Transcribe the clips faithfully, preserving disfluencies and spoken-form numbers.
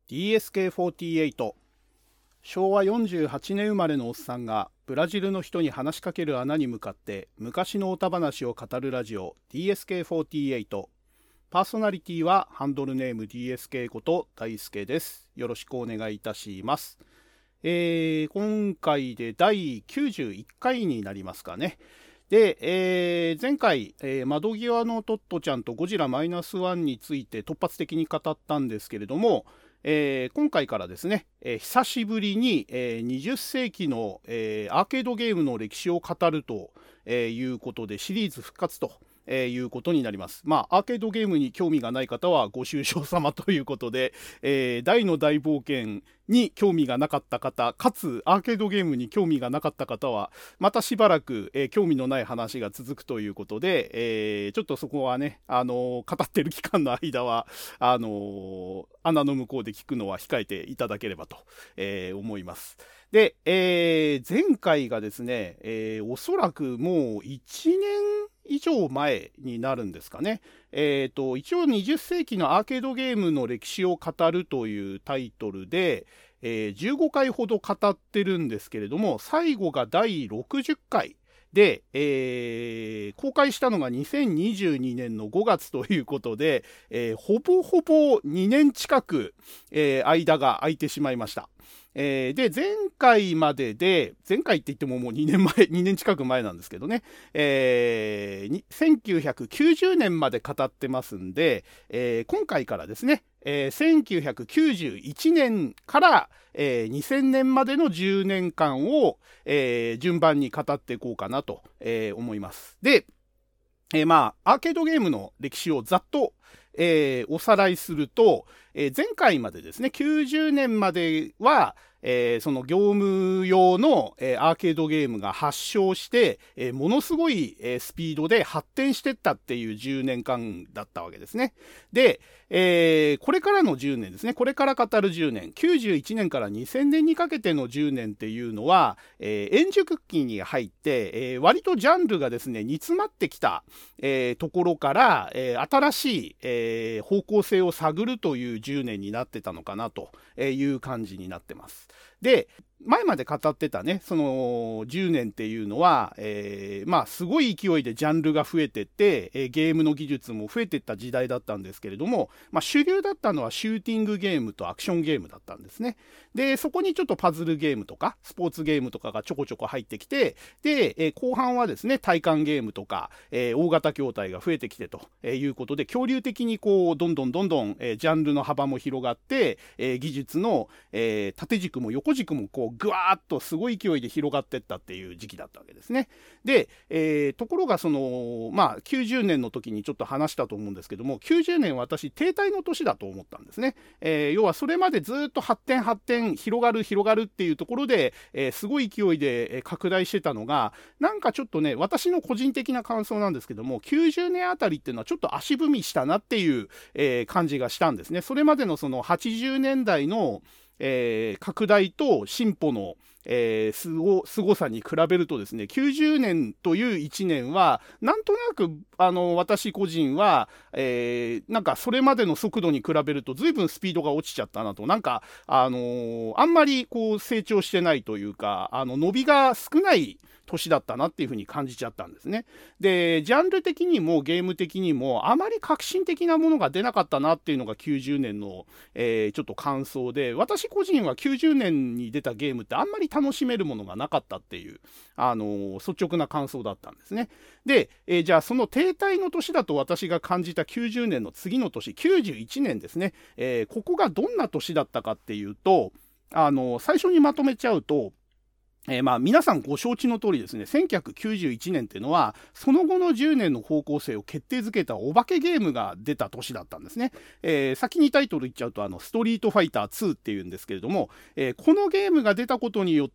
ディーエスケーフォーティーエイト 昭和よんじゅうはちねん生まれのおっさんがブラジルの人に話しかける穴に向かって昔のおた話を語るラジオ ディーエスケーフォーティーエイト。 パーソナリティはハンドルネーム ディーエスケー こと大輔です。よろしくお願いいたします。えー、今回でだいきゅうじゅういっかいになりますかね。で、えー前回、えー窓際のトットちゃんとゴジラマイナスワンについて突発的に語ったんですけれども、えー今回からですね、えー久しぶりに、えーにじゅっせいきの、えーアーケードゲームの歴史を語ると、えーいうことでシリーズ復活と、えーいうことになります。まあ、アーケードゲームに興味がない方はご愁傷様ということで、えー大の大冒険に興味がなかった方、かつアーケードゲームに興味がなかった方は、またしばらく、えー興味のない話が続くということで、えーちょっとそこはね、あのー語ってる期間の間は、あのー穴の向こうで聞くのは控えていただければと、えー思います。で、えー前回がですね、えーおそらくもういちねん以上前になるんですかね。えーと、一応にじゅっせいきのアーケードゲームの歴史を語るというタイトルで、えーじゅうごかいほど語ってるんですけれども、最後がだいろくじゅっかいで、えー公開したのがにせんにじゅうにねんのごがつということで、えーほぼほぼにねん近く、えー間が空いてしまいました。えーで、前回までで、前回って言ってももうにねんまえ、にねん近く前なんですけどね、えーにせんきゅうひゃくきゅうじゅうねんまで語ってますんで、えー今回からですね、えーせんきゅうひゃくきゅうじゅういちねんから、えーにせんねんまでのじゅうねんかんを、えー順番に語っていこうかなと、えー思います。で、えーまあ、アーケードゲームの歴史をざっと、えーおさらいすると、えー前回までですね、きゅうじゅうねんまでは、えーその業務用の、えーアーケードゲームが発祥して、えーものすごい、えースピードで発展していったっていうじゅうねんかんだったわけですね。で、えーこれからのじゅうねんですね、これから語るじゅうねん、きゅうじゅういちねんからにせんねんにかけてのじゅうねんっていうのは、えー円熟期に入って、えー割とジャンルがですね、煮詰まってきた、えーところから、えー新しい、えー方向性を探るというじゅうねんになってたのかなという感じになってます。で、前まで語ってたね、そのじゅうねんっていうのは、えーまあすごい勢いでジャンルが増えてって、えーゲームの技術も増えてった時代だったんですけれども、まあ主流だったのはシューティングゲームとアクションゲームだったんですね。で、そこにちょっとパズルゲームとか、スポーツゲームとかがちょこちょこ入ってきて、で、えー後半はですね、体感ゲームとか、えー大型筐体が増えてきてということで、恐竜的にこう、どんどんどんどん、えージャンルの幅も広がって、えー技術の、えー縦軸も横軸もこう、ぐわーっとすごい勢いで広がっていったっていう時期だったわけですね。で、えーところがその、まあ、きゅうじゅうねんの時にちょっと話したと思うんですけども、きゅうじゅうねん私、停滞の年だと思ったんですね。えー要はそれまでずっと発展発展、広がる広がるっていうところで、えーすごい勢いで拡大してたのが、なんかちょっとね、私の個人的な感想なんですけども、きゅうじゅうねんあたりっていうのはちょっと足踏みしたなっていう、えー感じがしたんですね。それまでのそのはちじゅうねんだいの、えー拡大と進歩の、えー、すご、すごさに比べるとですね、きゅうじゅうねんといういちねんは、なんとなく、あの、私個人は、えーなんかそれまでの速度に比べると随分スピードが落ちちゃったなと、なんか、あのーあんまりこう成長してないというか、あの、伸びが少ない年だったなっていうふうに感じちゃったんですね。で、ジャンル的にもゲーム的にもあまり革新的なものが出なかったなっていうのがきゅうじゅうねんの、えーちょっと感想で、私個人はきゅうじゅうねんに出たゲームってあんまり楽しめるものがなかったっていう、あのー率直な感想だったんですね。で、えーじゃあその停滞の年だと私が感じたきゅうじゅうねんの次の年、きゅうじゅういちねんですね。えーここがどんな年だったかっていうと、あのー最初にまとめちゃうと、えーまあ皆さんご承知の通りですね、せんきゅうひゃくきゅうじゅういちねんっていうのは、その後のじゅうねんの方向性を決定づけたお化けゲームが出た年だったんですね。えー先にタイトル言っちゃうと、あの、ストリートファイターツーっていうんですけれども、えーこのゲームが出たことによって、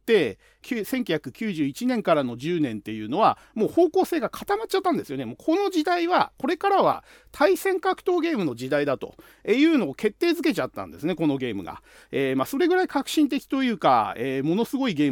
せんきゅうひゃくきゅうじゅういちねんからのじゅうねんっていうのは、もう方向性が固まっちゃったんですよね。もうこの時代は、これからは対戦格闘ゲームの時代だというのを決定づけちゃったんですね、このゲームが。えーまあそれぐらい革新的というか、えーものすごいゲームだったんです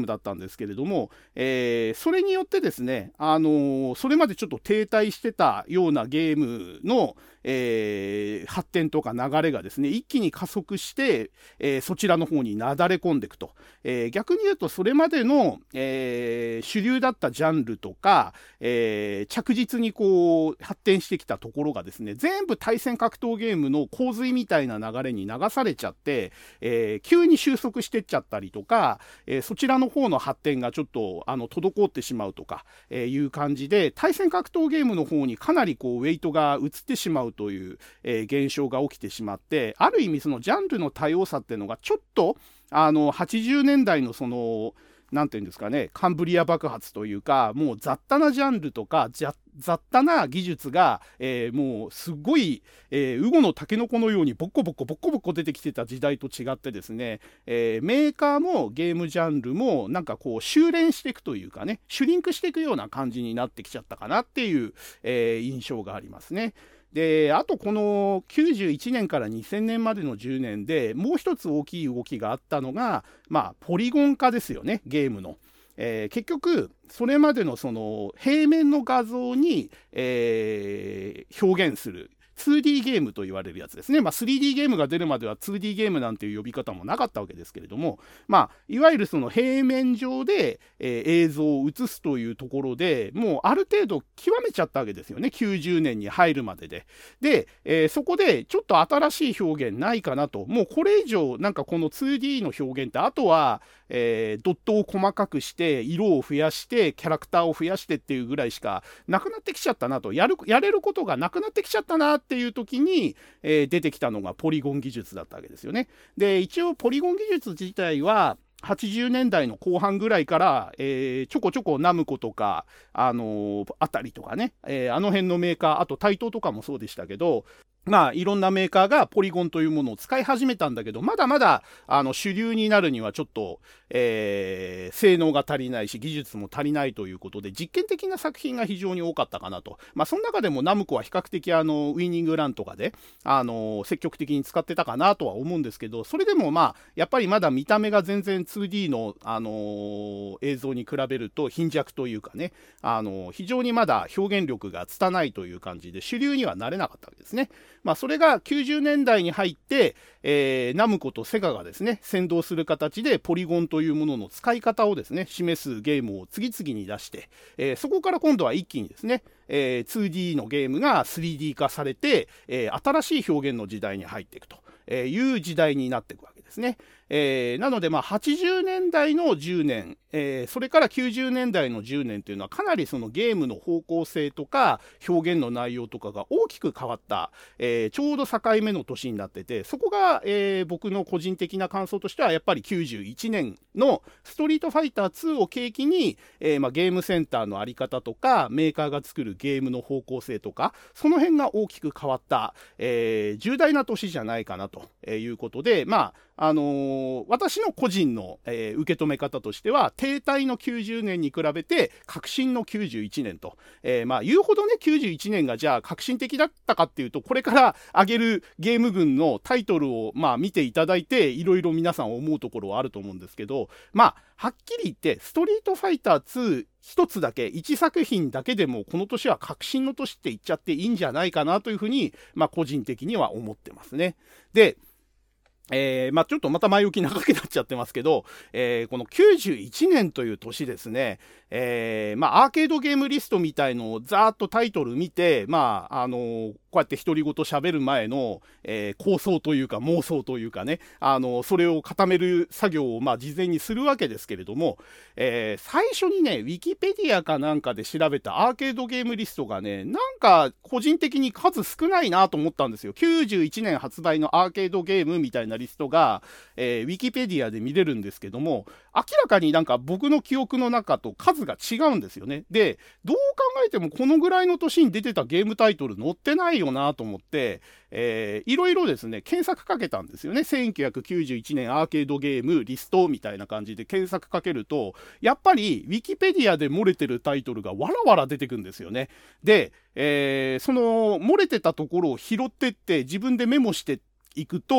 ですけれども、えー、それによってですね、あのー、それまでちょっと停滞してたようなゲームの、えー、発展とか流れがですね、一気に加速して、えー、そちらの方になだれ込んでいくと。えー、逆に言うと、それまでの、えー、主流だったジャンルとか、えー、着実にこう発展してきたところがですね、全部対戦格闘ゲームの洪水みたいな流れに流されちゃって、えー、急に収束してっちゃったりとか、えー、そちらの方の発展がちょっとあの滞ってしまうとか、えー、いう感じで、対戦格闘ゲームの方にかなりこうウェイトが移ってしまうという、えー、現象が起きてしまって、ある意味そのジャンルの多様さっていうのがちょっとあのはちじゅうねんだいのそのなんていうんですかね、カンブリア爆発というか、もう雑多なジャンルとか雑多な技術が、えー、もうすごい、えー、ウゴのタケノコのようにボッコボコボッコボコ出てきてた時代と違ってですね、えー、メーカーもゲームジャンルもなんかこう修練していくというかね、シュリンクしていくような感じになってきちゃったかなっていう、えー、印象がありますね。で、あとこのきゅうじゅういちねんからにせんねんまでのじゅうねんでもう一つ大きい動きがあったのが、まあ、ポリゴン化ですよね、ゲームの。えー、結局それまでのその平面の画像に、えー、表現するツーディー ゲームと言われるやつですね。まあ、スリーディー ゲームが出るまでは ツーディー ゲームなんていう呼び方もなかったわけですけれども、まあ、いわゆるその平面上で、えー、映像を映すというところでもうある程度極めちゃったわけですよね。きゅうじゅうねんに入るまでで。で、えー、そこでちょっと新しい表現ないかなと。もうこれ以上なんかこの ツーディー の表現ってあとは、えー、ドットを細かくして色を増やしてキャラクターを増やしてっていうぐらいしかなくなってきちゃったなと。やる、やれることがなくなってきちゃったなっていう時に、えー、出てきたのがポリゴン技術だったわけですよね。で、一応ポリゴン技術自体ははちじゅうねんだいの後半ぐらいから、えー、ちょこちょこナムコとか、あのー、あたりとかね、えー、あの辺のメーカー、あと台東とかもそうでしたけど、まあ、いろんなメーカーがポリゴンというものを使い始めたんだけど、まだまだあの主流になるにはちょっと、えー、性能が足りないし技術も足りないということで実験的な作品が非常に多かったかなと。まあ、その中でもナムコは比較的あのウィニングランとかであの積極的に使ってたかなとは思うんですけど、それでもまあやっぱりまだ見た目が全然 ツーディー の、あのー、映像に比べると貧弱というかね、あのー、非常にまだ表現力が拙いという感じで主流にはなれなかったわけですね。まあ、それがきゅうじゅうねんだいに入って、えー、ナムコとセガがですね先導する形でポリゴンというものの使い方をですね示すゲームを次々に出して、えー、そこから今度は一気にですね、えー、ツーディー のゲームが スリーディー 化されて、えー、新しい表現の時代に入っていくという時代になっていくわけですね。えー、なのでまあはちじゅうねんだいのじゅうねん、えー、それからきゅうじゅうねんだいのじゅうねんというのはかなりそのゲームの方向性とか表現の内容とかが大きく変わった、えー、ちょうど境目の年になってて、そこが、えー、僕の個人的な感想としてはやっぱりきゅうじゅういちねんのストリートファイターツーを契機に、えーまあ、ゲームセンターのあり方とかメーカーが作るゲームの方向性とかその辺が大きく変わった、えー、重大な年じゃないかなということで、まああのー、私の個人の、えー、受け止め方としては停滞のきゅうじゅうねんに比べて革新のきゅうじゅういちねんと、えー、まあ言うほどねきゅうじゅういちねんがじゃあ革新的だったかっていうと、これから上げるゲーム群のタイトルをまあ見ていただいていろいろ皆さん思うところはあると思うんですけど、まあはっきり言ってストリートファイターツー一つだけいちさく品だけでもこの年は革新の年って言っちゃっていいんじゃないかなというふうにまあ個人的には思ってますね。でえー、まあちょっとまた前置き長くなっちゃってますけど、えー、このきゅうじゅういちねんという年ですね、えー、まあアーケードゲームリストみたいのをざーっとタイトル見て、まああのー、こうやって独り言喋る前の、えー、構想というか妄想というかね、あのー、それを固める作業をまあ事前にするわけですけれども、えー、最初にねウィキペディアかなんかで調べたアーケードゲームリストがね、なんか個人的に数少ないなと思ったんですよ。きゅうじゅういちねん発売のアーケードゲームみたいなリストが、えー、ウィキペディアで見れるんですけども、明らかになんか僕の記憶の中と数が違うんですよね。で、どう考えてもこのぐらいの年に出てたゲームタイトル載ってないよなと思って、えー、いろいろですね検索かけたんですよね。せんきゅうひゃくきゅうじゅういちねんアーケードゲームリストみたいな感じで検索かけると、やっぱりウィキペディアで漏れてるタイトルがわらわら出てくるんですよね。で、えー、その漏れてたところを拾ってって自分でメモしていくと、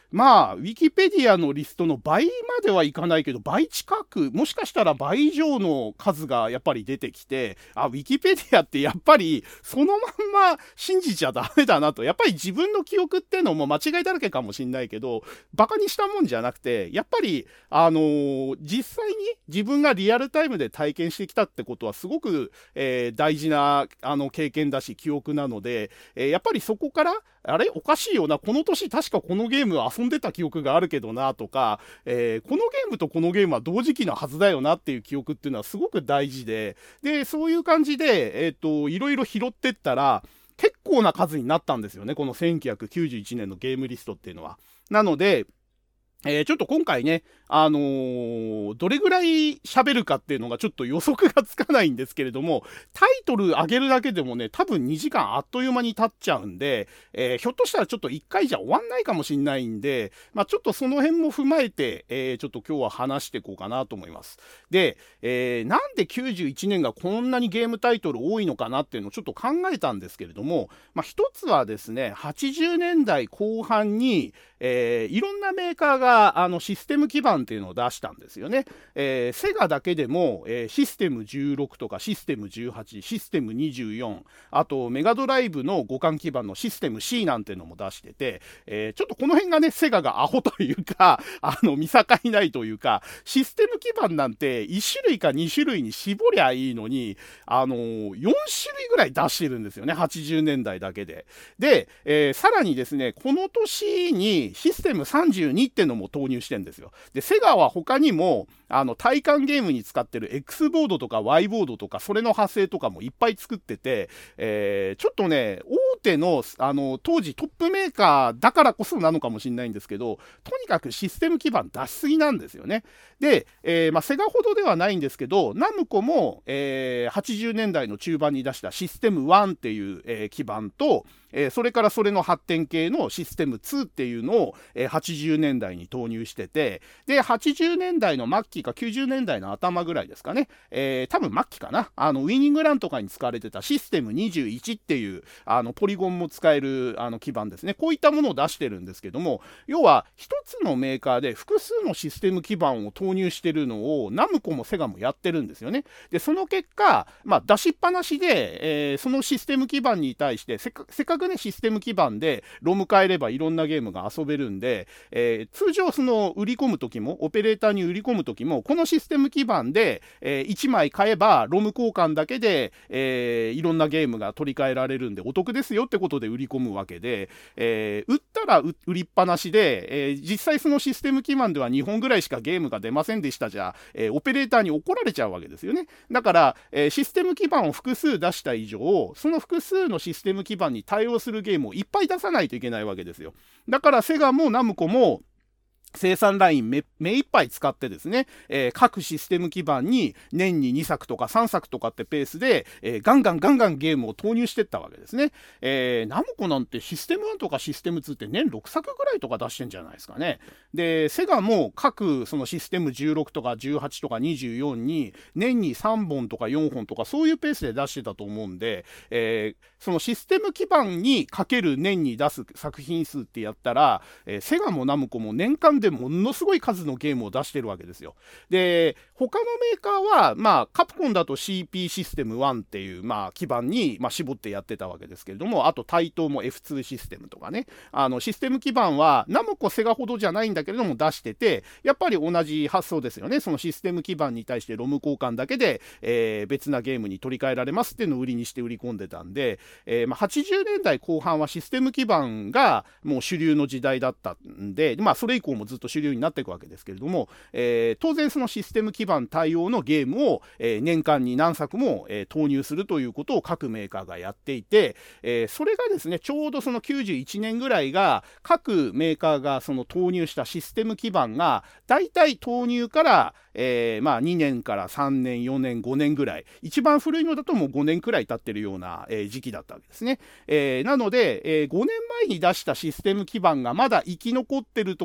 まあ、ウィキペディアのリストの倍まではいかないけど、倍近く、もしかしたら倍以上の数がやっぱり出てきて、あ、ウィキペディアってやっぱりそのまんま信じちゃダメだなと。やっぱり自分の記憶ってのも間違いだらけかもしんないけど、バカにしたもんじゃなくて、やっぱり、あのー、実際に自分がリアルタイムで体験してきたってことはすごく、えー、大事なあの経験だし、記憶なので、えー、やっぱりそこから、あれおかしいよな。この年確かこのゲーム遊んでた記憶があるけどなとか、えー、このゲームとこのゲームは同時期のはずだよなっていう記憶っていうのはすごく大事で、で、そういう感じで、えっと、いろいろ拾ってったら、結構な数になったんですよね。このせんきゅうひゃくきゅうじゅういちねんのゲームリストっていうのは。なので、えー、ちょっと今回ね、あのー、どれぐらい喋るかっていうのがちょっと予測がつかないんですけれども、タイトル上げるだけでもね、多分にじかんあっという間に経っちゃうんで、えー、ひょっとしたらちょっといっかいじゃ終わんないかもしんないんで、まあちょっとその辺も踏まえて、えー、ちょっと今日は話していこうかなと思います。で、えー、なんできゅうじゅういちねんがこんなにゲームタイトル多いのかなっていうのをちょっと考えたんですけれども、まあ一つはですね、はちじゅうねんだいこう半に、えー、いろんなメーカーがあのシステム基盤っていうのを出したんですよね。えー、セガだけでも、えー、システムじゅうろくとかシステムじゅうはち、システムにじゅうよん、あとメガドライブの互換基盤のシステム C なんていうのも出してて、えー、ちょっとこの辺がね、セガがアホというか、あの見境ないというか、システム基盤なんていち種類かに種類に絞りゃいいのに、あのー、よん種類ぐらい出してるんですよね、はちじゅうねんだいだけで。で、えー、さらにですね、この年にシステムさんじゅうにってのも投入してるんですよ。で、セガは他にも、あの、体感ゲームに使ってる X ボードとか Y ボードとか、それの派生とかもいっぱい作ってて、えー、ちょっとね、大手の、あの、当時トップメーカーだからこそなのかもしれないんですけど、とにかくシステム基盤出しすぎなんですよね。で、えー、まあ、セガほどではないんですけど、ナムコも、えー、はちじゅうねんだいの中盤に出したシステムワンっていう、えー、基盤と、えー、それからそれの発展系のシステムツーっていうのを、えー、はちじゅうねんだいに投入してて、で、はちじゅうねんだいの末期かきゅうじゅうねんだいの頭ぐらいですかね、えー、多分末期かな、あの、ウィニングランとかに使われてたシステムにじゅういちっていう、あの、ポリゴンも使える、あの、基盤ですね。こういったものを出してるんですけども、要は、一つのメーカーで複数のシステム基盤を投入してるのを、ナムコもセガもやってるんですよね。で、その結果、まあ、出しっぱなしで、えー、そのシステム基盤に対してせっか、せっかくね、システム基盤でロム変えればいろんなゲームが遊べるんで、えー、通常その売り込むときも、オペレーターに売り込むときも、このシステム基盤で、えー、いちまい買えば、ロム交換だけで、えー、いろんなゲームが取り替えられるんで、お得ですよってことで売り込むわけで、えー、売ったら売りっぱなしで、えー、実際そのシステム基盤ではにほんぐらいしかゲームが出ませんでしたじゃ、えー、オペレーターに怒られちゃうわけですよね。だから、えー、システム基盤を複数出した以上、その複数のシステム基盤に対応するゲームをいっぱい出さないといけないわけですよ。だからセガもナムコも生産ライン 目, 目いっぱい使ってですね、えー、各システム基盤に年ににさくとかさんさくとかってペースで、えー、ガンガンガンガンゲームを投入していったわけですね。えー、ナムコなんてシステムワンとかシステムツーって年ろくさくぐらいとか出してんじゃないですかね。で、セガも各そのシステムじゅうろくとかじゅうはちとかにじゅうよんに年にさんぼんとかよんほんとかそういうペースで出してたと思うんで、えー、そのシステム基盤にかける年に出す作品数ってやったら、えー、セガもナムコも年間でものすごい数のゲームを出してるわけですよ。で、他のメーカーは、まあ、カプコンだと シーピー システムワンっていう、まあ、基盤に、まあ、絞ってやってたわけですけれども、あと、対等も エフツー システムとかね、あの、システム基盤は、ナムコ、セガほどじゃないんだけれども出してて、やっぱり同じ発想ですよね。そのシステム基盤に対してロム交換だけで、えー、別なゲームに取り替えられますっていうのを売りにして売り込んでたんで、えー、まあ、はちじゅうねんだいこう半はシステム基盤がもう主流の時代だったんで、まあ、それ以降もずっと主流になっていくわけですけれども、えー、当然そのシステム基盤対応のゲームを、えー、年間に何作も、えー、投入するということを各メーカーがやっていて、えー、それがですね、ちょうどそのきゅうじゅういちねんぐらいが各メーカーがその投入したシステム基盤がだいたい投入から、えー、まあにねんからさんねん、よねん、ごねんぐらい、一番古いのだともうごねんくらい経ってるような、えー、時期だったわけですね。えー、なので、えー、ごねんまえに出したシステム基盤がまだ生き残ってるところに、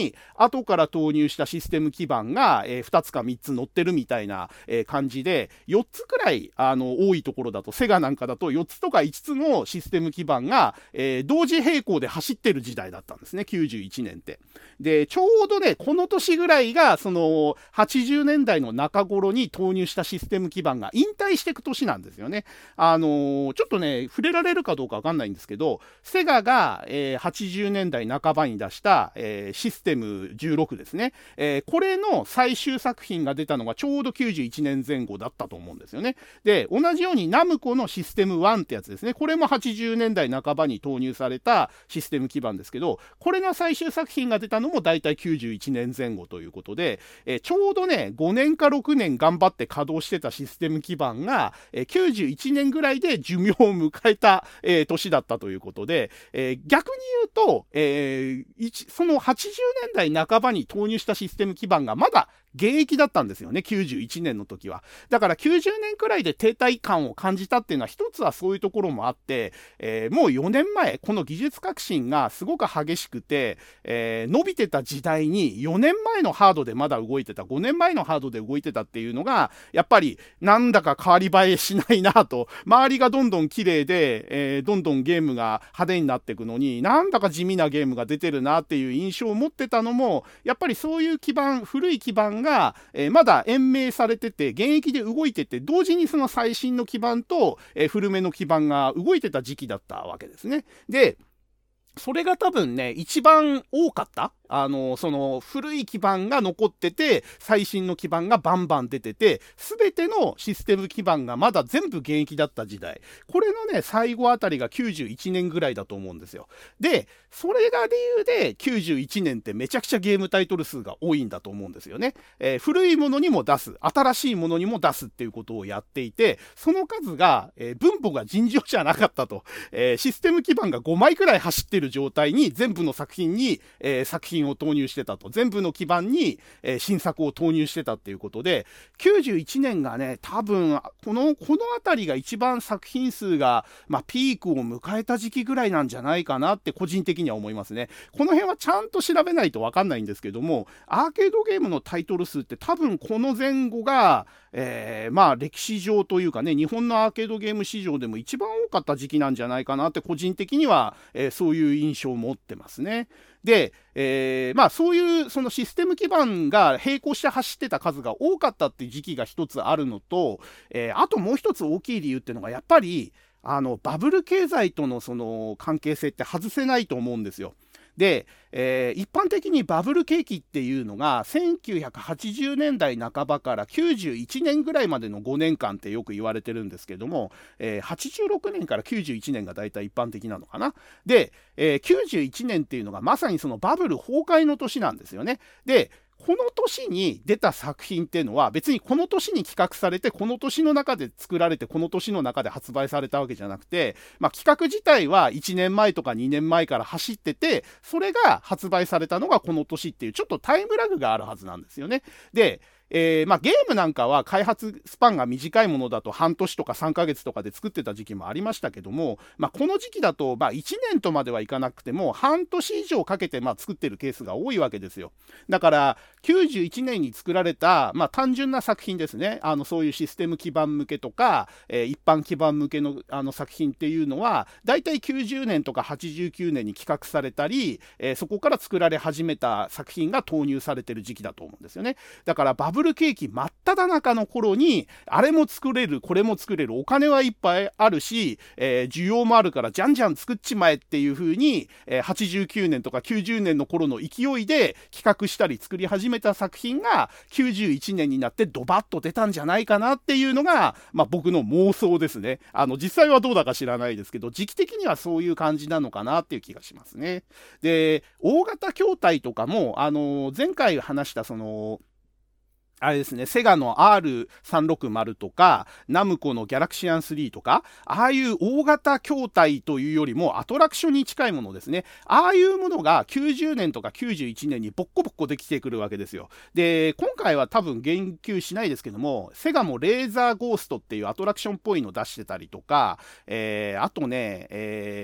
に後から投入したシステム基板が、えー、ふたつかみっつ載ってるみたいな、えー、感じで、よっつくらいあの多いところだと、セガなんかだとよっつとかいつつのシステム基板が、えー、同時並行で走ってる時代だったんですね、きゅうじゅういちねんって。で、ちょうどね、この年ぐらいが、その、はちじゅうねんだいの中頃に投入したシステム基板が引退していく年なんですよね。あのー、ちょっとね、触れられるかどうかわかんないんですけど、セガが、えー、はちじゅうねんだいなかばに出した、えー、システムじゅうろくですね。えー、これの最終作品が出たのがちょうどきゅうじゅういちねんぜん後だったと思うんですよね。で、同じようにナムコのシステムワンってやつですね。これもはちじゅうねんだいなかばに投入されたシステム基板ですけど、これの最終作品が出たのもだいたいきゅうじゅういちねんぜん後ということで、えー、ちょうどね、ごねんかろくねん頑張って稼働してたシステム基板が、えー、きゅうじゅういちねんぐらいで寿命を迎えた、えー、年だったということで、えー、逆に言うと、えー、そのはちじゅうねんだいなかばに投入したシステム基板がまだ現役だったんですよね、きゅうじゅういちねんの時は。だからきゅうじゅうねんくらいで停滞感を感じたっていうのは一つはそういうところもあって、えー、もうよねんまえ、この技術革新がすごく激しくて、えー、伸びてた時代によねんまえのハードでまだ動いてた、ごねんまえのハードで動いてたっていうのが、やっぱりなんだか変わり映えしないなと、周りがどんどん綺麗で、えー、どんどんゲームが派手になっていくのに、なんだか地味なゲームが出てるなっていう印象を持ってたのも、やっぱりそういう基盤、古い基盤がが、えー、まだ延命されてて現役で動いてて、同時にその最新の基盤と、えー、古めの基盤が動いてた時期だったわけですね。で、それが多分ね、一番多かった。あの、その古い基盤が残ってて、最新の基盤がバンバン出てて、すべてのシステム基盤がまだ全部現役だった時代。これのね、最後あたりがきゅうじゅういちねんぐらいだと思うんですよ。で、それが理由できゅうじゅういちねんってめちゃくちゃゲームタイトル数が多いんだと思うんですよね。えー、古いものにも出す、新しいものにも出すっていうことをやっていて、その数が、えー、分母が尋常じゃなかったと。えー、システム基盤がごまいくらい走ってる状態に全部の作品に、えー、作品を投入してたと。全部の基盤に、えー、新作を投入してたっていうことで、きゅうじゅういちねんがね、多分、この、このあたりが一番作品数が、まあ、ピークを迎えた時期ぐらいなんじゃないかなって個人的には思いますね。この辺はちゃんと調べないとわかんないんですけども、アーケードゲームのタイトル数って多分この前後が、えー、まあ歴史上というかね、日本のアーケードゲーム市場でも一番多かった時期なんじゃないかなって個人的には、えー、そういう印象を持ってますね。で、えー、まあそういうそのシステム基盤が並行して走ってた数が多かったっていう時期が一つあるのと、えー、あともう一つ大きい理由っていうのがやっぱりあのバブル経済とのその関係性って外せないと思うんですよ。で、えー、一般的にバブル景気っていうのがせんきゅうひゃくはちじゅうねんだいなかばからきゅうじゅういちねんぐらいまでのごねんかんってよく言われてるんですけども、えー、はちじゅうろくねんからきゅうじゅういちねんがだいたい一般的なのかな。で、えー、きゅうじゅういちねんっていうのがまさにそのバブル崩壊の年なんですよね。で、この年に出た作品っていうのは別にこの年に企画されてこの年の中で作られてこの年の中で発売されたわけじゃなくて、まあ、企画自体はいちねんまえとかにねんまえから走ってて、それが発売されたのがこの年っていうちょっとタイムラグがあるはずなんですよね。で、えーまあ、ゲームなんかは開発スパンが短いものだと半年とかさんかげつとかで作ってた時期もありましたけども、まあ、この時期だとまあいちねんとまではいかなくても半年以上かけてまあ作ってるケースが多いわけですよ。だからきゅうじゅういちねんに作られた、まあ、単純な作品ですね。あのそういうシステム基盤向けとか、えー、一般基盤向けの、あの作品っていうのはだいたいきゅうじゅうねんとかはちじゅうきゅうねんに企画されたり、えー、そこから作られ始めた作品が投入されてる時期だと思うんですよね。だからバブル景気真っ只中の頃にあれも作れるこれも作れる、お金はいっぱいあるし、えー、需要もあるからじゃんじゃん作っちまえっていう風に、えー、はちじゅうきゅうねんとかきゅうじゅうねんの頃の勢いで企画したり作り始めた作品がきゅうじゅういちねんになってドバッと出たんじゃないかなっていうのが、まあ、僕の妄想ですね。あの実際はどうだか知らないですけど、時期的にはそういう感じなのかなっていう気がしますね。で、大型筐体とかもあの前回話したそのあれですね、セガの アールさんろくまる とか、ナムコのギャラクシアンスリーとか、ああいう大型筐体というよりもアトラクションに近いものですね。ああいうものがきゅうじゅうねんとかきゅうじゅういちねんにボッコボッコできてくるわけですよ。で、今回は多分言及しないですけども、セガもレーザーゴーストっていうアトラクションっぽいの出してたりとか、えー、あとね、えー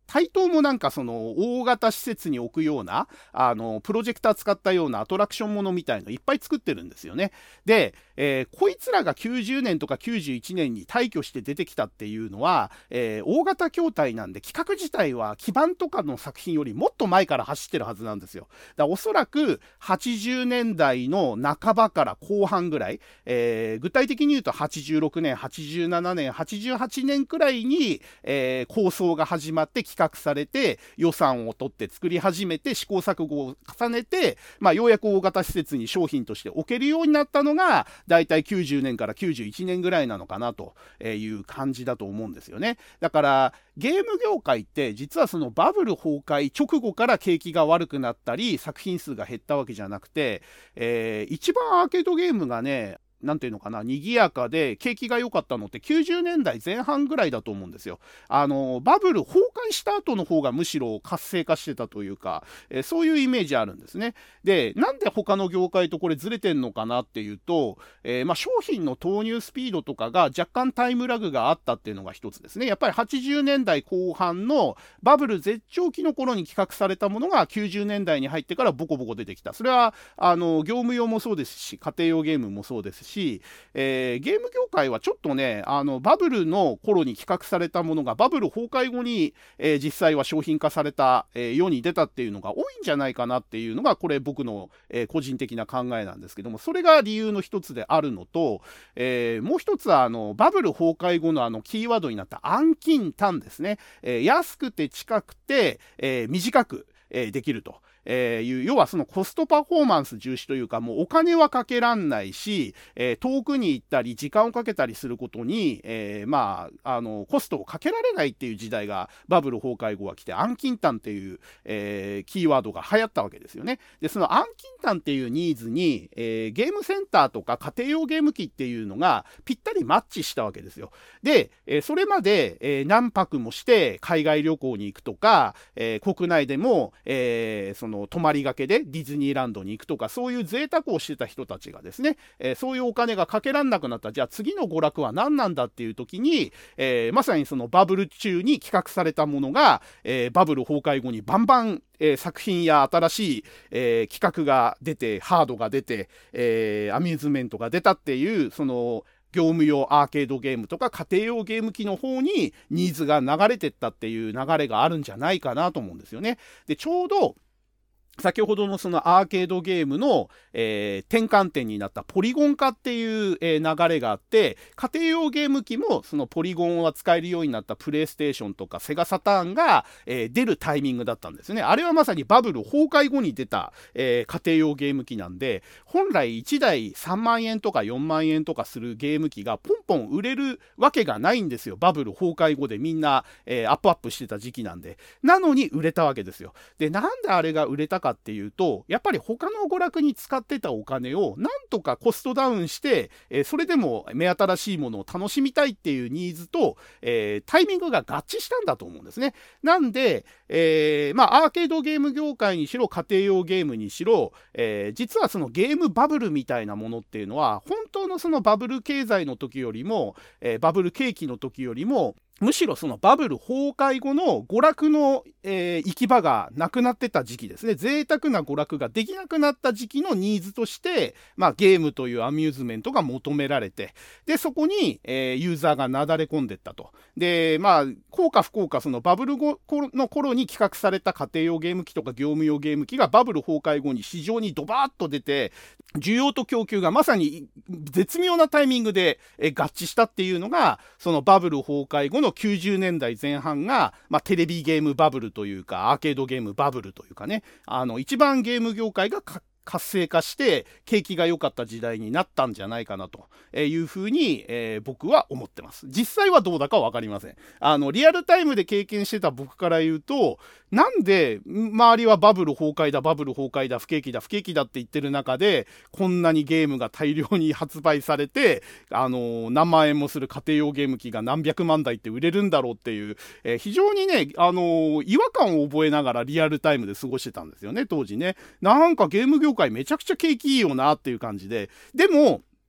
対等もなんかその大型施設に置くようなあのプロジェクター使ったようなアトラクションものみたいのいっぱい作ってるんですよね。で、えー、こいつらがきゅうじゅうねんとかきゅうじゅういちねんに大挙して出てきたっていうのは、えー、大型筐体なんで企画自体は基盤とかの作品よりもっと前から走ってるはずなんですよ。だからおそらくはちじゅうねんだいの半ばから後半ぐらい、えー、具体的に言うとはちじゅうろくねん、はちじゅうななねん、はちじゅうはちねんくらいに、えー、構想が始まって企画されて予算を取って作り始めて試行錯誤を重ねて、まあ、ようやく大型施設に商品として置けるようになったのがだいたいきゅうじゅうねんからきゅうじゅういちねんぐらいなのかなという感じだと思うんですよね。だからゲーム業界って実はそのバブル崩壊直後から景気が悪くなったり作品数が減ったわけじゃなくて、えー、一番アーケードゲームがねなんていうのかな、賑やかで景気が良かったのってきゅうじゅうねんだいぜん半ぐらいだと思うんですよ。あのバブル崩壊した後の方がむしろ活性化してたというか、えー、そういうイメージあるんですね。で、なんで他の業界とこれずれてんのかなっていうと、えーまあ、商品の投入スピードとかが若干タイムラグがあったっていうのが一つですね。やっぱりはちじゅうねんだいこう半のバブル絶頂期の頃に企画されたものがきゅうじゅうねんだいに入ってからボコボコ出てきた。それはあの業務用もそうですし家庭用ゲームもそうですし、えー、ゲーム業界はちょっとねあのバブルの頃に企画されたものがバブル崩壊後に、えー、実際は商品化された、えー、世に出たっていうのが多いんじゃないかなっていうのがこれ僕の、えー、個人的な考えなんですけども、それが理由の一つであるのと、えー、もう一つはあのバブル崩壊後のあのキーワードになった安近短ですね、えー、安くて近くて、えー、短く、えー、できると。えー、いう要はそのコストパフォーマンス重視というか、もうお金はかけらんないし、えー、遠くに行ったり時間をかけたりすることに、えー、まああのコストをかけられないっていう時代がバブル崩壊後は来て、安近短っていう、えー、キーワードが流行ったわけですよね。でその安近短っていうニーズに、えー、ゲームセンターとか家庭用ゲーム機っていうのがぴったりマッチしたわけですよ。で、えー、それまで、えー、何泊もして海外旅行に行くとか、えー、国内でも、えー、その泊まりがけでディズニーランドに行くとか、そういう贅沢をしてた人たちがですね、えー、そういうお金がかけらんなくなった。じゃあ次の娯楽は何なんだっていう時に、えー、まさにそのバブル中に企画されたものが、えー、バブル崩壊後にバンバン、えー、作品や新しい、えー、企画が出て、ハードが出て、えー、アミューズメントが出たっていう、その業務用アーケードゲームとか家庭用ゲーム機の方にニーズが流れてったっていう流れがあるんじゃないかなと思うんですよね。で、ちょうど先ほどのそのアーケードゲームの、えー、転換点になったポリゴン化っていう、えー、流れがあって、家庭用ゲーム機もそのポリゴンは使えるようになったプレイステーションとかセガサターンが、えー、出るタイミングだったんですね。あれはまさにバブル崩壊後に出た、えー、家庭用ゲーム機なんで、本来いちだいさんまんえんとかよんまんえんとかするゲーム機がポンポン売れるわけがないんですよ。バブル崩壊後でみんな、えー、アップアップしてた時期なんで。なのに売れたわけですよ。で、なんであれが売れたかっていうと、やっぱり他の娯楽に使ってたお金をなんとかコストダウンして、えー、それでも目新しいものを楽しみたいっていうニーズと、えー、タイミングが合致したんだと思うんですね。なんで、えー、まあアーケードゲーム業界にしろ家庭用ゲームにしろ、えー、実はそのゲームバブルみたいなものっていうのは本当のそのバブル経済の時よりも、えー、バブル景気の時よりもむしろそのバブル崩壊後の娯楽の、えー、行き場がなくなってた時期ですね。贅沢な娯楽ができなくなった時期のニーズとして、まあ、ゲームというアミューズメントが求められて、でそこに、えー、ユーザーがなだれ込んでったと。でまあ効か不効かそのバブル後の頃に企画された家庭用ゲーム機とか業務用ゲーム機がバブル崩壊後に市場にドバーッと出て、需要と供給がまさに絶妙なタイミングで、えー、合致したっていうのがそのバブル崩壊後のきゅうじゅうねんだいぜん半が、まあ、テレビゲームバブルというかアーケードゲームバブルというかね、あの一番ゲーム業界が活性化して景気が良かった時代になったんじゃないかなというふうに、えー、僕は思ってます。実際はどうだか分かりません。あのリアルタイムで経験してた僕から言うと、なんで周りはバブル崩壊だバブル崩壊だ不景気だ不景気だって言ってる中でこんなにゲームが大量に発売されて、あの何万円もする家庭用ゲーム機が何百万台って売れるんだろうっていう、えー、非常にね、あの違和感を覚えながらリアルタイムで過ごしてたんですよね、当時ね。なんかゲーム業界めちゃくちゃ景気いいよなっていう感じで。でも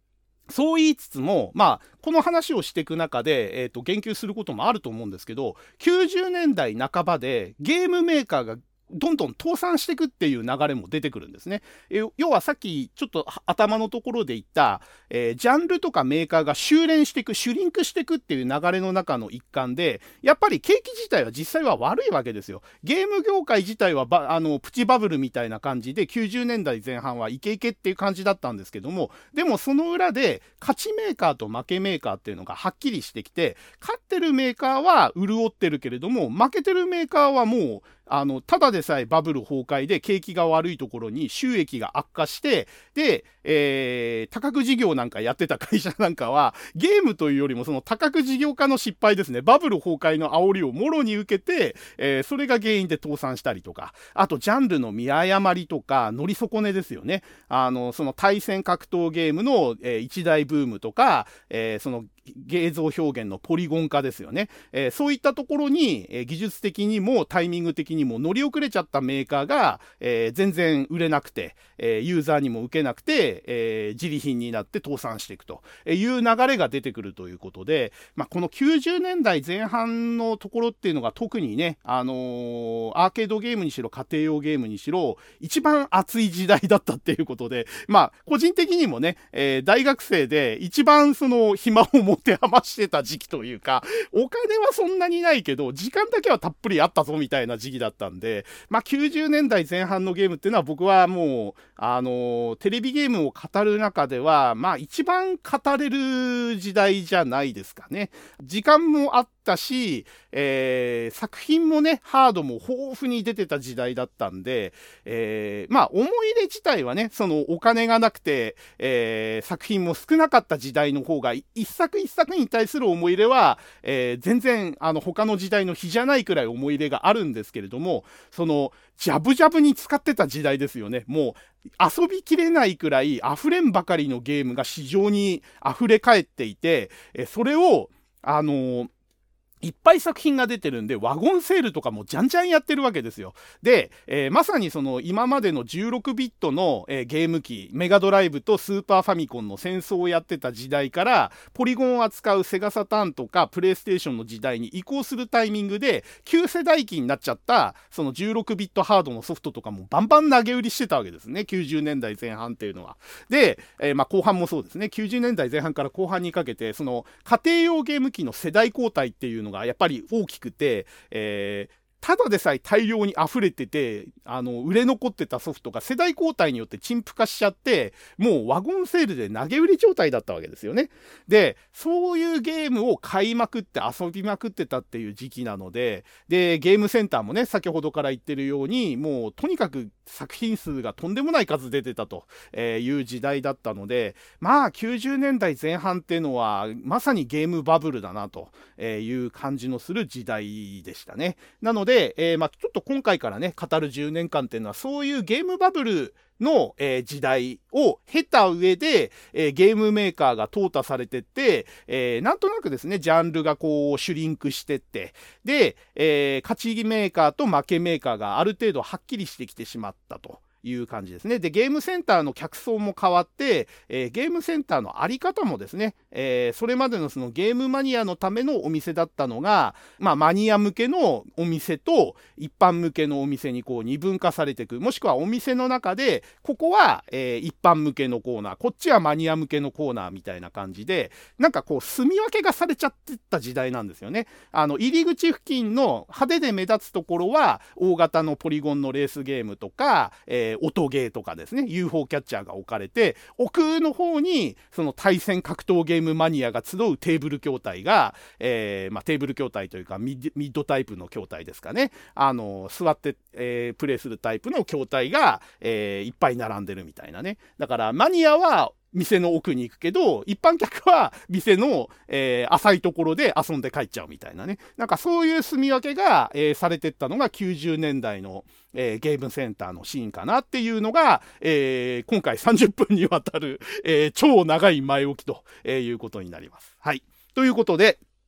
そう言いつつも、まあ、この話をしていく中で、えーと、言及することもあると思うんですけど、きゅうじゅうねんだいなかばでゲームメーカーがどんどん倒産していくっていう流れも出てくるんですね。え要はさっきちょっと頭のところで言った、えー、ジャンルとかメーカーが修練していく、シュリンクしていくっていう流れの中の一環で、やっぱり景気自体は実際は悪いわけですよ。ゲーム業界自体はばあのプチバブルみたいな感じできゅうじゅうねんだいぜん半はイケイケっていう感じだったんですけども、でもその裏で勝ちメーカーと負けメーカーっていうのがはっきりしてきて、勝ってるメーカーは潤ってるけれども、負けてるメーカーはもうあのただでさえバブル崩壊で景気が悪いところに収益が悪化して、で、えー、多角事業なんかやってた会社なんかはゲームというよりもその多角事業化の失敗ですね、バブル崩壊の煽りをもろに受けて、えー、それが原因で倒産したりとか、あとジャンルの見誤りとか乗り損ねですよね。あのその対戦格闘ゲームの、えー、一大ブームとか、えー、その映像表現のポリゴン化ですよね。えー、そういったところに、えー、技術的にもタイミング的にも乗り遅れちゃったメーカーが、えー、全然売れなくて、えー、ユーザーにも受けなくて、えー、自利品になって倒産していくという流れが出てくるということで、まあ、このきゅうじゅうねんだいぜん半のところっていうのが特にね、あのー、アーケードゲームにしろ家庭用ゲームにしろ一番熱い時代だったっていうことで、まあ個人的にもね、えー、大学生で一番その暇を持て余してた時期というか、お金はそんなにないけど時間だけはたっぷりあったぞみたいな時期だったんで、まあきゅうじゅうねんだいぜん半のゲームっていうのは僕はもうあのー、テレビゲームを語る中ではまあ一番語れる時代じゃないですかね。時間もあったし、えー、作品もねハードも豊富に出てた時代だったんで、えー、まあ思い出自体はね、そのお金がなくて、えー、作品も少なかった時代の方が一作一作に対する思い入れは、えー、全然あの他の時代の比じゃないくらい思い入れがあるんですけれども、そのジャブジャブに使ってた時代ですよね。もう遊びきれないくらい溢れんばかりのゲームが市場に溢れ返っていて、えそれをあのーいっぱい作品が出てるんでワゴンセールとかもじゃんじゃんやってるわけですよ。で、えー、まさにその今までのじゅうろくビットの、えー、ゲーム機メガドライブとスーパーファミコンの戦争をやってた時代からポリゴンを扱うセガサターンとかプレイステーションの時代に移行するタイミングで旧世代機になっちゃったそのじゅうろくビットハードのソフトとかもバンバン投げ売りしてたわけですね、きゅうじゅうねんだいぜん半っていうのは。で、えーまあ、後半もそうですね、きゅうじゅうねんだいぜん半から後半にかけてその家庭用ゲーム機の世代交代っていうのがやっぱり大きくて、えーただでさえ大量に溢れてて、あの、売れ残ってたソフトが世代交代によって陳腐化しちゃって、もうワゴンセールで投げ売り状態だったわけですよね。で、そういうゲームを買いまくって遊びまくってたっていう時期なので、で、ゲームセンターもね、先ほどから言ってるように、もうとにかく作品数がとんでもない数出てたという時代だったので、まあきゅうじゅうねんだいぜん半っていうのは、まさにゲームバブルだなという感じのする時代でしたね。なので、えー、まあちょっと今回からね語るじゅうねんかんっていうのはそういうゲームバブルの、えー、時代を経た上で、えー、ゲームメーカーが淘汰されてって、えー、なんとなくですねジャンルがこうシュリンクしてってで、えー、勝ちメーカーと負けメーカーがある程度はっきりしてきてしまったという感じですね。で、ゲームセンターの客層も変わって、えー、ゲームセンターのあり方もですね、えー、それまでのそのゲームマニアのためのお店だったのが、まあマニア向けのお店と一般向けのお店にこう二分化されていく。もしくはお店の中で、ここは、えー、一般向けのコーナー、こっちはマニア向けのコーナーみたいな感じで、なんかこう住み分けがされちゃってた時代なんですよね。あの、入り口付近の派手で目立つところは、大型のポリゴンのレースゲームとか、えー音ゲーとかですね ユーフォー キャッチャーが置かれて奥の方にその対戦格闘ゲームマニアが集うテーブル筐体が、えーまあ、テーブル筐体というかミッミッドタイプの筐体ですかね、あの座って、えー、プレイするタイプの筐体が、えー、いっぱい並んでるみたいなね。だからマニアは店の奥に行くけど一般客は店の、えー、浅いところで遊んで帰っちゃうみたいなね。なんかそういう住み分けが、えー、されてったのがきゅうじゅうねんだいの、えー、ゲームセンターのシーンかなっていうのが、えー、今回さんじゅっぷんにわたる、えー、超長い前置きということになります。はい。ということで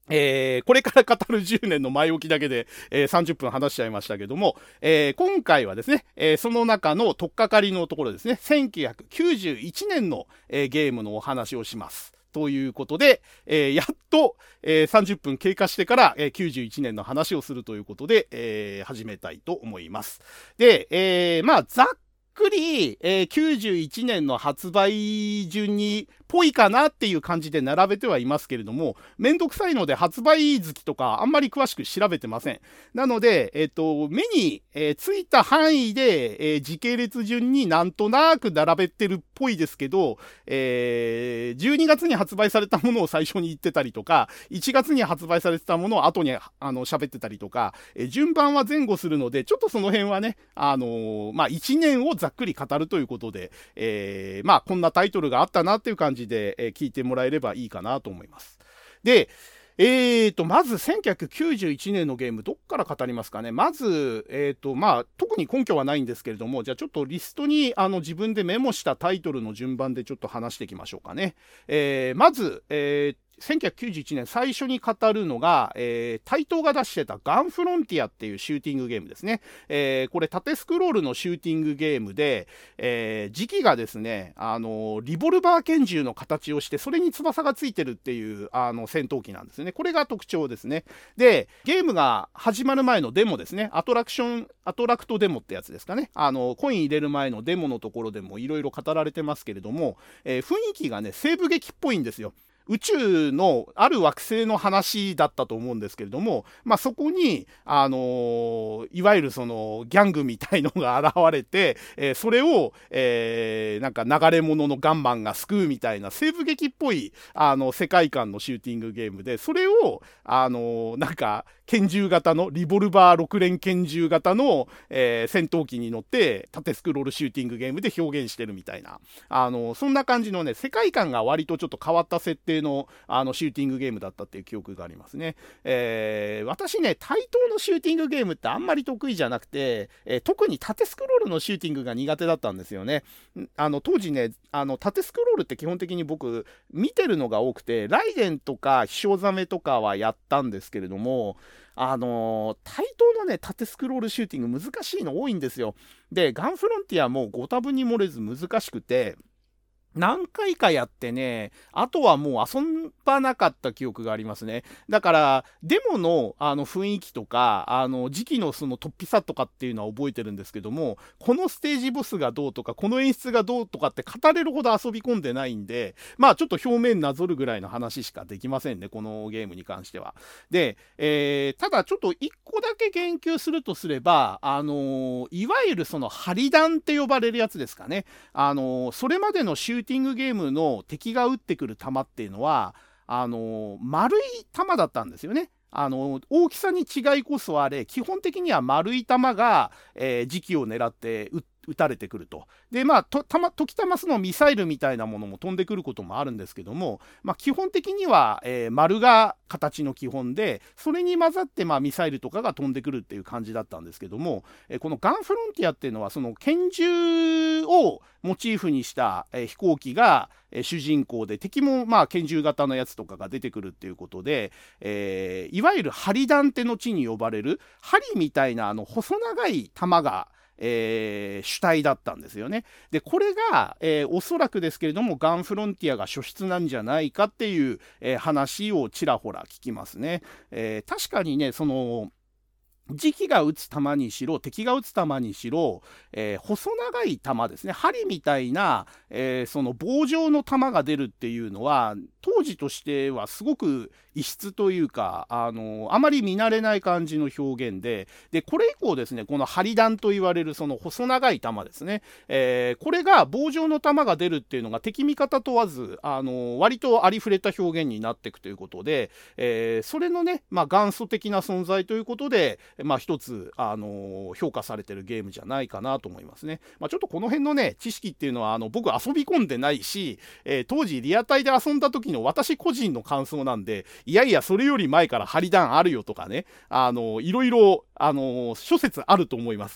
えー、これから語るじゅうねんの前置きだけで、えー、さんじゅっぷん話しちゃいましたけども、えー、今回はですね、えー、その中の取っかかりのところですね、せんきゅうひゃくきゅうじゅういちねんの、えー、ゲームのお話をします。ということで、えー、やっと、えー、さんじゅっぷん経過してから、えー、きゅうじゅういちねんの話をするということで、えー、始めたいと思います。で、えー、まあ、ざっくり、えー、きゅうじゅういちねんの発売順にぽいかなっていう感じで並べてはいますけれども、めんどくさいので発売月とかあんまり詳しく調べてません。なので、えっと、目に、えー、ついた範囲で、えー、時系列順になんとなく並べてるっぽいですけど、えー、じゅうにがつに発売されたものを最初に言ってたりとか、いちがつに発売されてたものを後にあの喋ってたりとか、えー、順番は前後するので、ちょっとその辺はね、あのー、まあ、いちねんをざっくり語るということで、えー、まあ、こんなタイトルがあったなっていう感じで、えー、聞いてもらえればいいかなと思います。で、えーと、まずせんきゅうひゃくきゅうじゅういちねんのゲーム、どっから語りますかね。まず、えーと、まあ、特に根拠はないんですけれども、じゃあちょっとリストにあの自分でメモしたタイトルの順番でちょっと話していきましょうかね。えー、まず、えーせんきゅうひゃくきゅうじゅういちねん最初に語るのが、えー、タイトーが出してたガンフロンティアっていうシューティングゲームですね。えー、これ縦スクロールのシューティングゲームで、えー、時期がですね、あの、リボルバー拳銃の形をして、それに翼がついてるっていう、あの、戦闘機なんですね。これが特徴ですね。で、ゲームが始まる前のデモですね。アトラクション、アトラクトデモってやつですかね。あの、コイン入れる前のデモのところでもいろいろ語られてますけれども、えー、雰囲気がね、西部劇っぽいんですよ。宇宙のある惑星の話だったと思うんですけれども、まあ、そこに、あのー、いわゆるそのギャングみたいのが現れて、えー、それを、えー、なんか流れ物のガンマンが救うみたいな西部劇っぽいあの世界観のシューティングゲームで、それを、あのー、なんか拳銃型のリボルバーろく連拳銃型の、えー、戦闘機に乗って縦スクロールシューティングゲームで表現してるみたいな、あのー、そんな感じのね、世界観が割とちょっと変わった設定のあのシューティングゲームだったっていう記憶がありますね。えー、私ね、対等のシューティングゲームってあんまり得意じゃなくて、えー、特に縦スクロールのシューティングが苦手だったんですよね。あの当時ね、あの縦スクロールって基本的に僕見てるのが多くて、ライデンとか飛翔ザメとかはやったんですけれども、あのー、対等のね、縦スクロールシューティング難しいの多いんですよ。で、ガンフロンティアもご多分に漏れず難しくて、何回かやってね、あとはもう遊ばなかった記憶がありますね。だから、デモのあの雰囲気とか、あの時期のその突飛さとかっていうのは覚えてるんですけども、このステージボスがどうとか、この演出がどうとかって語れるほど遊び込んでないんで、まあちょっと表面なぞるぐらいの話しかできませんね、このゲームに関しては。で、えー、ただちょっと一個だけ言及するとすれば、あのー、いわゆるそのハリ弾って呼ばれるやつですかね。あのー、それまでのシューティングゲームの敵が撃ってくる弾っていうのは、あの丸い弾だったんですよね。あの大きさに違いこそあれ、基本的には丸い弾が、えー、時期を狙って撃って撃たれてくると。で、まあ、とたま時たますのミサイルみたいなものも飛んでくることもあるんですけども、まあ、基本的には、えー、丸が形の基本で、それに混ざって、まあ、ミサイルとかが飛んでくるっていう感じだったんですけども、えー、このガンフロンティアっていうのは、その拳銃をモチーフにした、えー、飛行機が、えー、主人公で、敵も、まあ、拳銃型のやつとかが出てくるっていうことで、えー、いわゆる針弾って後に呼ばれる、針みたいなあの細長い弾が、えー、主体だったんですよね。で、これが、えー、おそらくですけれども、ガンフロンティアが初出なんじゃないかっていう、えー、話をちらほら聞きますね。えー、確かにね、その、時期が撃つ弾にしろ、敵が撃つ弾にしろ、えー、細長い弾ですね、針みたいな、えー、その棒状の弾が出るっていうのは、当時としてはすごく異質というか、あのあまり見慣れない感じの表現で、でこれ以降ですね、この針弾と言われるその細長い弾ですね、えー、これが棒状の弾が出るっていうのが敵味方問わず、あの割とありふれた表現になっていくということで、えー、それのね、まあ、元祖的な存在ということで、まあ、一つ、あの評価されてるゲームじゃないかなと思いますね。まあ、ちょっとこの辺のね、知識っていうのは、あの僕遊び込んでないし、えー、当時リアタイで遊んだ時の私個人の感想なんで、いやいや、それより前から針弾あるよとかね、あのいろいろ、あの諸説あると思います。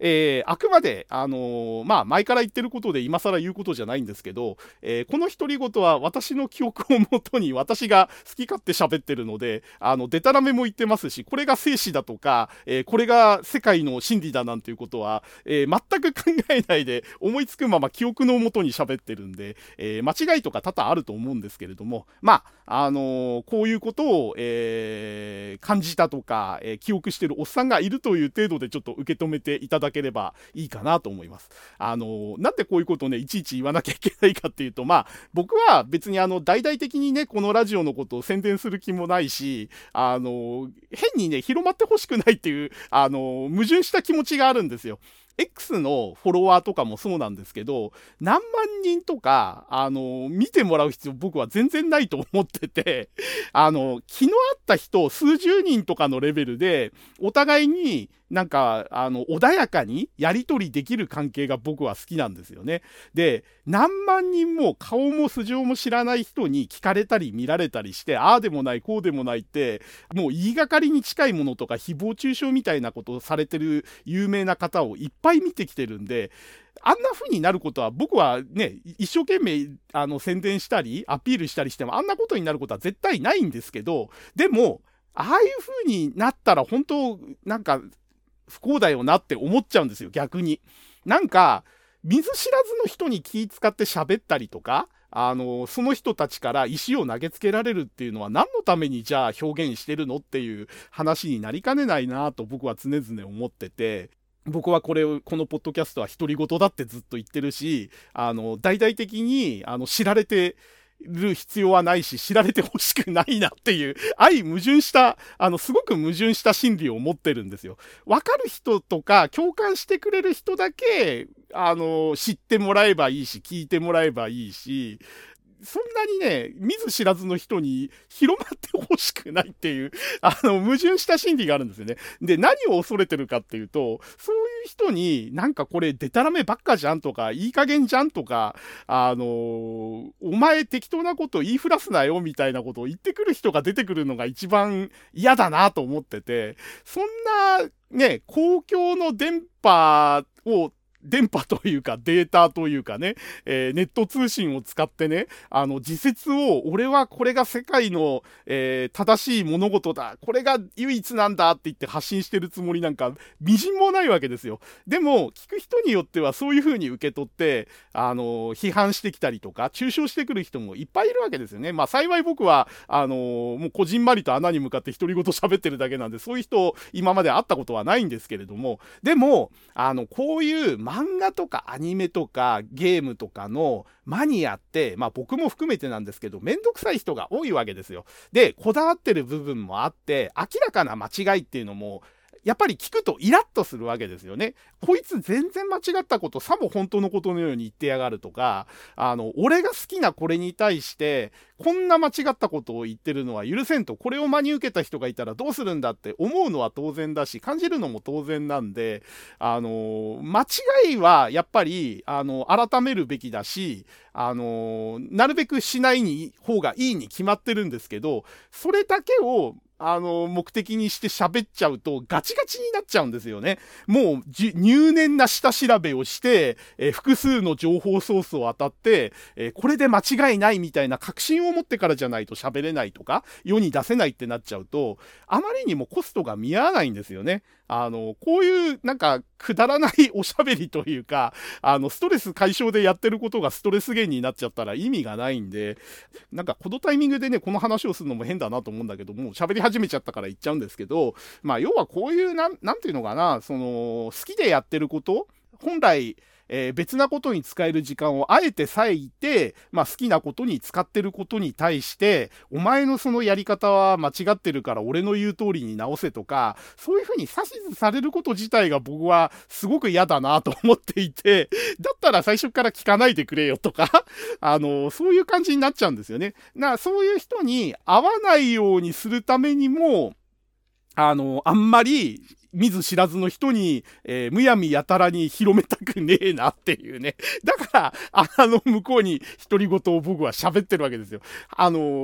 えー、あくまで、あのー、まあ、前から言ってることで今更言うことじゃないんですけど、えー、この独り言は私の記憶をもとに私が好き勝手喋ってるので、あの、デタラメも言ってますし、これが生死だとか、えー、これが世界の真理だなんていうことは、えー、全く考えないで思いつくまま記憶のもとに喋ってるんで、えー、間違いとか多々あると思うんですけれども、まあ、あのー、こういうことを、えー、感じたとか、えー、記憶してるおっさんがいるという程度でちょっと受け止めていただければいいかなと思います。あのー、なんでこういうことをね、いちいち言わなきゃいけないかっていうと、まあ、僕は別にあの、大々的にね、このラジオのことを宣伝する気もないし、あのー、変にね、広まってほしくないっていう、あのー、矛盾した気持ちがあるんですよ。X のフォロワーとかもそうなんですけど、何万人とか、あの、見てもらう必要僕は全然ないと思ってて、あの、気の合った人、数十人とかのレベルで、お互いになんか、あの、穏やかにやり取りできる関係が僕は好きなんですよね。で、何万人も顔も素性も知らない人に聞かれたり見られたりして、ああでもない、こうでもないって、もう言いがかりに近いものとか誹謗中傷みたいなことをされてる有名な方をいっぱい見てきてるんで、あんな風になることは僕はね、一生懸命あの宣伝したりアピールしたりしてもあんなことになることは絶対ないんですけど、でもああいう風になったら本当なんか不幸だよなって思っちゃうんですよ、逆に。なんか見ず知らずの人に気使って喋ったりとか、あのその人たちから石を投げつけられるっていうのは何のためにじゃあ表現してるのっていう話になりかねないなと僕は常々思ってて、僕はこれをこのポッドキャストは独り言だってずっと言ってるし、あの大々的にあの知られてる必要はないし、知られてほしくないなっていう相矛盾したあのすごく矛盾した心理を持ってるんですよ。わかる人とか共感してくれる人だけあの知ってもらえばいいし、聞いてもらえばいいし、そんなにね、見ず知らずの人に広まってほしくないっていう、あの、矛盾した心理があるんですよね。で、何を恐れてるかっていうと、そういう人になんかこれデタラメばっかじゃんとか、いい加減じゃんとか、あのー、お前適当なこと言いふらすなよみたいなことを言ってくる人が出てくるのが一番嫌だなと思ってて、そんなね、公共の電波を電波というかデータというかね、えー、ネット通信を使ってね、あの自説を俺はこれが世界の、えー、正しい物事だ、これが唯一なんだって言って発信してるつもりなんか微塵もないわけですよ。でも聞く人によってはそういう風に受け取ってあの批判してきたりとか中傷してくる人もいっぱいいるわけですよね。まあ幸い僕はあのもうこじんまりと穴に向かって独り言喋ってるだけなんで、そういう人今まで会ったことはないんですけれども、でもあのこういう漫画とかアニメとかゲームとかのマニアって、まあ僕も含めてなんですけど、めんどくさい人が多いわけですよ。で、こだわってる部分もあって、明らかな間違いっていうのも、やっぱり聞くとイラッとするわけですよね。こいつ全然間違ったことさも本当のことのように言ってやがるとか、あの、俺が好きなこれに対して、こんな間違ったことを言ってるのは許せんと、これを真に受けた人がいたらどうするんだって思うのは当然だし、感じるのも当然なんで、あの、間違いはやっぱり、あの、改めるべきだし、あの、なるべくしないに方がいいに決まってるんですけど、それだけをあの、目的にして喋っちゃうとガチガチになっちゃうんですよね。もう、入念な下調べをして、えー、複数の情報ソースを当たって、えー、これで間違いないみたいな確信を持ってからじゃないと喋れないとか、世に出せないってなっちゃうと、あまりにもコストが見合わないんですよね。あの、こういう、なんか、くだらないおしゃべりというか、あの、ストレス解消でやってることがストレス源になっちゃったら意味がないんで、なんか、このタイミングでね、この話をするのも変だなと思うんだけども、喋り始めちゃったから言っちゃうんですけど、まあ、要はこういう、なん、なんていうのかな、その、好きでやってること、本来、えー、別なことに使える時間をあえて割いて、まあ、好きなことに使ってることに対して、お前のそのやり方は間違ってるから俺の言う通りに直せとか、そういうふうに指図されること自体が僕はすごく嫌だなと思っていて、だったら最初から聞かないでくれよとか、あの、そういう感じになっちゃうんですよね。な、そういう人に会わないようにするためにも、あの、あんまり見ず知らずの人に、えー、むやみやたらに広めたくねえなっていうね。だから、あの、向こうに独り言を僕は喋ってるわけですよ。あの、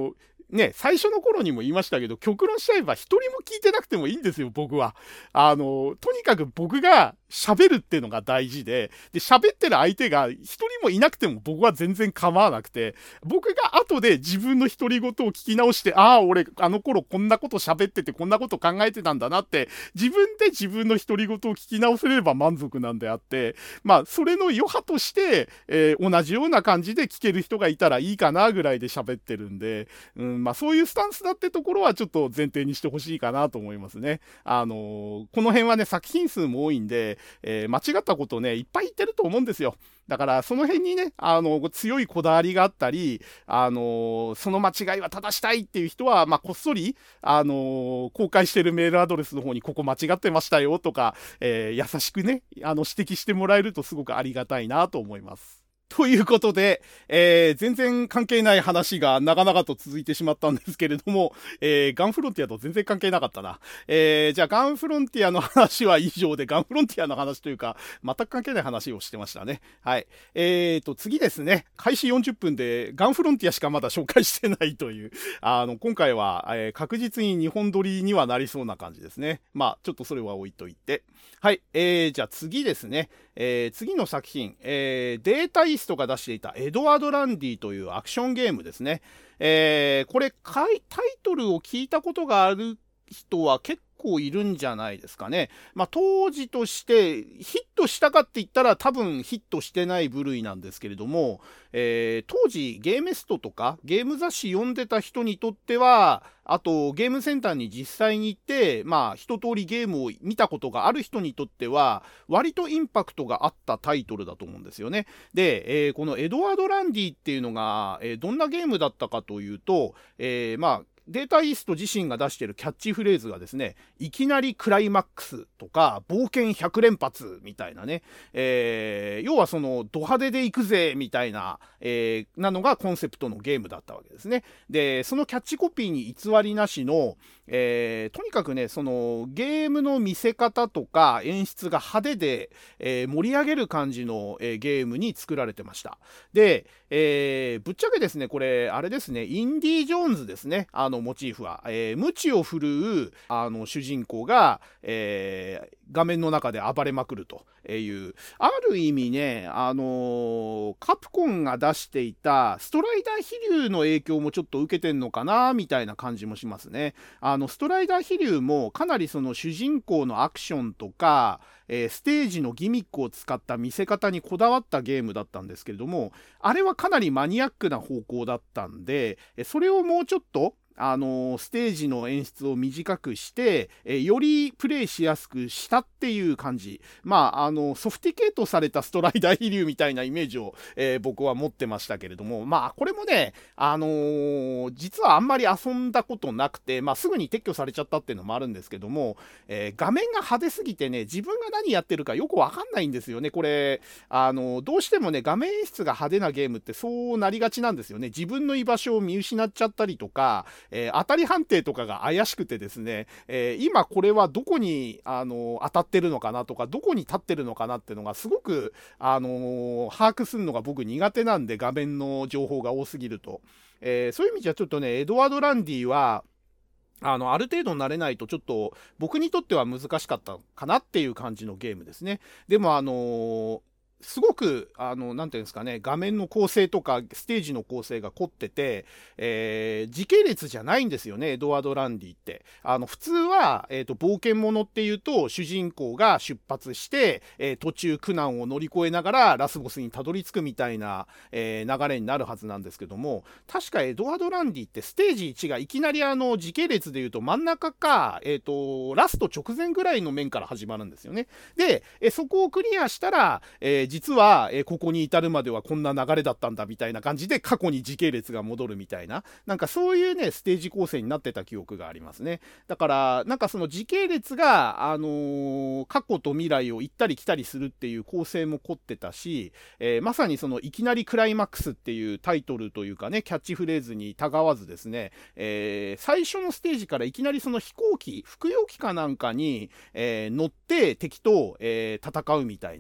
ね、最初の頃にも言いましたけど、極論しちゃえば一人も聞いてなくてもいいんですよ、僕は。あの、とにかく僕が喋るっていうのが大事で、で、喋ってる相手が一人もいなくても僕は全然構わなくて、僕が後で自分の独り言を聞き直して、ああ、俺、あの頃こんなこと喋っててこんなこと考えてたんだなって、自分で自分の独り言を聞き直せれば満足なんであって、まあ、それの余波として、えー、同じような感じで聞ける人がいたらいいかなぐらいで喋ってるんで、うん、まあ、そういうスタンスだってところはちょっと前提にしてほしいかなと思いますね。あのー、この辺はね、作品数も多いんで、えー、間違ったことをね、いっぱい言ってると思うんですよ。だから、その辺にね、あの、強いこだわりがあったり、あの、その間違いは正したいっていう人は、まあ、こっそり、あの、公開してるメールアドレスの方にここ間違ってましたよとか、えー、優しくね、あの、指摘してもらえるとすごくありがたいなと思います。ということで、えー、全然関係ない話が長々と続いてしまったんですけれども、えー、ガンフロンティアと全然関係なかったな。えー、じゃあガンフロンティアの話は以上で、ガンフロンティアの話というか、全く関係ない話をしてましたね。はい。えーと、次ですね。開始よんじゅっぷんでガンフロンティアしかまだ紹介してないという、あの、今回は、えー、確実ににほん撮りにはなりそうな感じですね。まあ、ちょっとそれは置いといて。はい。えー、じゃあ次ですね。えー、次の作品、えー、データイーストが出していたエドワード・ランディというアクションゲームですね。えー、これ、タイトルを聞いたことがある人は結構いるんじゃないですかね。まあ、当時としてヒットしたかって言ったら多分ヒットしてない部類なんですけれども、えー、当時ゲーメストとかゲーム雑誌読んでた人にとっては、あとゲームセンターに実際に行って、まあ一通りゲームを見たことがある人にとっては、割とインパクトがあったタイトルだと思うんですよね。で、えー、このエドワード・ランディっていうのが、えー、どんなゲームだったかというと、えー、まあ、データイースト自身が出しているキャッチフレーズがですね、いきなりクライマックスとか、冒険ひゃく連発みたいなね、えー、要はそのド派手で行くぜみたいな、えー、なのがコンセプトのゲームだったわけですね。で、そのキャッチコピーに偽りなしの、えー、とにかくね、そのゲームの見せ方とか演出が派手で、えー、盛り上げる感じの、えー、ゲームに作られてました。で、えー、ぶっちゃけですね、これ、あれですね、インディ・ジョーンズですね、あのモチーフは。えー、鞭を振るうあの主人公が、えー、画面の中で暴れまくるという、ある意味ね、あのー、カプコンが出していたストライダー飛竜の影響もちょっと受けてんのかな、みたいな感じもしますね。あの、ストライダー飛竜もかなりその主人公のアクションとか、えー、ステージのギミックを使った見せ方にこだわったゲームだったんですけれども、あれはかなりマニアックな方向だったんで、それをもうちょっとあのステージの演出を短くして、えよりプレイしやすくしたっていう感じ。まあ、あのソフティケートされたストライダー飛竜みたいなイメージを、えー、僕は持ってましたけれども、まあこれもね、あのー、実はあんまり遊んだことなくて、まあすぐに撤去されちゃったっていうのもあるんですけども、えー、画面が派手すぎてね、自分が何やってるかよくわかんないんですよね。これ、あのー、どうしてもね、画面演出が派手なゲームってそうなりがちなんですよね。自分の居場所を見失っちゃったりとか、えー、当たり判定とかが怪しくてですね、えー、今これはどこに、あのー、当たってるのかなとか、どこに立ってるのかなっていうのがすごく、あのー、把握するのが僕苦手なんで、画面の情報が多すぎると。えー、そういう意味じゃちょっとね、エドワード・ランディは、あの、ある程度慣れないとちょっと僕にとっては難しかったかなっていう感じのゲームですね。でもあのーすごく、あの、なんていうんですかね、画面の構成とか、ステージの構成が凝ってて、えー、時系列じゃないんですよね、エドワード・ランディって。あの、普通は、えっと、冒険者っていうと、主人公が出発して、えー、途中苦難を乗り越えながら、ラスボスにたどり着くみたいな、えー、流れになるはずなんですけども、確かエドワード・ランディってステージいちがいきなりあの、時系列で言うと真ん中か、えっと、ラスト直前ぐらいの面から始まるんですよね。で、えそこをクリアしたら、えー実は、えー、ここに至るまではこんな流れだったんだみたいな感じで過去に時系列が戻るみたいな、なんかそういうねステージ構成になってた記憶がありますね。だからなんかその時系列が、あのー、過去と未来を行ったり来たりするっていう構成も凝ってたし、えー、まさにそのいきなりクライマックスっていうタイトルというかねキャッチフレーズにたがわずですね、えー、最初のステージからいきなりその飛行機服用機かなんかに、えー、乗って敵と、えー、戦うみたいな、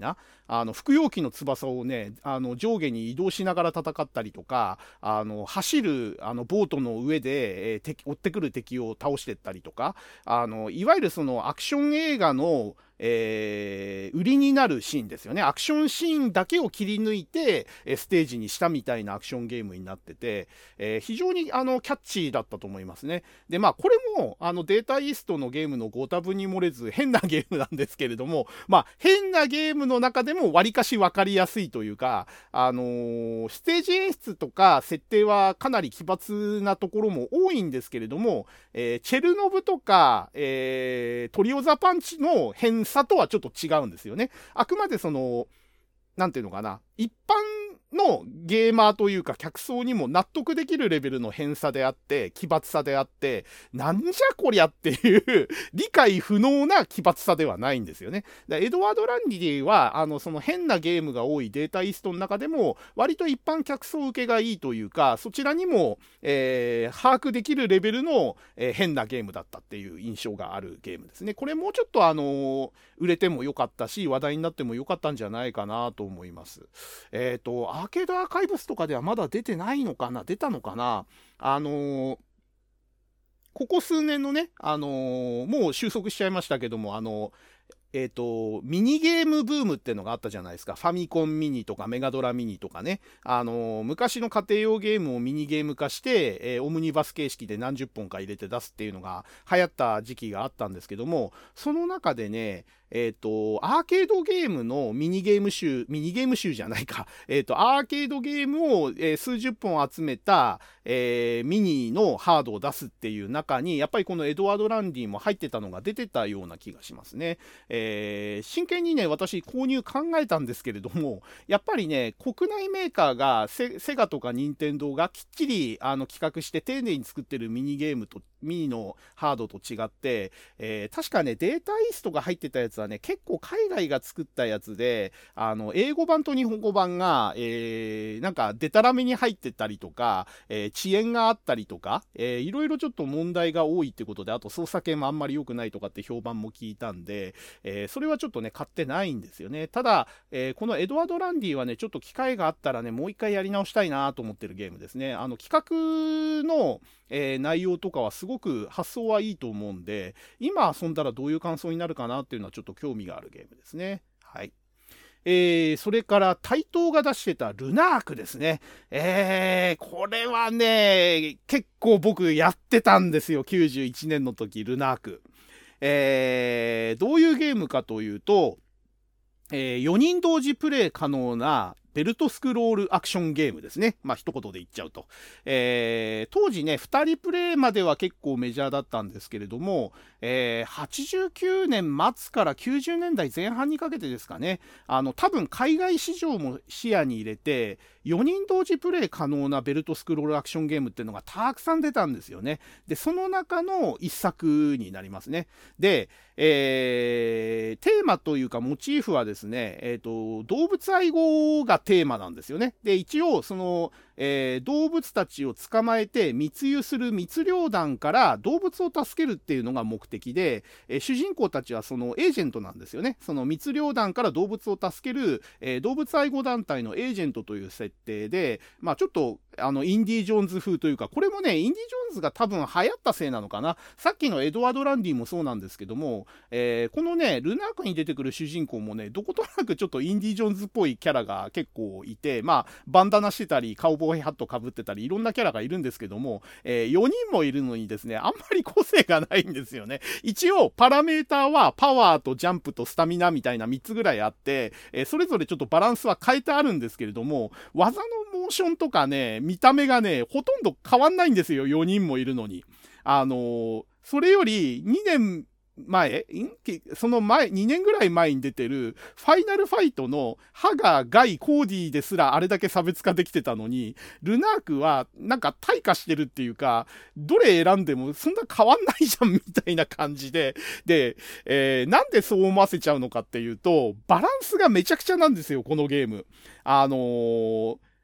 あの服用機の翼をね、あの上下に移動しながら戦ったりとか、あの走るあのボートの上で、えー、敵追ってくる敵を倒していったりとか、あのいわゆるそのアクション映画のえー、売りになるシーンですよね。アクションシーンだけを切り抜いて、えー、ステージにしたみたいなアクションゲームになってて、えー、非常にあのキャッチーだったと思いますね。で、まあこれもあのデータイーストのゲームのご多分に漏れず変なゲームなんですけれども、まあ変なゲームの中でもわりかし分かりやすいというか、あのー、ステージ演出とか設定はかなり奇抜なところも多いんですけれども、えー、チェルノブとか、えー、トリオザパンチの変差とはちょっと違うんですよね。あくまでその、なんていうのかな、一般のゲーマーというか客層にも納得できるレベルの偏差であって、奇抜さであって、なんじゃこりゃっていう理解不能な奇抜さではないんですよね。エドワード・ランディは、あの、その変なゲームが多いデータイーストの中でも、割と一般客層受けがいいというか、そちらにも、えー、把握できるレベルの、えー、変なゲームだったっていう印象があるゲームですね。これもうちょっとあのー、売れてもよかったし、話題になってもよかったんじゃないかなと思います。えっと、アーケードアーカイブスとかではまだ出てないのかな、出たのかな、あのー、ここ数年のね、あのー、もう収束しちゃいましたけども、あのー、えっと、ミニゲームブームっていうのがあったじゃないですか。ファミコンミニとかメガドラミニとかね。あのー、昔の家庭用ゲームをミニゲーム化して、えー、オムニバス形式で何十本か入れて出すっていうのが流行った時期があったんですけども、その中でね、えっと、アーケードゲームのミニゲーム集、ミニゲーム集じゃないか。えっと、アーケードゲームを、えー、数十本集めた、えー、ミニのハードを出すっていう中に、やっぱりこのエドワード・ランディも入ってたのが出てたような気がしますね。えー、真剣にね、私購入考えたんですけれども、やっぱりね、国内メーカーがセ、セガとかニンテンドーがきっちりあの企画して丁寧に作ってるミニゲームと、ミニのハードと違って、えー、確かね、データイーストが入ってたやつはね、結構海外が作ったやつで、あの、英語版と日本語版が、えー、なんか、デタラメに入ってたりとか、えー、遅延があったりとか、えー、いろいろちょっと問題が多いってことで、あと操作系もあんまり良くないとかって評判も聞いたんで、えー、それはちょっとね、買ってないんですよね。ただ、えー、このエドワード・ランディはね、ちょっと機会があったらね、もう一回やり直したいなと思ってるゲームですね。あの、企画の、えー、内容とかはすごく発想はいいと思うんで、今遊んだらどういう感想になるかなっていうのはちょっと興味があるゲームですね。はい。えー、それから台東が出してたルナークですね。えー、これはね、結構僕やってたんですよ。きゅうじゅういちねんの時、ルナーク。えー、どういうゲームかというと、えー、よにん同時プレイ可能なベルトスクロールアクションゲームですね。まあ一言で言っちゃうと。えー、当時ね、ふたりプレイまでは結構メジャーだったんですけれども、えー、はちじゅうきゅうねん末からきゅうじゅうねんだいぜん半にかけてですかね、あの、多分海外市場も視野に入れて、よにん同時プレイ可能なベルトスクロールアクションゲームっていうのがたくさん出たんですよね。で、その中の一作になりますね。で、えー、テーマというかモチーフはですね、えっと、動物愛護がテーマなんですよね。で、一応、その、えー、動物たちを捕まえて密輸する密猟団から動物を助けるっていうのが目的で、えー、主人公たちはそのエージェントなんですよね。その密猟団から動物を助ける、えー、動物愛護団体のエージェントという設定で、まあちょっとあのインディ・ジョーンズ風というか、これもね、インディ・ジョーンズが多分流行ったせいなのかな。さっきのエドワード・ランディもそうなんですけども、えー、このね、ルナークに出てくる主人公もね、どことなくちょっとインディ・ジョーンズっぽいキャラが結構いて、まあバンダナしてたり、カウボーイハットかぶってたり、いろんなキャラがいるんですけども、えー、よにんもいるのにですね、あんまり個性がないんですよね。一応、パラメーターはパワーとジャンプとスタミナみたいなみっつぐらいあって、えー、それぞれちょっとバランスは変えてあるんですけれども、技のモーションとかね、見た目がね、ほとんど変わんないんですよ、よにんもいるのに。あのー、それよりにねん前、その前、にねんぐらい前に出てる、ファイナルファイトのハガ、ガイ、コーディですらあれだけ差別化できてたのに、ルナークはなんか退化してるっていうか、どれ選んでもそんな変わんないじゃんみたいな感じで、で、えー、なんでそう思わせちゃうのかっていうと、バランスがめちゃくちゃなんですよ、このゲーム。あのー、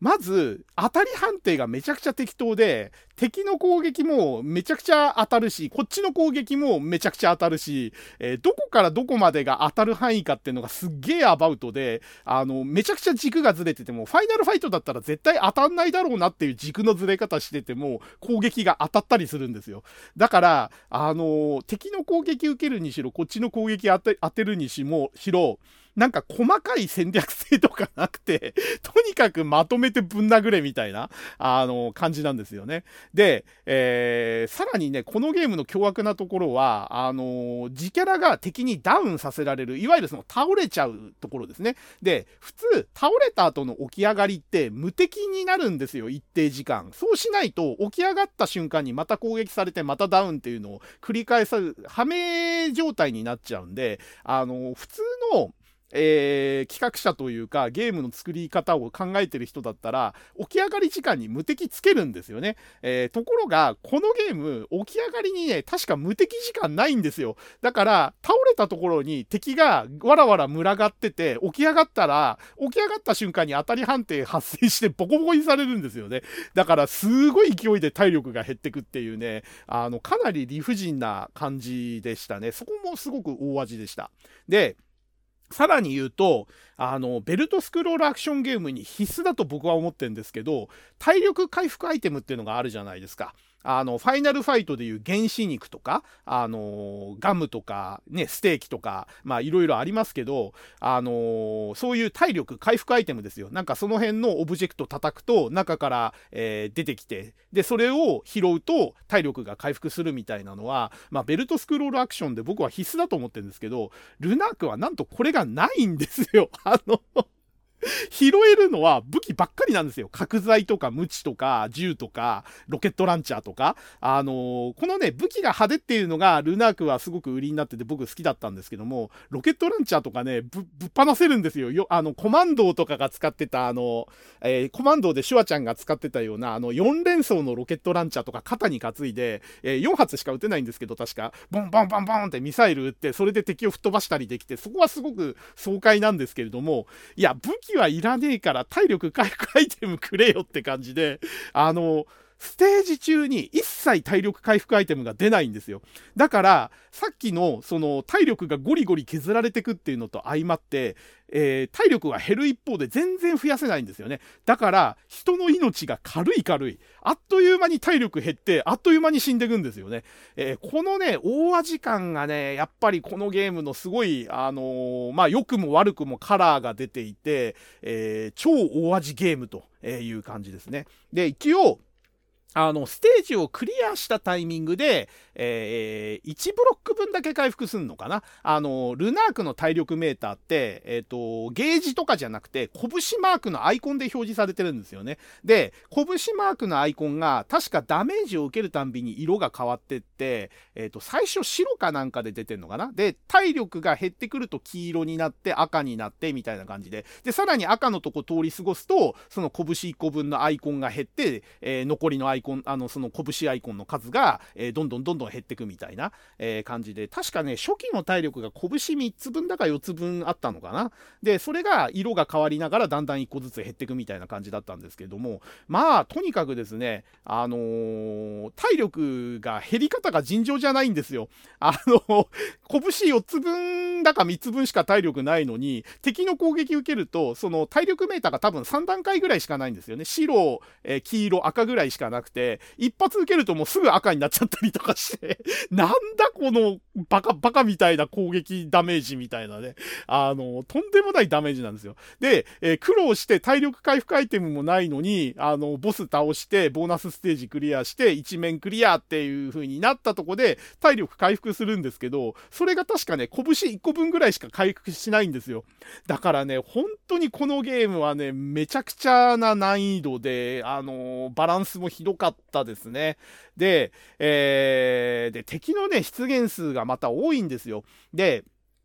まず、当たり判定がめちゃくちゃ適当で、敵の攻撃もめちゃくちゃ当たるし、こっちの攻撃もめちゃくちゃ当たるし、えー、どこからどこまでが当たる範囲かっていうのがすっげえアバウトで、あの、めちゃくちゃ軸がずれてても、ファイナルファイトだったら絶対当たんないだろうなっていう軸のずれ方してても、攻撃が当たったりするんですよ。だから、あのー、敵の攻撃受けるにしろ、こっちの攻撃当て、当てるにしも、しろ、なんか細かい戦略性とかなくて、とにかくまとめてぶん殴れみたいな、あの、感じなんですよね。で、えー、さらにね、このゲームの凶悪なところは、あの、自キャラが敵にダウンさせられる、いわゆるその倒れちゃうところですね。で、普通、倒れた後の起き上がりって無敵になるんですよ、一定時間。そうしないと、起き上がった瞬間にまた攻撃されて、またダウンっていうのを繰り返す、はめ状態になっちゃうんで、あの、普通の、えー、企画者というかゲームの作り方を考えてる人だったら起き上がり時間に無敵つけるんですよね、えー、ところがこのゲーム起き上がりにね確か無敵時間ないんですよ。だから倒れたところに敵がわらわら群がってて起き上がったら起き上がった瞬間に当たり判定発生してボコボコにされるんですよね。だからすごい勢いで体力が減ってくっていうね、あのかなり理不尽な感じでしたね。そこもすごく大味でした。でさらに言うと、あの、ベルトスクロールアクションゲームに必須だと僕は思ってるんですけど、体力回復アイテムっていうのがあるじゃないですか。あの、ファイナルファイトでいう原始肉とか、あの、ガムとか、ね、ステーキとか、まあいろいろありますけど、あの、そういう体力回復アイテムですよ。なんかその辺のオブジェクト叩くと中から、えー、出てきて、で、それを拾うと体力が回復するみたいなのは、まあベルトスクロールアクションで僕は必須だと思ってるんですけど、ルナークはなんとこれがないんですよ。あの、拾えるのは武器ばっかりなんですよ。角材とかムチとか銃とかロケットランチャーとか。あのー、このね、武器が派手っていうのがルナークはすごく売りになってて僕好きだったんですけども、ロケットランチャーとかね、ぶ、ぶっ放せるんですよ。よ、あの、コマンドーとかが使ってたあの、えー、コマンドーでシュワちゃんが使ってたようなあのよん連装のロケットランチャーとか肩に担いで、えー、よん発しか撃てないんですけど確か、ボンボンボンボンってミサイル撃って、それで敵を吹っ飛ばしたりできて、そこはすごく爽快なんですけれども、いや、武器はいらねえから体力回復アイテムくれよって感じで、あの、ステージ中に一切体力回復アイテムが出ないんですよ。だから、さっきのその体力がゴリゴリ削られてくっていうのと相まって、えー、体力が減る一方で全然増やせないんですよね。だから、人の命が軽い軽い。あっという間に体力減って、あっという間に死んでいくんですよね。えー、このね、大味感がね、やっぱりこのゲームのすごい、あのー、まあ、良くも悪くもカラーが出ていて、えー、超大味ゲームという感じですね。で、一応、あの、ステージをクリアしたタイミングで、えー、いちブロック分だけ回復するのかな。あの、ルナークの体力メーターって、えっと、ゲージとかじゃなくて、拳マークのアイコンで表示されてるんですよね。で、拳マークのアイコンが、確かダメージを受けるたんびに色が変わってって、えっと、最初白かなんかで出てんのかな。で、体力が減ってくると黄色になって、赤になって、みたいな感じで。で、さらに赤のとこ通り過ごすと、その拳いっこぶんのアイコンが減って、えー、残りのアイコン、あの、その拳アイコンの数が、えー、どんどんどんどん減ってくみたいな、えー、感じで、確かね、初期の体力が拳みっつぶんだかよっつぶんあったのかな。で、それが色が変わりながらだんだんいっこずつ減ってくみたいな感じだったんですけれども、まあ、とにかくですね、あのー、体力が減り方が尋常じゃないんですよ。あの、拳よっつぶんだかみっつぶんしか体力ないのに、敵の攻撃受けると、その体力メーターが多分さん段階ぐらいしかないんですよね。白、えー、黄色、赤ぐらいしかなくて、一発受けるともうすぐ赤になっちゃったりとかしてなんだこのバカバカみたいな攻撃ダメージみたいなね、あのとんでもないダメージなんですよ。で、えー、苦労して体力回復アイテムもないのに、あのボス倒してボーナスステージクリアして一面クリアっていう風になったとこで体力回復するんですけど、それが確かね拳いっこぶんぐらいしか回復しないんですよ。だからね、本当にこのゲームはねめちゃくちゃな難易度で、あのバランスもひどかったですね。で、えー、で敵のね出現数がまた多いんですよ。で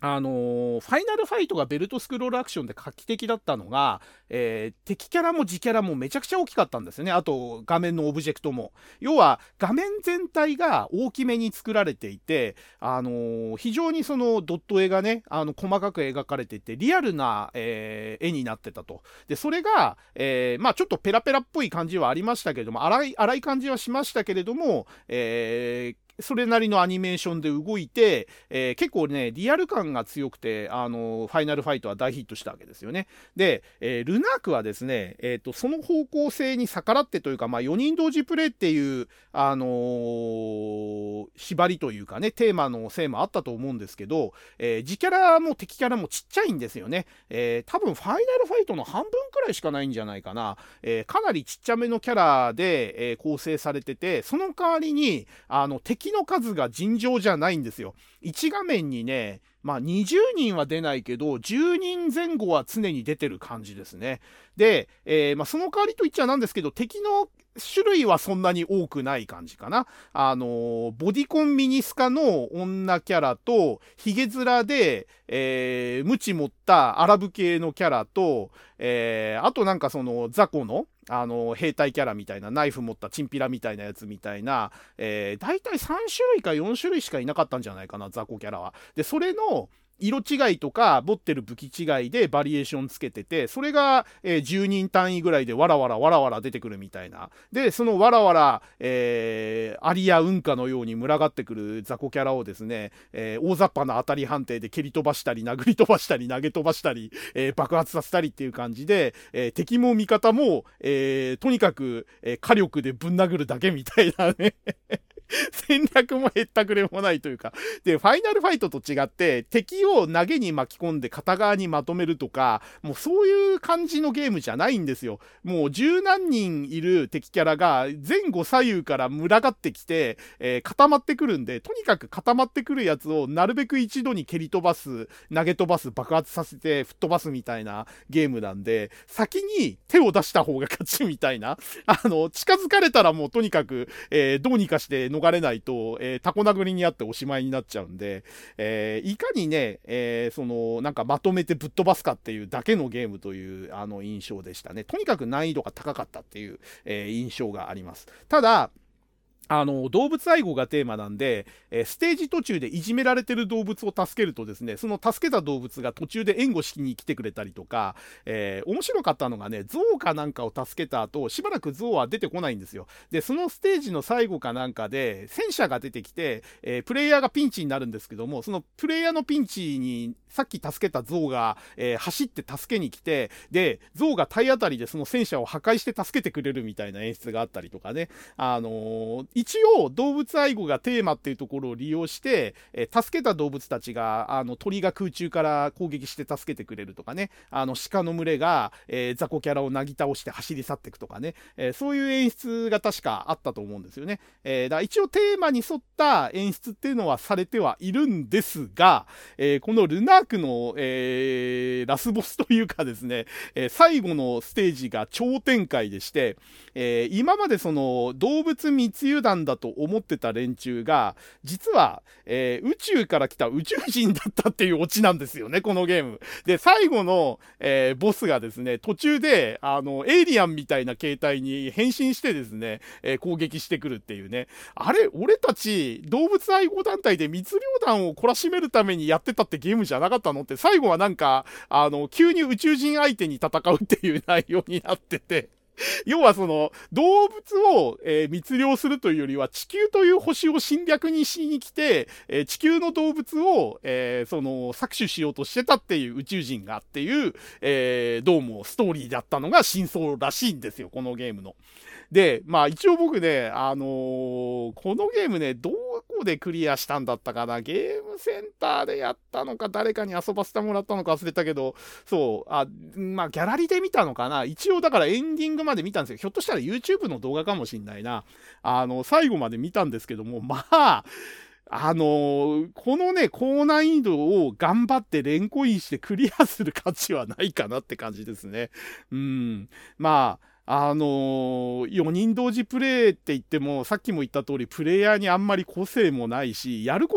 あのーファイナルファイトがベルトスクロールアクションで画期的だったのが、えー敵キャラも自キャラもめちゃくちゃ大きかったんですよね。あと画面のオブジェクトも。要は画面全体が大きめに作られていて、あのー非常にそのドット絵がね、あの細かく描かれていて、リアルな、えー絵になってたと。で、それが、えーまあちょっとペラペラっぽい感じはありましたけれども、荒い、荒い感じはしましたけれども、えーそれなりのアニメーションで動いて、えー結構ね、リアル感が強くて、あの、ファイナルファイトは大ヒットしたわけですよね。で、えールナークはですね、えっと、その方向性に逆らってというか、まあ、よにん同時プレイっていう、あのー縛りというかね、テーマのせいもあったと思うんですけど、えー自キャラも敵キャラもちっちゃいんですよね。えー多分ファイナルファイトの半分くらいしかないんじゃないかな。えーかなりちっちゃめのキャラで、えー構成されてて、その代わりに、あの、敵の数が尋常じゃないんですよ。いち画面にね、まあにじゅうにんは出ないけど、じゅうにんぜん後は常に出てる感じですね。で、えーまあその代わりと言っちゃなんですけど、敵の種類はそんなに多くない感じかな。あのーボディコンミニスカの女キャラと、ヒゲ面で、えー、ムチ持ったアラブ系のキャラと、えー、あとなんかその雑魚の、あの、兵隊キャラみたいな、ナイフ持ったチンピラみたいなやつみたいな、えー、大体さん種類かよん種類しかいなかったんじゃないかな、雑魚キャラは。で、それの、色違いとか持ってる武器違いでバリエーションつけてて、それが、えー、じゅうにん単位ぐらいでわらわらわらわら出てくるみたいな。で、そのわらわら、えー、アリやウンカのように群がってくる雑魚キャラをですね、えー、大雑把な当たり判定で蹴り飛ばしたり、殴り飛ばしたり、投げ飛ばしたり、えー、爆発させたりっていう感じで、えー、敵も味方も、えー、とにかく、えー、火力でぶん殴るだけみたいなね。戦略もへったくれもないというか。で、ファイナルファイトと違って、敵を投げに巻き込んで片側にまとめるとか、もうそういう感じのゲームじゃないんですよ。もう十何人いる敵キャラが前後左右から群がってきて、えー、固まってくるんで、とにかく固まってくるやつをなるべく一度に蹴り飛ばす、投げ飛ばす、爆発させて吹っ飛ばすみたいなゲームなんで、先に手を出した方が勝ちみたいな。あの、近づかれたらもうとにかく、えー、どうにかして逃れないと、えー、タコ殴りにあっておしまいになっちゃうんで、えー、いかにね、えー、その、なんかまとめてぶっ飛ばすかっていうだけのゲームという、あの、印象でしたね。とにかく難易度が高かったっていう、えー、印象があります。ただ、あの、動物愛護がテーマなんで、えーステージ途中でいじめられてる動物を助けるとですね、その助けた動物が途中で援護しに来てくれたりとか、えー面白かったのがね、ゾウかなんかを助けた後、しばらくゾウは出てこないんですよ。で、そのステージの最後かなんかで、戦車が出てきて、えープレイヤーがピンチになるんですけども、そのプレイヤーのピンチに、さっき助けたゾウが、えー走って助けに来て、で、ゾウが体当たりでその戦車を破壊して助けてくれるみたいな演出があったりとかね、あのー一応動物愛護がテーマっていうところを利用して、えー助けた動物たちが、あの、鳥が空中から攻撃して助けてくれるとかね、あの、鹿の群れが、えー雑魚キャラをなぎ倒して走り去っていくとかね、えーそういう演出が確かあったと思うんですよね。えーだから一応テーマに沿った演出っていうのはされてはいるんですが、えーこのルナークの、えーラスボスというかですね、えー最後のステージが超展開でして、えー今までその動物密輸団だと思ってた連中が、実は、えー宇宙から来た宇宙人だったっていうオチなんですよね、このゲーム。で、最後の、えーボスがですね、途中で、あの、エイリアンみたいな形態に変身してですね、えー攻撃してくるっていうね。あれ、俺たち、動物愛護団体で密漁団を懲らしめるためにやってたってゲームじゃなかったのって、最後はなんか、あの、急に宇宙人相手に戦うっていう内容になってて、要はその動物を、えー密漁するというよりは地球という星を侵略にしに来て、えー地球の動物を、えーその搾取しようとしてたっていう宇宙人がっていう、えーどうもストーリーだったのが真相らしいんですよ、このゲームの。で、まあ一応僕ね、あのーこのゲームね、どこでクリアしたんだったかな、ゲームセンターでやったのか、誰かに遊ばせてもらったのか忘れたけど、そう、あ、まあギャラリーで見たのかな、一応だからエンディングまで見たんですよ。ひょっとしたら YouTube の動画かもしんないな。あの、最後まで見たんですけども、まあ、あのーこのね、高難易度を頑張って連コインしてクリアする価値はないかなって感じですね。うん。まあ、あのー、よにん同時プレイって言っても、さっきも言った通り、プレイヤーにあんまり個性もないし、やること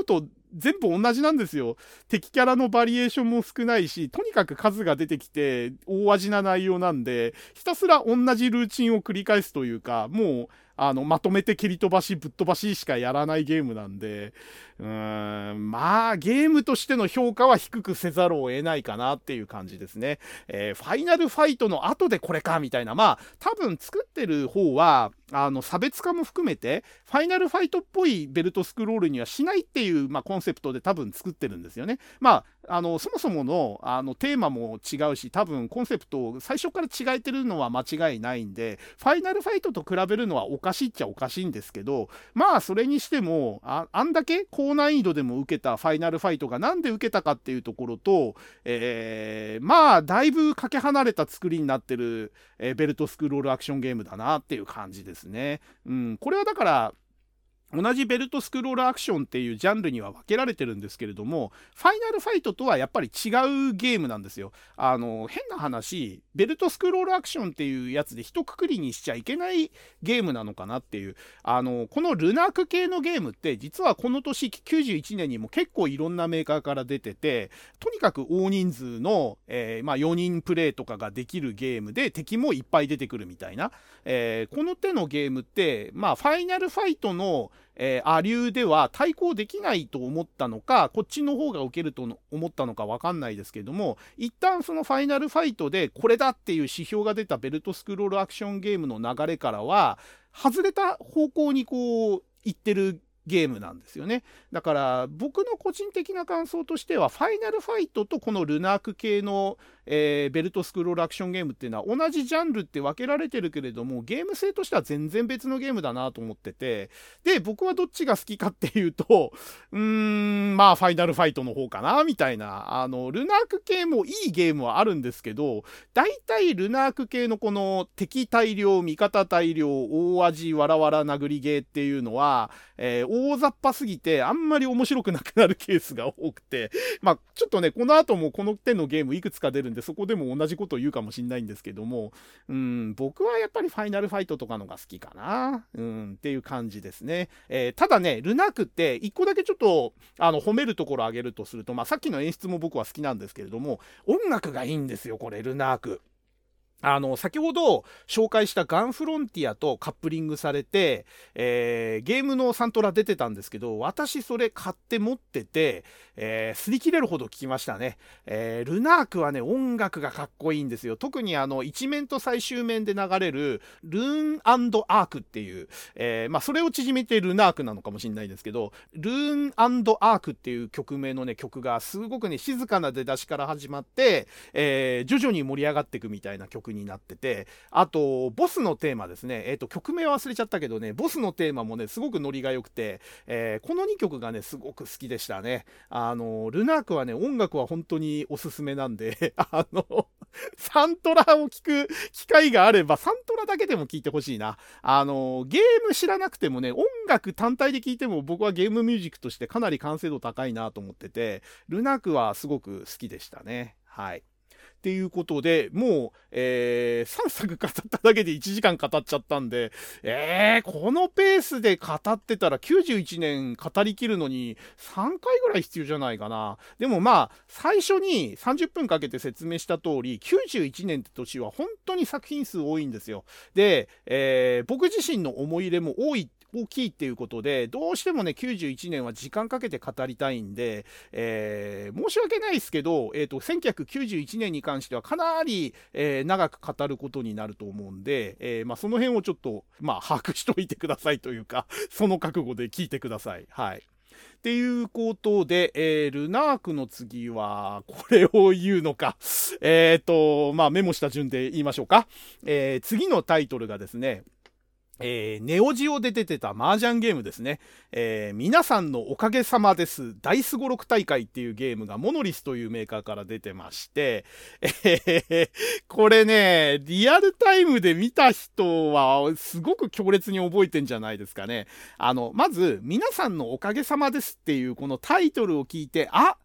全部同じなんですよ。敵キャラのバリエーションも少ないし、とにかく数が出てきて大味な内容なんで、ひたすら同じルーチンを繰り返すというか、もう、あの、まとめて蹴り飛ばし、ぶっ飛ばししかやらないゲームなんで、うーん、まあ、ゲームとしての評価は低くせざるを得ないかなっていう感じですね。えー、ファイナルファイトの後でこれか、みたいな。まあ、多分作ってる方は、あの、差別化も含めて、ファイナルファイトっぽいベルトスクロールにはしないっていう、まあ、コンセプトで多分作ってるんですよね。まあ、あの、そもそもの、あの、テーマも違うし、多分コンセプトを最初から違えてるのは間違いないんで、ファイナルファイトと比べるのはおかしいっちゃおかしいんですけど、まあ、それにしても、あ、あんだけ高難易度でも受けたファイナルファイトがなんで受けたかっていうところと、えー、まあ、だいぶかけ離れた作りになってる、えー、ベルトスクロールアクションゲームだなっていう感じですね。うん、これはだから、同じベルトスクロールアクションっていうジャンルには分けられてるんですけれども、ファイナルファイトとはやっぱり違うゲームなんですよ。あの、変な話、ベルトスクロールアクションっていうやつで一括りにしちゃいけないゲームなのかなっていう。あの、このルナーク系のゲームって実はこの年きゅうじゅういちねんにも結構いろんなメーカーから出てて、とにかく大人数の、えー、まあよにんプレイとかができるゲームで敵もいっぱい出てくるみたいな。えー、この手のゲームって、まあファイナルファイトのえー、アリューでは対抗できないと思ったのか、こっちの方が受けると思ったのか分かんないですけども、一旦そのファイナルファイトでこれだっていう指標が出たベルトスクロールアクションゲームの流れからは、外れた方向にこう行ってるゲームなんですよね。だから僕の個人的な感想としては、ファイナルファイトとこのルナーク系の、えー、ベルトスクロールアクションゲームっていうのは同じジャンルって分けられてるけれども、ゲーム性としては全然別のゲームだなと思ってて、で僕はどっちが好きかっていうと、うーんまあファイナルファイトの方かなみたいな。あのルナーク系もいいゲームはあるんですけど、大体ルナーク系のこの敵大量味方大量大味わらわら殴りゲーっていうのは、えー、大雑把すぎてあんまり面白くなくなるケースが多くて、まあちょっとねこの後もこの手のゲームいくつか出るんで、そこでも同じことを言うかもしれないんですけども、うん僕はやっぱりファイナルファイトとかのが好きかな、うんっていう感じですね。えー、ただねルナークって一個だけちょっとあの褒めるところを挙げるとすると、まあさっきの演出も僕は好きなんですけれども、音楽がいいんですよこれルナーク。あの先ほど紹介したガンフロンティアとカップリングされて、えー、ゲームのサントラ出てたんですけど、私それ買って持ってて、えー、擦り切れるほど聞きましたね。えー、ルナークはね音楽がかっこいいんですよ。特にあの一面と最終面で流れるルーン&アークっていう、えー、まあそれを縮めてルナークなのかもしれないですけど、ルーン&アークっていう曲名のね曲がすごくね静かな出だしから始まって、えー、徐々に盛り上がっていくみたいな曲になってて、あとボスのテーマですね、えっと曲名は忘れちゃったけどね、ボスのテーマもねすごくノリが良くて、えー、このにきょくがねすごく好きでしたね。あのルナークはね音楽は本当におすすめなんであのサントラを聴く機会があればサントラだけでも聴いてほしいな。あのゲーム知らなくてもね音楽単体で聴いても僕はゲームミュージックとしてかなり完成度高いなと思ってて、ルナークはすごく好きでしたね。はいっていうことで、もう、えー、さんさく語っただけでいちじかん語っちゃったんで、えー、このペースで語ってたらきゅうじゅういちねん語りきるのにさんかいぐらい必要じゃないかな。でもまあ、最初にさんじゅっぷんかけて説明した通り、きゅうじゅういちねんって年は本当に作品数多いんですよ。で、えー、僕自身の思い入れも多い大きいっていうことで、どうしてもねきゅうじゅういちねんは時間かけて語りたいんで、えー、申し訳ないですけど、えーと、せんきゅうひゃくきゅうじゅういちねんに関してはかなり、えー、長く語ることになると思うんで、えーまあ、その辺をちょっと、まあ、把握しといてくださいというかその覚悟で聞いてください。はいっていうことで、えー、ルナークの次はこれを言うのかえっとまあメモした順で言いましょうか。えー、次のタイトルがですね、えー、ネオジオで出てた麻雀ゲームですね。えー、皆さんのおかげさまです。ダイス語録大会っていうゲームがモノリスというメーカーから出てまして、えー、これね、リアルタイムで見た人はすごく強烈に覚えてんじゃないですかね。あの、まず、皆さんのおかげさまですっていうこのタイトルを聞いて、あ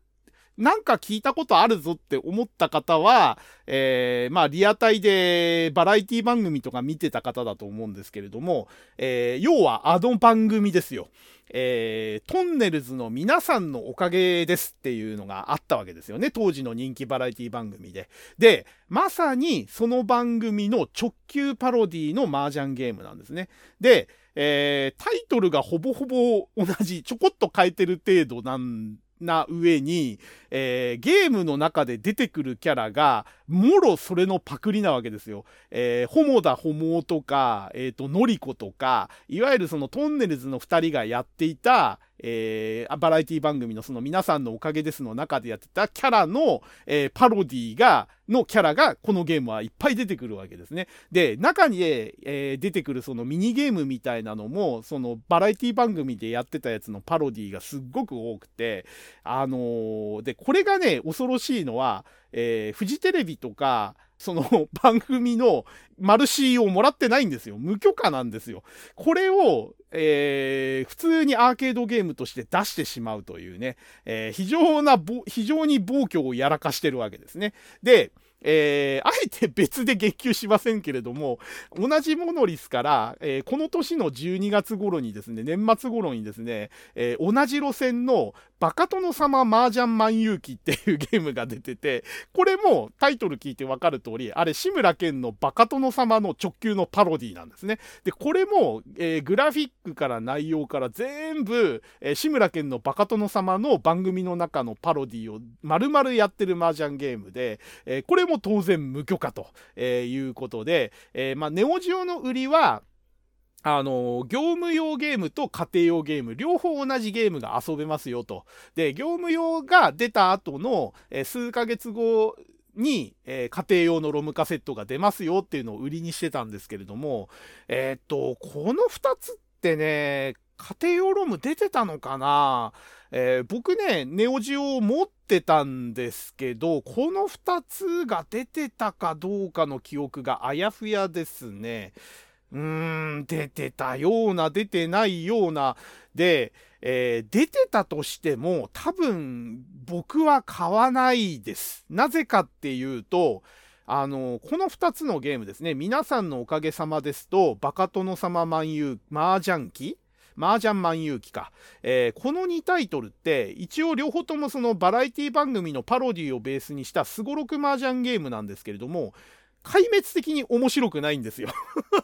なんか聞いたことあるぞって思った方は、えー、まあリアタイでバラエティ番組とか見てた方だと思うんですけれども、えー、要はあの番組ですよ。えー、トンネルズの皆さんのおかげですっていうのがあったわけですよね。当時の人気バラエティ番組で。で、まさにその番組の直球パロディの麻雀ゲームなんですね。で、えー、タイトルがほぼほぼ同じ、ちょこっと変えてる程度なんな上に、えー、ゲームの中で出てくるキャラがもろそれのパクリなわけですよ。えー、ホモだホモとか、えっと、ノリコとか、いわゆるそのトンネルズの二人がやっていた、えー、バラエティ番組のその皆さんのおかげですの中でやってたキャラの、えー、パロディが、のキャラがこのゲームはいっぱい出てくるわけですね。で、中に、えー、出てくるそのミニゲームみたいなのも、そのバラエティ番組でやってたやつのパロディがすっごく多くて、あのー、で、これがね、恐ろしいのは、えー、フジテレビとか、その番組のマルシーをもらってないんですよ。無許可なんですよ。これを、えー、普通にアーケードゲームとして出してしまうというね、えー、非常な、非常に暴挙をやらかしてるわけですね。で、えー、あえて別で言及しませんけれども、同じモノリスから、えー、この年のじゅうにがつ頃にですね、年末頃にですね、えー、同じ路線のバカ殿様麻雀万有記っていうゲームが出てて、これもタイトル聞いてわかる通り、あれ志村けんのバカ殿様の直球のパロディなんですね。で、これも、えー、グラフィックから内容から全部、えー、志村けんのバカ殿様の番組の中のパロディを丸々やってる麻雀ゲームで、えー、これも当然無許可と、えー、いうことで、えー、まあ、ネオジオの売りは、あの、業務用ゲームと家庭用ゲーム、両方同じゲームが遊べますよと。で、業務用が出た後の、えー、数ヶ月後に、えー、家庭用のロムカセットが出ますよっていうのを売りにしてたんですけれども、えー、っと、この二つってね、家庭用ロム出てたのかな、えー、僕ね、ネオジオを持ってたんですけど、この二つが出てたかどうかの記憶があやふやですね。うーん、出てたような、出てないような。で、えー、出てたとしても、多分、僕は買わないです。なぜかっていうと、あの、この二つのゲームですね、皆さんのおかげさまですと、バカ殿様万有、麻雀記麻雀万有記か、えー、このにタイトルって一応両方ともそのバラエティ番組のパロディをベースにしたすごろく麻雀ゲームなんですけれども、壊滅的に面白くないんですよ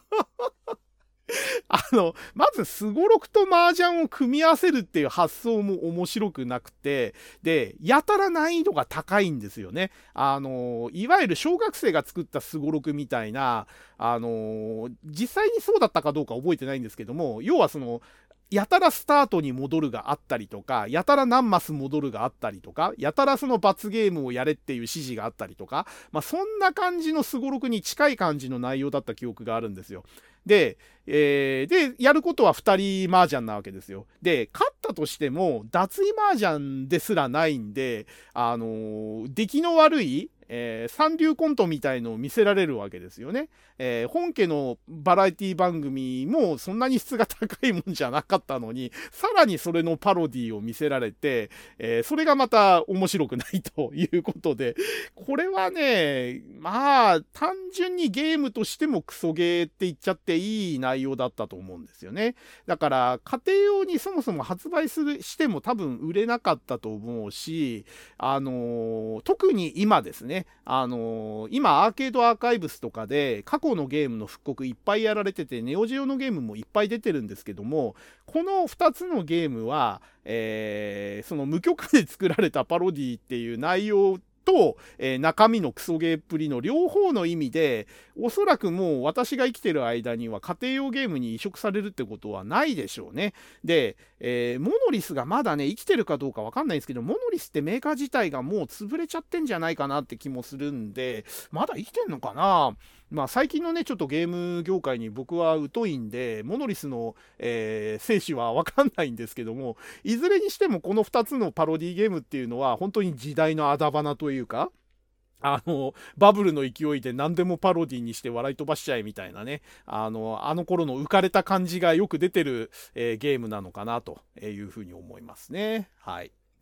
あの、まず、すごろくと麻雀を組み合わせるっていう発想も面白くなくて、で、やたら難易度が高いんですよね。あの、いわゆる小学生が作ったすごろくみたいな、あの、実際にそうだったかどうか覚えてないんですけども、要はその、やたらスタートに戻るがあったりとか、やたら何マス戻るがあったりとか、やたらその罰ゲームをやれっていう指示があったりとか、まあそんな感じのすごろくに近い感じの内容だった記憶があるんですよ。で、えー、で、やることはふたり麻雀なわけですよ。で、勝ったとしても、脱衣麻雀ですらないんで、あのー、出来の悪い、えー、三流コントみたいのを見せられるわけですよね。えー、本家のバラエティ番組もそんなに質が高いもんじゃなかったのに、さらにそれのパロディを見せられて、えー、それがまた面白くないということで、これはね、まあ、単純にゲームとしてもクソゲーって言っちゃっていい内容だったと思うんですよね。だから、家庭用にそもそも発売する、しても多分売れなかったと思うし、あのー、特に今ですね、あのー、今アーケードアーカイブスとかで過去のゲームの復刻いっぱいやられてて、ネオジオのゲームもいっぱい出てるんですけども、このふたつのゲームは、えー、その無許可で作られたパロディっていう内容と、えー、中身のクソゲーっぷりの両方の意味で、おそらくもう私が生きてる間には家庭用ゲームに移植されるってことはないでしょうね。で、えー、モノリスがまだね、生きてるかどうかわかんないんですけど、モノリスってメーカー自体がもう潰れちゃってんじゃないかなって気もするんで、まだ生きてんのかな。まあ最近のね、ちょっとゲーム業界に僕は疎いんで、モノリスの、えー、生死はわかんないんですけども、いずれにしてもこのふたつのパロディゲームっていうのは本当に時代のあだ花というか、あの、バブルの勢いで何でもパロディにして笑い飛ばしちゃえみたいなね、あの、あの頃の浮かれた感じがよく出てる、えー、ゲームなのかなというふうに思いますね。はい。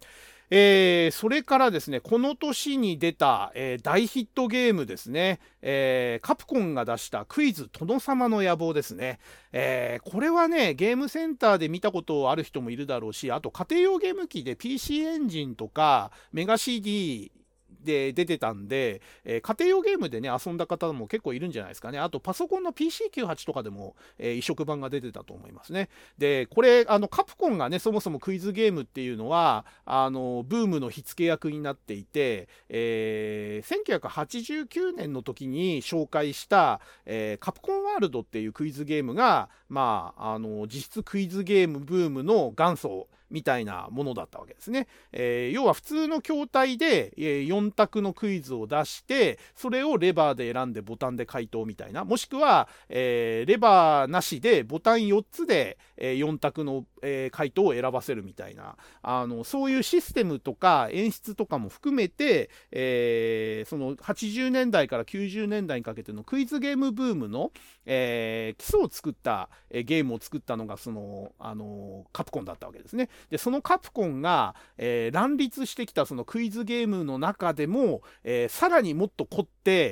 えーそれからですね、この年に出た、えー大ヒットゲームですね、えーカプコンが出したクイズ殿様の野望ですね。えーこれはね、ゲームセンターで見たことある人もいるだろうし、あと家庭用ゲーム機で ピーシー エンジンとかメガ シーディーで出てたんで、えー家庭用ゲームでね遊んだ方も結構いるんじゃないですかね。あとパソコンの ピーシーきゅうじゅうはち とかでも、えー移植版が出てたと思いますね。でこれあのカプコンがねそもそもクイズゲームっていうのはあのブームの火付け役になっていて、えーせんきゅうひゃくはちじゅうきゅうねんの時に紹介した、えーカプコンワールドっていうクイズゲームがまああの実質クイズゲームブームの元祖みたいなものだったわけですね。えー要は普通の筐体で、えーよん択のクイズを出してそれをレバーで選んでボタンで回答みたいな、もしくは、えーレバーなしでボタンよっつで、えーよん択の、えー回答を選ばせるみたいな、あのそういうシステムとか演出とかも含めて、えーそのはちじゅうねんだいからきゅうじゅうねんだいにかけてのクイズゲームブームの、えー基礎を作った、えーゲームを作ったのがその、あのカプコンだったわけですね。でそのカプコンが、えー乱立してきたそのクイズゲームの中でも、えーさらにもっと凝って、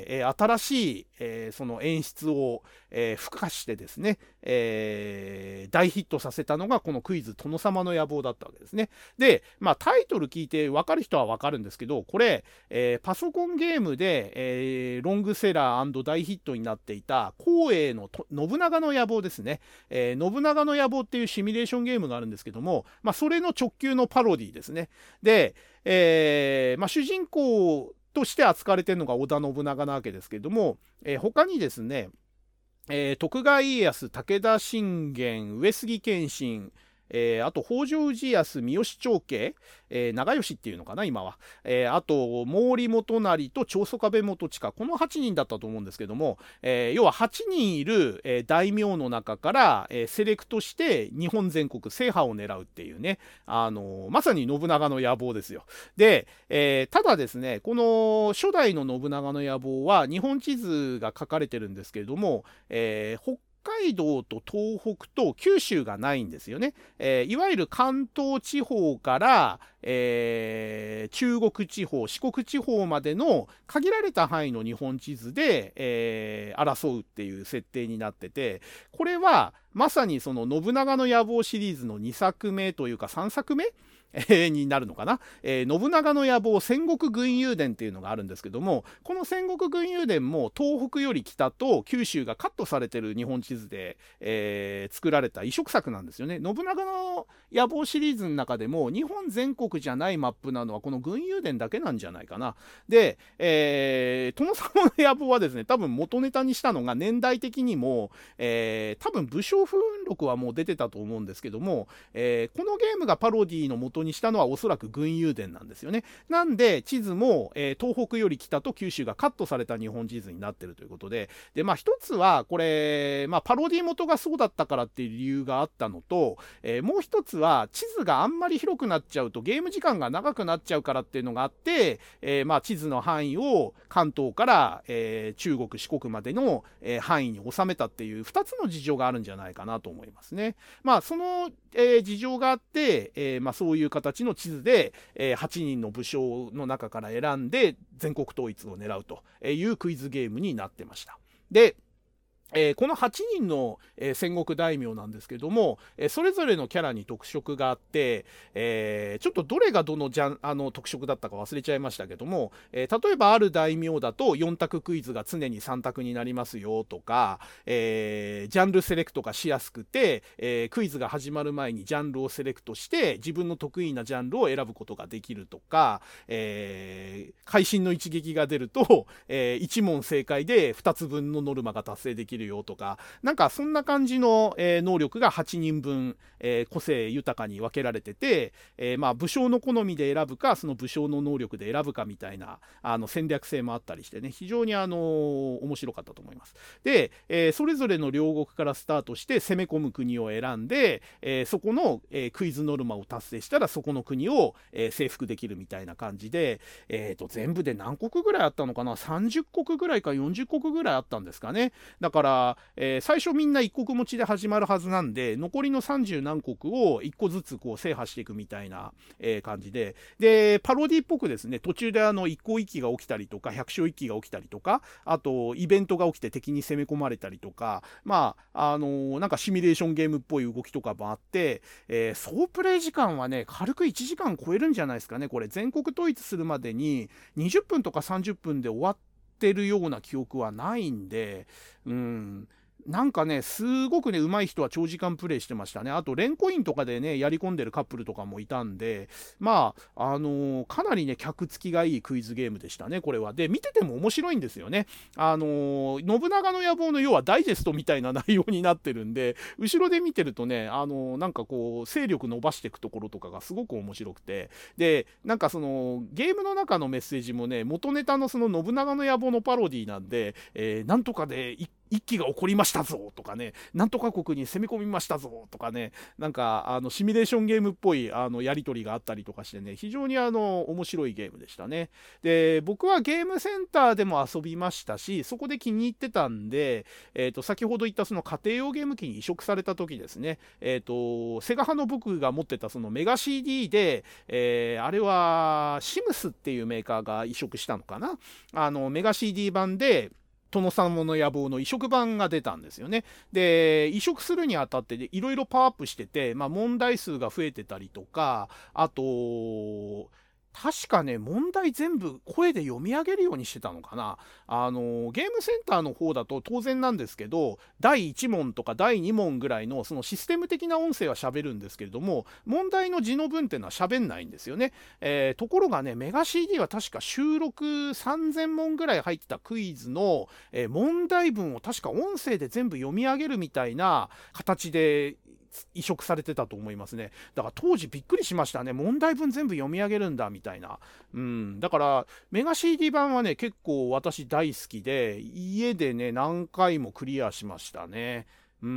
えー新しい、えーその演出を、えー付加してですね、えー大ヒットさせたのがこのクイズ殿様の野望だったわけですね。で、まあ、タイトル聞いて分かる人は分かるんですけど、これ、えーパソコンゲームで、えーロングセラー&大ヒットになっていた光栄のと信長の野望ですね。えー信長の野望っていうシミュレーションゲームがあるんですけども、まあ、それの直球のパロディですね。で、えーまあ、主人公として扱われているのが織田信長なわけですけども、えー他にですね、えー徳川家康、武田信玄、上杉謙信、えーあと北条氏康、三好長慶、えー長吉っていうのかな今は、えーあと毛利元就と長宗我部元親、このはちにんだったと思うんですけども、えー要ははちにんいる、えー大名の中から、えーセレクトして日本全国制覇を狙うっていうね、あのーまさに信長の野望ですよ。で、えーただですね、この初代の信長の野望は日本地図が書かれてるんですけれども、えー北海道と東北と九州がないんですよね。えーいわゆる関東地方から、えー中国地方、四国地方までの限られた範囲の日本地図で、えー争うっていう設定になってて、これはまさにその信長の野望シリーズのにさくめというかさんさくめになるのかな、えー信長の野望戦国群雄伝っていうのがあるんですけども、この戦国群雄伝も東北より北と九州がカットされてる日本地図で、えー作られた異色作なんですよね。信長の野望シリーズの中でも日本全国じゃないマップなのはこの群雄伝だけなんじゃないかな。で、えー、殿様の野望はですね、多分元ネタにしたのが年代的にも、えー、多分武将風雲録はもう出てたと思うんですけども、えーこのゲームがパロディの元にしたのはおそらく群雄伝なんですよね。なんで地図も、えー東北より北と九州がカットされた日本地図になってるということで、でまあ一つはこれ、まあ、パロディ元がそうだったからっていう理由があったのと、えーもう一つは地図があんまり広くなっちゃうとゲーム時間が長くなっちゃうからっていうのがあって、えーまあ、地図の範囲を関東から、えー中国四国までの、えー範囲に収めたっていうふたつの事情があるんじゃないかなと思いますね。まあその、えー事情があって、えーまあ、そういう形の地図で、えーはちにんの武将の中から選んで全国統一を狙うというクイズゲームになってました。で、えーこのはちにんの、えー戦国大名なんですけども、えーそれぞれのキャラに特色があって、えーちょっとどれがどのジャンあの特色だったか忘れちゃいましたけども、えー例えばある大名だとよん択クイズが常にさん択になりますよとか、えージャンルセレクトがしやすくて、えークイズが始まる前にジャンルをセレクトして自分の得意なジャンルを選ぶことができるとか、えー会心の一撃が出ると、えーいち問正解でふたつぶんのノルマが達成できるよとか、なんかそんな感じの、えー能力がはちにんぶん、えー個性豊かに分けられてて、えーまあ武将の好みで選ぶかその武将の能力で選ぶかみたいなあの戦略性もあったりしてね、非常にあのー面白かったと思います。で、えーそれぞれの両国からスタートして攻め込む国を選んで、えーそこの、えークイズノルマを達成したらそこの国を、えー征服できるみたいな感じで、えーと全部で何国ぐらいあったのかな、さんじゅっこくぐらいかよんじゅっこくぐらいあったんですかね。だから 、えー、最初みんないっこく持ちで始まるはずなんで、残りのさんじゅうなんこくをいっこずつこう制覇していくみたいな、えー、感じで、でパロディっぽくですね、途中であの一向一揆が起きたりとか、百姓一揆が起きたりとか、あとイベントが起きて敵に攻め込まれたりとか、まああのー、なんかシミュレーションゲームっぽい動きとかもあって、えー、総プレイ時間はね軽くいちじかん超えるんじゃないですかね。これ全国統一するまでににじゅっぷんとかさんじゅっぷんで終わってるような記憶はないんで、うんなんかね、すごくね、上手い人は長時間プレイしてましたね。あと、レンコインとかでね、やり込んでるカップルとかもいたんで、まあ、あのー、かなりね、客付きがいいクイズゲームでしたね、これは。で、見てても面白いんですよね。あのー、信長の野望の要はダイジェストみたいな内容になってるんで、後ろで見てるとね、あのー、なんかこう、勢力伸ばしていくところとかがすごく面白くて、で、なんかその、ゲームの中のメッセージもね、元ネタのその信長の野望のパロディなんで、えー、なんとかで一一揆が起こりましたぞとかね、なんとか国に攻め込みましたぞとかね、なんかあのシミュレーションゲームっぽいあのやり取りがあったりとかしてね、非常にあの面白いゲームでしたね。で、僕はゲームセンターでも遊びましたし、そこで気に入ってたんで、えー、と先ほど言ったその家庭用ゲーム機に移植された時ですね、えー、とセガ派の僕が持ってたそのメガ シーディー で、えー、あれはシムスっていうメーカーが移植したのかな、あのメガ シーディー 版で殿様の野望の移植版が出たんですよね。で、移植するにあたっていろいろパワーアップしてて、まあ、問題数が増えてたりとか、あと、確かね、問題全部声で読み上げるようにしてたのかな。あの、ゲームセンターの方だと当然なんですけど、だいいち問とかだいに問ぐらいのそのシステム的な音声は喋るんですけれども、問題の字の文っていうのは喋んないんですよね。えー、ところがね、メガ シーディー は確か収録さんぜん問ぐらい入ってたクイズの、えー、問題文を確か音声で全部読み上げるみたいな形で移植されてたと思いますね。だから当時びっくりしましたね。問題文全部読み上げるんだみたいな。うん、だからメガ シーディー 版はね結構私大好きで、家でね何回もクリアしましたね。うん、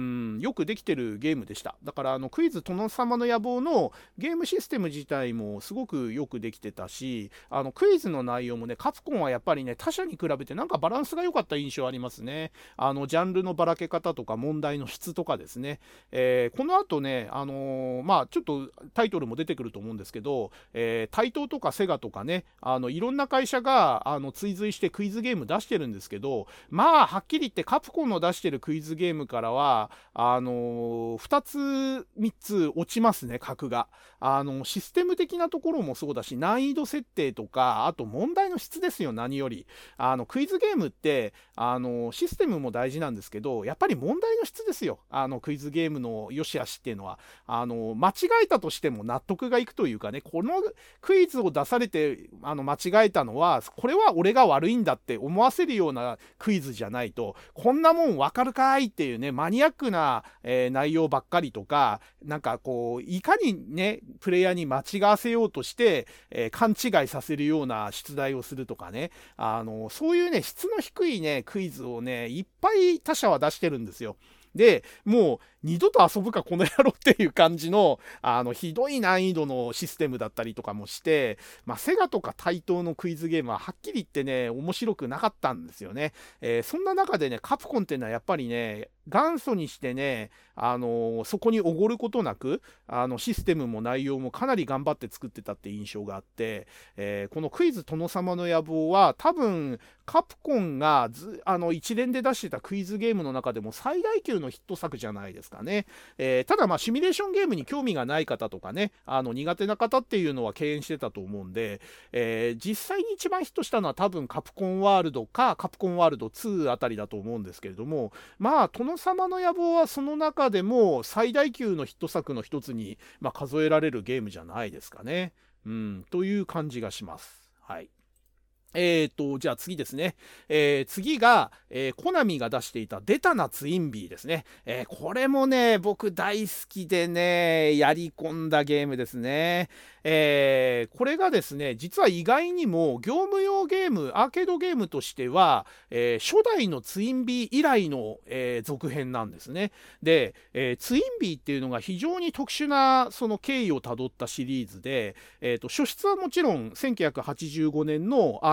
よくできてるゲームでした。だからあのクイズ殿様の野望のゲームシステム自体もすごくよくできてたし、あのクイズの内容もね、カプコンはやっぱりね他社に比べてなんかバランスが良かった印象ありますね。あのジャンルのばらけ方とか問題の質とかですね。えー、この後ね、あのー、まあちょっとタイトルも出てくると思うんですけど、えー、台東とかセガとかね、あのいろんな会社があの追随してクイズゲーム出してるんですけど、まあはっきり言ってカプコンの出してるクイズゲームからはあのー、ふたつみっつ落ちますね、格が。あのシステム的なところもそうだし、難易度設定とか、あと問題の質ですよ、何より。あのクイズゲームってあのシステムも大事なんですけど、やっぱり問題の質ですよ。あのクイズゲームの良し悪しっていうのは、あの間違えたとしても納得がいくというかね、このクイズを出されてあの間違えたのはこれは俺が悪いんだって思わせるようなクイズじゃないと、こんなもんわかるかいっていうね、マニアックな、えー、内容ばっかりとか、なんかこういかにねプレイヤーに間違わせようとして、えー、勘違いさせるような出題をするとかね、あのそういうね質の低いねクイズをねいっぱい他社は出してるんですよ。でもう二度と遊ぶかこの野郎っていう感じのあのひどい難易度のシステムだったりとかもして、まあ、セガとか対等のクイズゲームははっきり言ってね面白くなかったんですよね。えー、そんな中でねカプコンっていうのはやっぱりね元祖にしてね、あのー、そこにおごることなくあのシステムも内容もかなり頑張って作ってたって印象があって、えー、このクイズ殿様の野望は多分カプコンがずあの一連で出してたクイズゲームの中でも最大級のヒット作じゃないですかね。えー、ただまあシミュレーションゲームに興味がない方とかね、あの苦手な方っていうのは敬遠してたと思うんで、えー、実際に一番ヒットしたのは多分カプコンワールドかカプコンワールドツーあたりだと思うんですけれども、まあ殿様の野望はその中でも最大級のヒット作の一つに、まあ、数えられるゲームじゃないですかね。うん、という感じがします。はい。えーと、じゃあ次ですね。えー、次が、えー、コナミが出していたデタなツインビーですね。えー、これもね、僕大好きでね、やり込んだゲームですね。えー、これがですね、実は意外にも業務用ゲーム、アーケードゲームとしては、えー、初代のツインビー以来の、えー、続編なんですね。で、えー、ツインビーっていうのが非常に特殊なその経緯をたどったシリーズで、えーと、初出はもちろんせんきゅうひゃくはちじゅうごねんのアー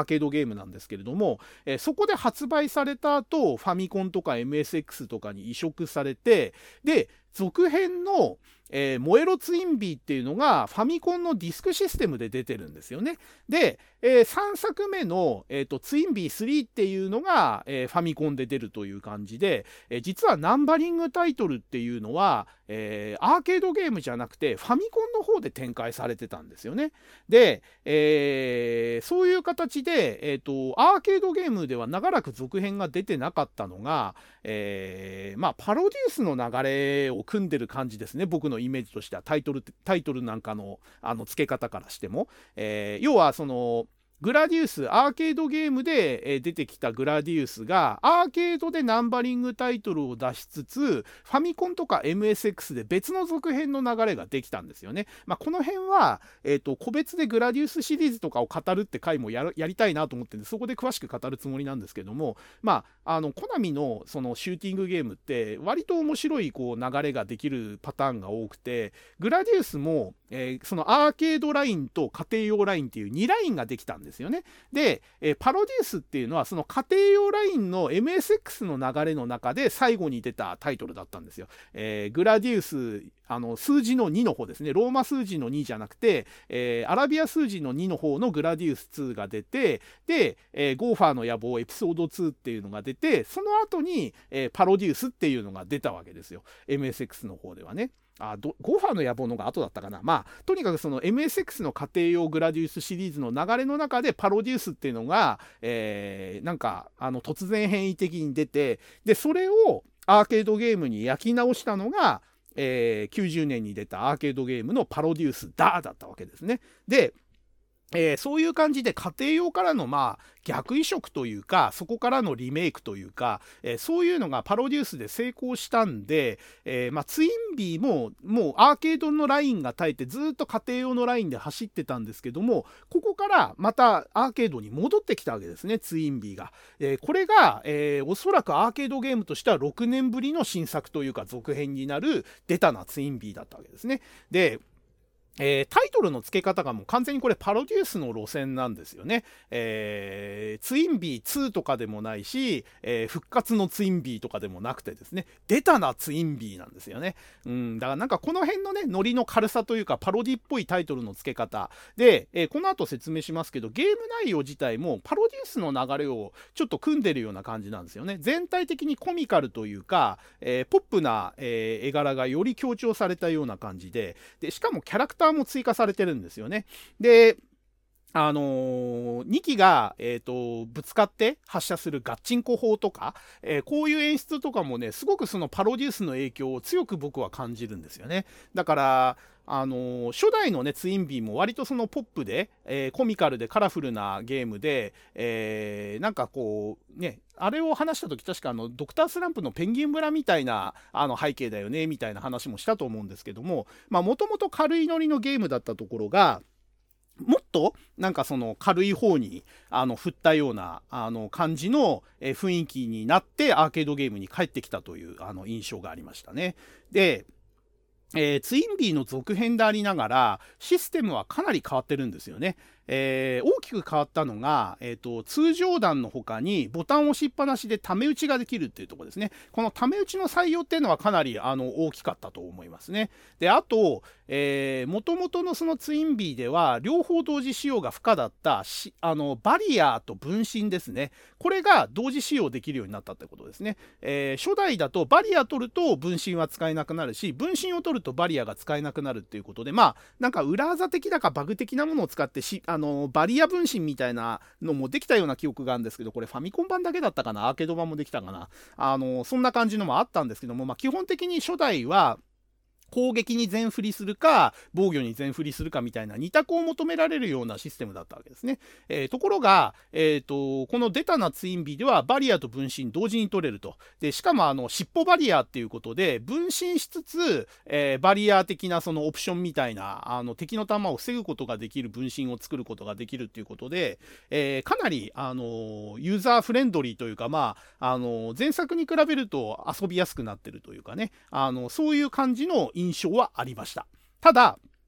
ーケードゲームなんですけれども、えー、そこで発売された後、ファミコンとか エムエスエックス とかに移植されて、で、続編の、えー、燃えろツインビーっていうのがファミコンのディスクシステムで出てるんですよね。で、えー、さんさくめの、えーと、ツインビースリーっていうのが、えー、ファミコンで出るという感じで、えー、実はナンバリングタイトルっていうのは、えー、アーケードゲームじゃなくてファミコンの方で展開されてたんですよね。で、えー、そういう形で、えーと、アーケードゲームでは長らく続編が出てなかったのが、えー、まあパロデュースの流れを組んでる感じですね。僕のイメージとしてはタイトルタイトルなんかのあの付け方からしても、えー、要はそのグラディウス、アーケードゲームで出てきたグラディウスがアーケードでナンバリングタイトルを出しつつ、ファミコンとか エムエスエックス で別の続編の流れができたんですよね。まあ、この辺は、えーと、個別でグラディウスシリーズとかを語るって回も や, やりたいなと思ってるんで、そこで詳しく語るつもりなんですけども、まあ、あのコナミのそのシューティングゲームって割と面白いこう流れができるパターンが多くて、グラディウスも、えー、そのアーケードラインと家庭用ラインっていうにラインができたんですよね。で、えー、パロデュースっていうのはその家庭用ラインの エムエスエックス の流れの中で最後に出たタイトルだったんですよ。えー、グラディウス、あの数字のにの方ですね。ローマ数字のにじゃなくて、えー、アラビア数字のにの方のグラディウスツーが出て、で、えー、ゴーファーの野望エピソードツーっていうのが出て、その後に、えー、パロデュースっていうのが出たわけですよ。エムエスエックス の方ではね。あどゴーファーの野望のが後だったかな。まあとにかくその エムエスエックス の家庭用グラディウスシリーズの流れの中でパロデュースっていうのが、えー、なんかあの突然変異的に出て、でそれをアーケードゲームに焼き直したのが、えー、きゅうじゅうねんに出たアーケードゲームのパロデュースだだったわけですね。でえー、そういう感じで家庭用からのまあ逆移植というか、そこからのリメイクというか、えー、そういうのがパロデュースで成功したんで、えーまあ、ツインビーももうアーケードのラインが耐えてずっと家庭用のラインで走ってたんですけども、ここからまたアーケードに戻ってきたわけですね、ツインビーが。えー、これが、えー、おそらくアーケードゲームとしてはろくねんぶりの新作というか続編になる出たなツインビーだったわけですね。でえー、タイトルの付け方がもう完全にこれパロデュースの路線なんですよね。えー、ツインビーツーとかでもないし、えー、復活のツインビーとかでもなくてですね、出たなツインビーなんですよね。うん、だからなんかこの辺のね、ノリの軽さというかパロディっぽいタイトルの付け方で、えー、この後説明しますけど、ゲーム内容自体もパロデュースの流れをちょっと組んでるような感じなんですよね。全体的にコミカルというか、えー、ポップな、えー、絵柄がより強調されたような感じで、でしかもキャラクターも追加されてるんですよね。で、あのー、にきが、えーと、ぶつかって発射するガッチンコ砲とか、えー、こういう演出とかもね、すごくそのパロデュースの影響を強く僕は感じるんですよね。だから、あのー、初代のね、ツインビーも割とそのポップで、えー、コミカルでカラフルなゲームで、えー、なんかこう、ね、あれを話した時確かあのドクタースランプのペンギン村みたいなあの背景だよねみたいな話もしたと思うんですけども、まあもともと軽いノリのゲームだったところが、もっとなんかその軽い方にあの振ったようなあの感じの雰囲気になってアーケードゲームに帰ってきたというあの印象がありましたね。で、えー、ツインビーの続編でありながらシステムはかなり変わってるんですよね。えー、大きく変わったのが、えーと、通常弾の他にボタン押しっぱなしでため打ちができるっていうところですね。このため打ちの採用っていうのはかなりあの大きかったと思いますね。で、あと、えー、元々のそのツインビーでは両方同時使用が不可だったしあのバリアーと分身ですね。これが同時使用できるようになったってことですね。えー、初代だとバリア取ると分身は使えなくなるし、分身を取るとバリアが使えなくなるっていうことで、まあなんか裏技的だかバグ的なものを使ってしあのバリア分身みたいなのもできたような記憶があるんですけど、これファミコン版だけだったかな、アーケード版もできたかな、あのそんな感じのもあったんですけども、まあ、基本的に初代は攻撃に全振りするか防御に全振りするかみたいな二択を求められるようなシステムだったわけですね。えー、ところが、えーと、このデタなツインビーではバリアと分身同時に取れると。でしかもあの尻尾バリアっていうことで分身しつつ、えー、バリア的なそのオプションみたいなあの敵の弾を防ぐことができる分身を作ることができるっていうことで、えー、かなりあのユーザーフレンドリーというか、まあ、あの前作に比べると遊びやすくなってるというかね、あのそういう感じの印象はありました。ただ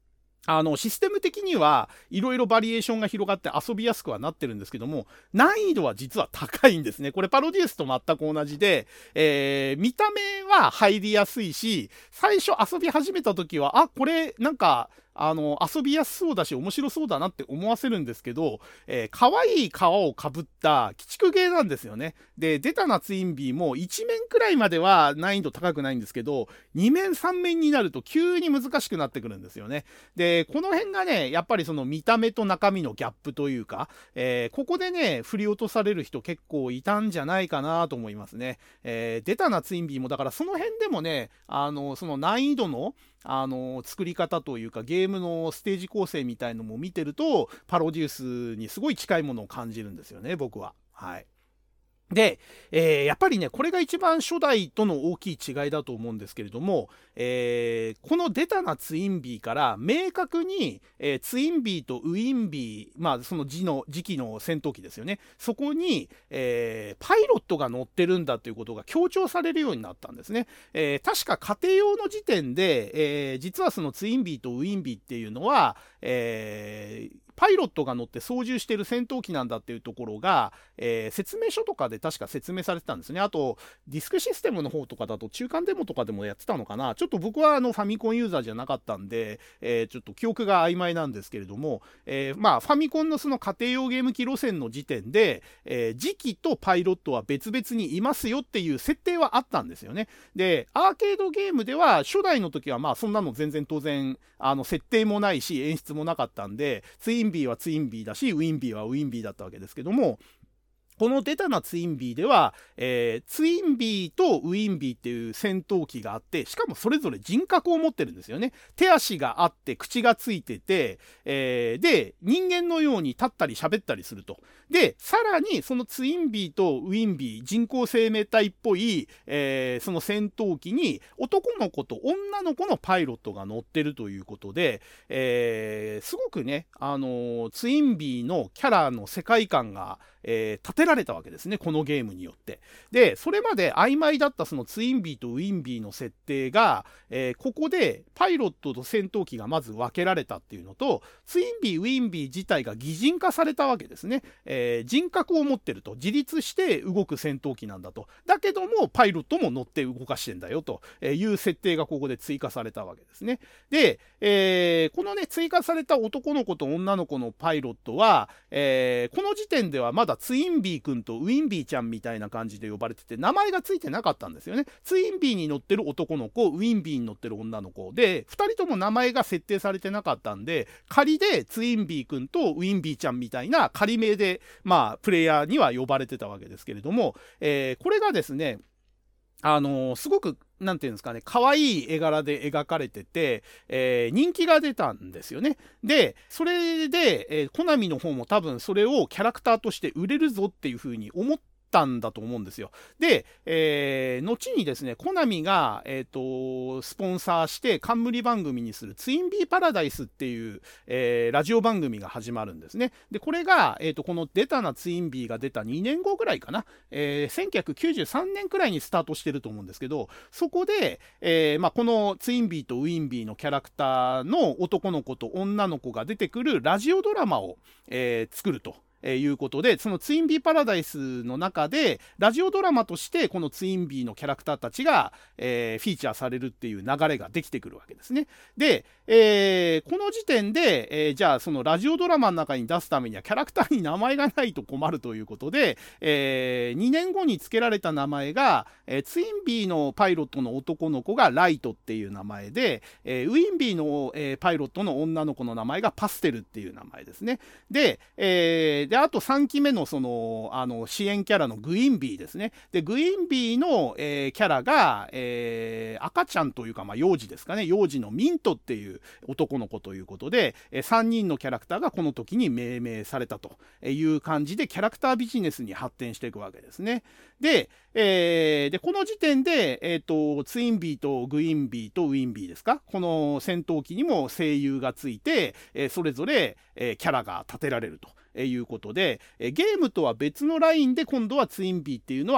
あのシステム的にはいろいろバリエーションが広がって遊びやすくはなってるんですけども、難易度は実は高いんですね。これパロデュースと全く同じで、えー、見た目は入りやすいし、最初遊び始めた時はあこれなんかあの遊びやすそうだし面白そうだなって思わせるんですけど、えー、可愛い皮をかぶった鬼畜ゲーなんですよね。で出たなツインビーもいち面くらいまでは難易度高くないんですけど、に面さん面になると急に難しくなってくるんですよね。でこの辺がねやっぱりその見た目と中身のギャップというか、えー、ここでね振り落とされる人結構いたんじゃないかなと思いますね。えー、出たなツインビーもだからその辺でもね、あのその難易度のあの作り方というかゲームのステージ構成みたいのも見てるとパロデュースにすごい近いものを感じるんですよね、僕は。はい。で、えー、やっぱりねこれが一番初代との大きい違いだと思うんですけれども、えー、この出たなツインビーから明確に、えー、ツインビーとウィンビー、まあその時の時期の戦闘機ですよね、そこに、えー、パイロットが乗ってるんだということが強調されるようになったんですね。えー、確か家庭用の時点で、えー、実はそのツインビーとウィンビーっていうのは、えーパイロットが乗って操縦している戦闘機なんだっていうところが、えー、説明書とかで確か説明されてたんですね。あとディスクシステムの方とかだと中間デモとかでもやってたのかな。ちょっと僕はあのファミコンユーザーじゃなかったんで、えー、ちょっと記憶が曖昧なんですけれども、えー、まあファミコンのその家庭用ゲーム機路線の時点で、えー、次期とパイロットは別々にいますよっていう設定はあったんですよね。でアーケードゲームでは初代の時はまあそんなの全然当然あの設定もないし演出もなかったんで、ツインビーはツインビーだしウィンビーはウィンビーだったわけですけども、この出たなツインビーでは、えー、ツインビーとウィンビーっていう戦闘機があって、しかもそれぞれ人格を持ってるんですよね。手足があって口がついてて、えー、で人間のように立ったり喋ったりすると。でさらにそのツインビーとウィンビー、人工生命体っぽい、えー、その戦闘機に男の子と女の子のパイロットが乗ってるということで、えー、すごくね、あのー、ツインビーのキャラの世界観がえー、立てられたわけですね、このゲームによって。でそれまで曖昧だったそのツインビーとウィンビーの設定が、えー、ここでパイロットと戦闘機がまず分けられたっていうのと、ツインビーウィンビー自体が擬人化されたわけですね。えー、人格を持ってると、自立して動く戦闘機なんだと、だけどもパイロットも乗って動かしてんだよという設定がここで追加されたわけですね。で、えー、このね追加された男の子と女の子のパイロットは、えー、この時点ではまだツインビー君とウィンビーちゃんみたいな感じで呼ばれてて、名前がついてなかったんですよね。ツインビーに乗ってる男の子、ウィンビーに乗ってる女の子で、ふたりとも名前が設定されてなかったんで、仮でツインビー君とウィンビーちゃんみたいな仮名でまあプレイヤーには呼ばれてたわけですけれども、えー、これがですね、あのー、すごくなんていうんですかね、可愛い絵柄で描かれてて、えー、人気が出たんですよね。でそれで、えー、コナミの方も多分それをキャラクターとして売れるぞっていう風に思ってたんだと思うんですよ。で、えー、後にですねコナミが、えー、とスポンサーして冠番組にするツインビーパラダイスっていう、えー、ラジオ番組が始まるんですね。でこれが、えー、とこの出たなツインビーが出たにねんごぐらいかな、えー、せんきゅうひゃくきゅうじゅうさんねんくらいにスタートしてると思うんですけど、そこで、えーまあ、このツインビーとウィンビーのキャラクターの男の子と女の子が出てくるラジオドラマを、えー、作るとえー、いうことで、そのツインビーパラダイスの中でラジオドラマとしてこのツインビーのキャラクターたちが、えー、フィーチャーされるっていう流れができてくるわけですね。で、えー、この時点で、えー、じゃあそのラジオドラマの中に出すためにはキャラクターに名前がないと困るということで、えー、にねんごに付けられた名前が、えー、ツインビーのパイロットの男の子がライトっていう名前で、えー、ウィンビーの、えー、パイロットの女の子の名前がパステルっていう名前ですね。で、えーであとさんきめのそのあの支援キャラのグインビーですね。でグインビーの、えー、キャラが、えー、赤ちゃんというか、まあ、幼児ですかね、幼児のミントっていう男の子ということで、えー、さんにんのキャラクターがこの時に命名されたという感じでキャラクタービジネスに発展していくわけですね。で、えー、でこの時点で、えーと、ツインビーとグインビーとウィンビーですか、この戦闘機にも声優がついて、えー、それぞれ、えー、キャラが立てられるということで、ゲームとは別のラインで今度はツインビーっていうのは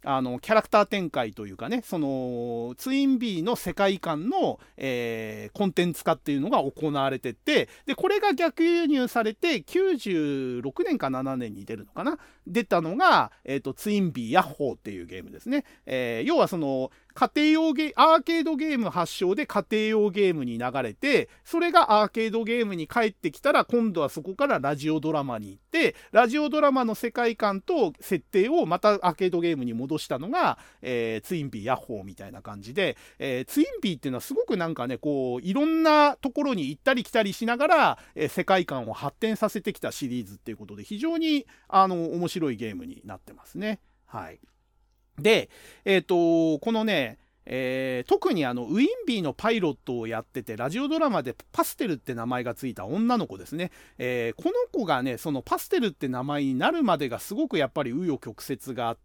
あのキャラクター展開というかね、そのツインビーの世界観の、えー、コンテンツ化っていうのが行われてて、でこれが逆輸入されてきゅうじゅうろくねんかななねんに出るのかな、出たのが、えーと、ツインビーヤッホーっていうゲームですね。えー、要はその家庭用ゲアーケードゲーム発祥で家庭用ゲームに流れて、それがアーケードゲームに帰ってきたら、今度はそこからラジオドラマに行って、ラジオドラマの世界観と設定をまたアーケードゲームに戻したのが、えー、ツインビーヤッホーみたいな感じで、えー、ツインビーっていうのはすごくなんかね、こういろんなところに行ったり来たりしながら、えー、世界観を発展させてきたシリーズっていうことで、非常にあの面白いゲームになってますね。はい。で、えっと、このね、えー、特にあのウィンビーのパイロットをやってて、ラジオドラマでパステルって名前がついた女の子ですね。えー、この子がね、そのパステルって名前になるまでがすごくやっぱり紆余曲折があって、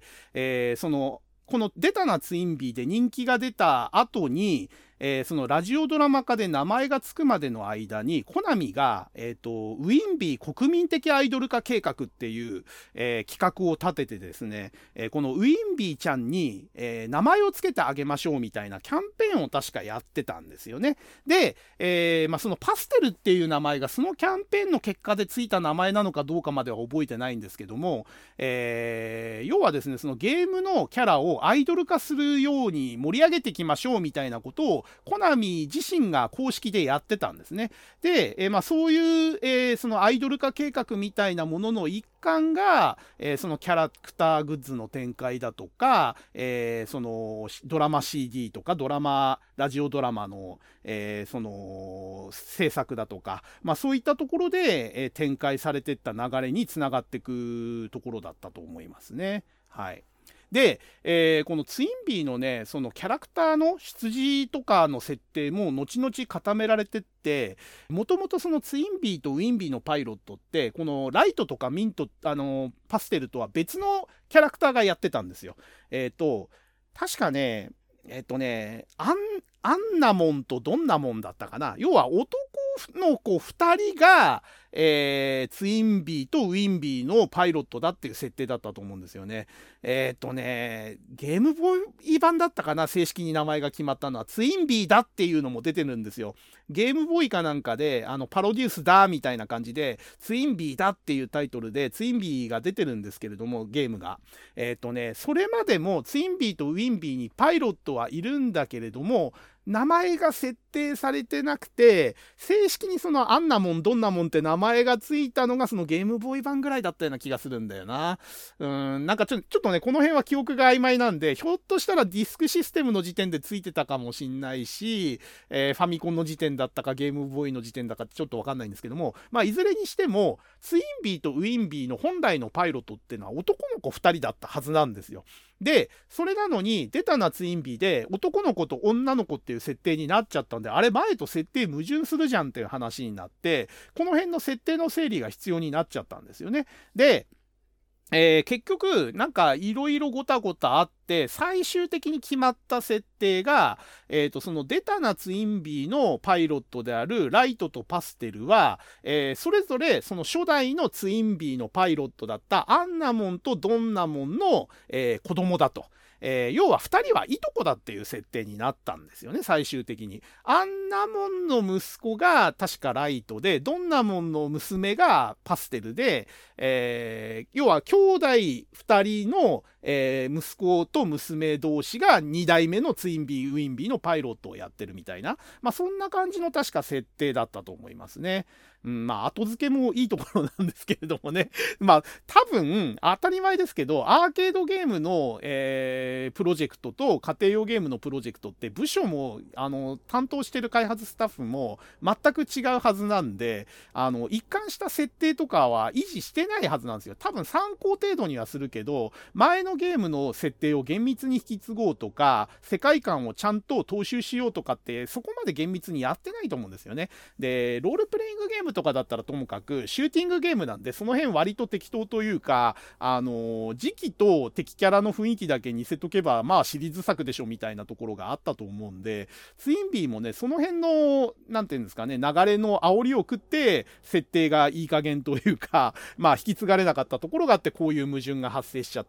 えー、そのこの出たなツインビーで人気が出た後に、えー、そのラジオドラマ化で名前がつくまでの間に、コナミが、えーと、ウィンビー国民的アイドル化計画っていう、えー、企画を立ててですね、えー、このウィンビーちゃんに、えー、名前をつけてあげましょうみたいなキャンペーンを確かやってたんですよね。で、えーまあ、そのパステルっていう名前がそのキャンペーンの結果でついた名前なのかどうかまでは覚えてないんですけども、えー、要はですね、そのゲームのキャラをアイドル化するように盛り上げていきましょうみたいなことをコナミ自身が公式でやってたんですね。で、えーまあ、そういう、えー、そのアイドル化計画みたいなものの一環が、えー、そのキャラクターグッズの展開だとか、えー、そのドラマ シーディー とかドラマラジオドラマの、えー、その制作だとか、まあ、そういったところで、えー、展開されていった流れにつながっていくところだったと思いますね。はい。で、えー、このツインビーのね、そのキャラクターの出自とかの設定も後々固められてって、もともとそのツインビーとウィンビーのパイロットって、このライトとかミント、あのパステルとは別のキャラクターがやってたんですよ。えっと、確かね、えっとね、アン、アンナモンとどんなもんだったかな。要は男の子ふたりが、えー、ツインビーとウィンビーのパイロットだっていう設定だったと思うんですよね。えっとね、ゲームボーイ版だったかな、正式に名前が決まったのは。ツインビーだっていうのも出てるんですよ。ゲームボーイかなんかで、あの、パロデュースだみたいな感じで、ツインビーだっていうタイトルで、ツインビーが出てるんですけれども、ゲームが。えっとね、それまでもツインビーとウィンビーにパイロットはいるんだけれども、名前が設定されてなくて、正式にそのアンナモンどんなもんって名前がついたのがそのゲームボーイ版ぐらいだったような気がするんだよな。うーん、なんかちょ、ちょっとね、この辺は記憶が曖昧なんで、ひょっとしたらディスクシステムの時点でついてたかもしんないし、えー、ファミコンの時点だったかゲームボーイの時点だかちょっとわかんないんですけども、まあいずれにしても、ツインビーとウィンビーの本来のパイロットっていうのは男の子ふたりだったはずなんですよ。で、それなのに、出たなツインビーで男の子と女の子っていう設定になっちゃったんで、あれ前と設定矛盾するじゃんっていう話になって、この辺の設定の整理が必要になっちゃったんですよね。で、えー、結局、なんかいろいろごたごたあって、最終的に決まった設定が、えーと、その出たなツインビーのパイロットであるライトとパステルは、えー、それぞれその初代のツインビーのパイロットだったアンナモンとドンナモンの、えー、子供だと。えー、要はふたりはいとこだっていう設定になったんですよね、最終的に。アンナモンの息子が確かライトで、ドンナモンの娘がパステルで、えー、要は兄弟ふたりの、えー、息子と娘同士がにだいめのツインビー、ウィンビーのパイロットをやってるみたいな、まあそんな感じの確か設定だったと思いますね。うん、まあ後付けもいいところなんですけれどもね。まあ多分当たり前ですけど、アーケードゲームの、えー、プロジェクトと家庭用ゲームのプロジェクトって部署もあの担当してる開発スタッフも全く違うはずなんで、あの一貫した設定とかは維持してないはずなんですよ。多分参考程度にはするけど、前のゲームの設定を厳密に引き継ごうとか、世界観をちゃんと踏襲しようとかってそこまで厳密にやってないと思うんですよね。で、ロールプレイングゲームとかだったらともかくシューティングゲームなんで、その辺割と適当というか、あの時期と敵キャラの雰囲気だけ似せとけばまあシリーズ作でしょみたいなところがあったと思うんで、ツインビーもねその辺のなんていうんですかね、流れの煽りを食って設定がいい加減というか、まあ引き継がれなかったところがあって、こういう矛盾が発生しちゃったと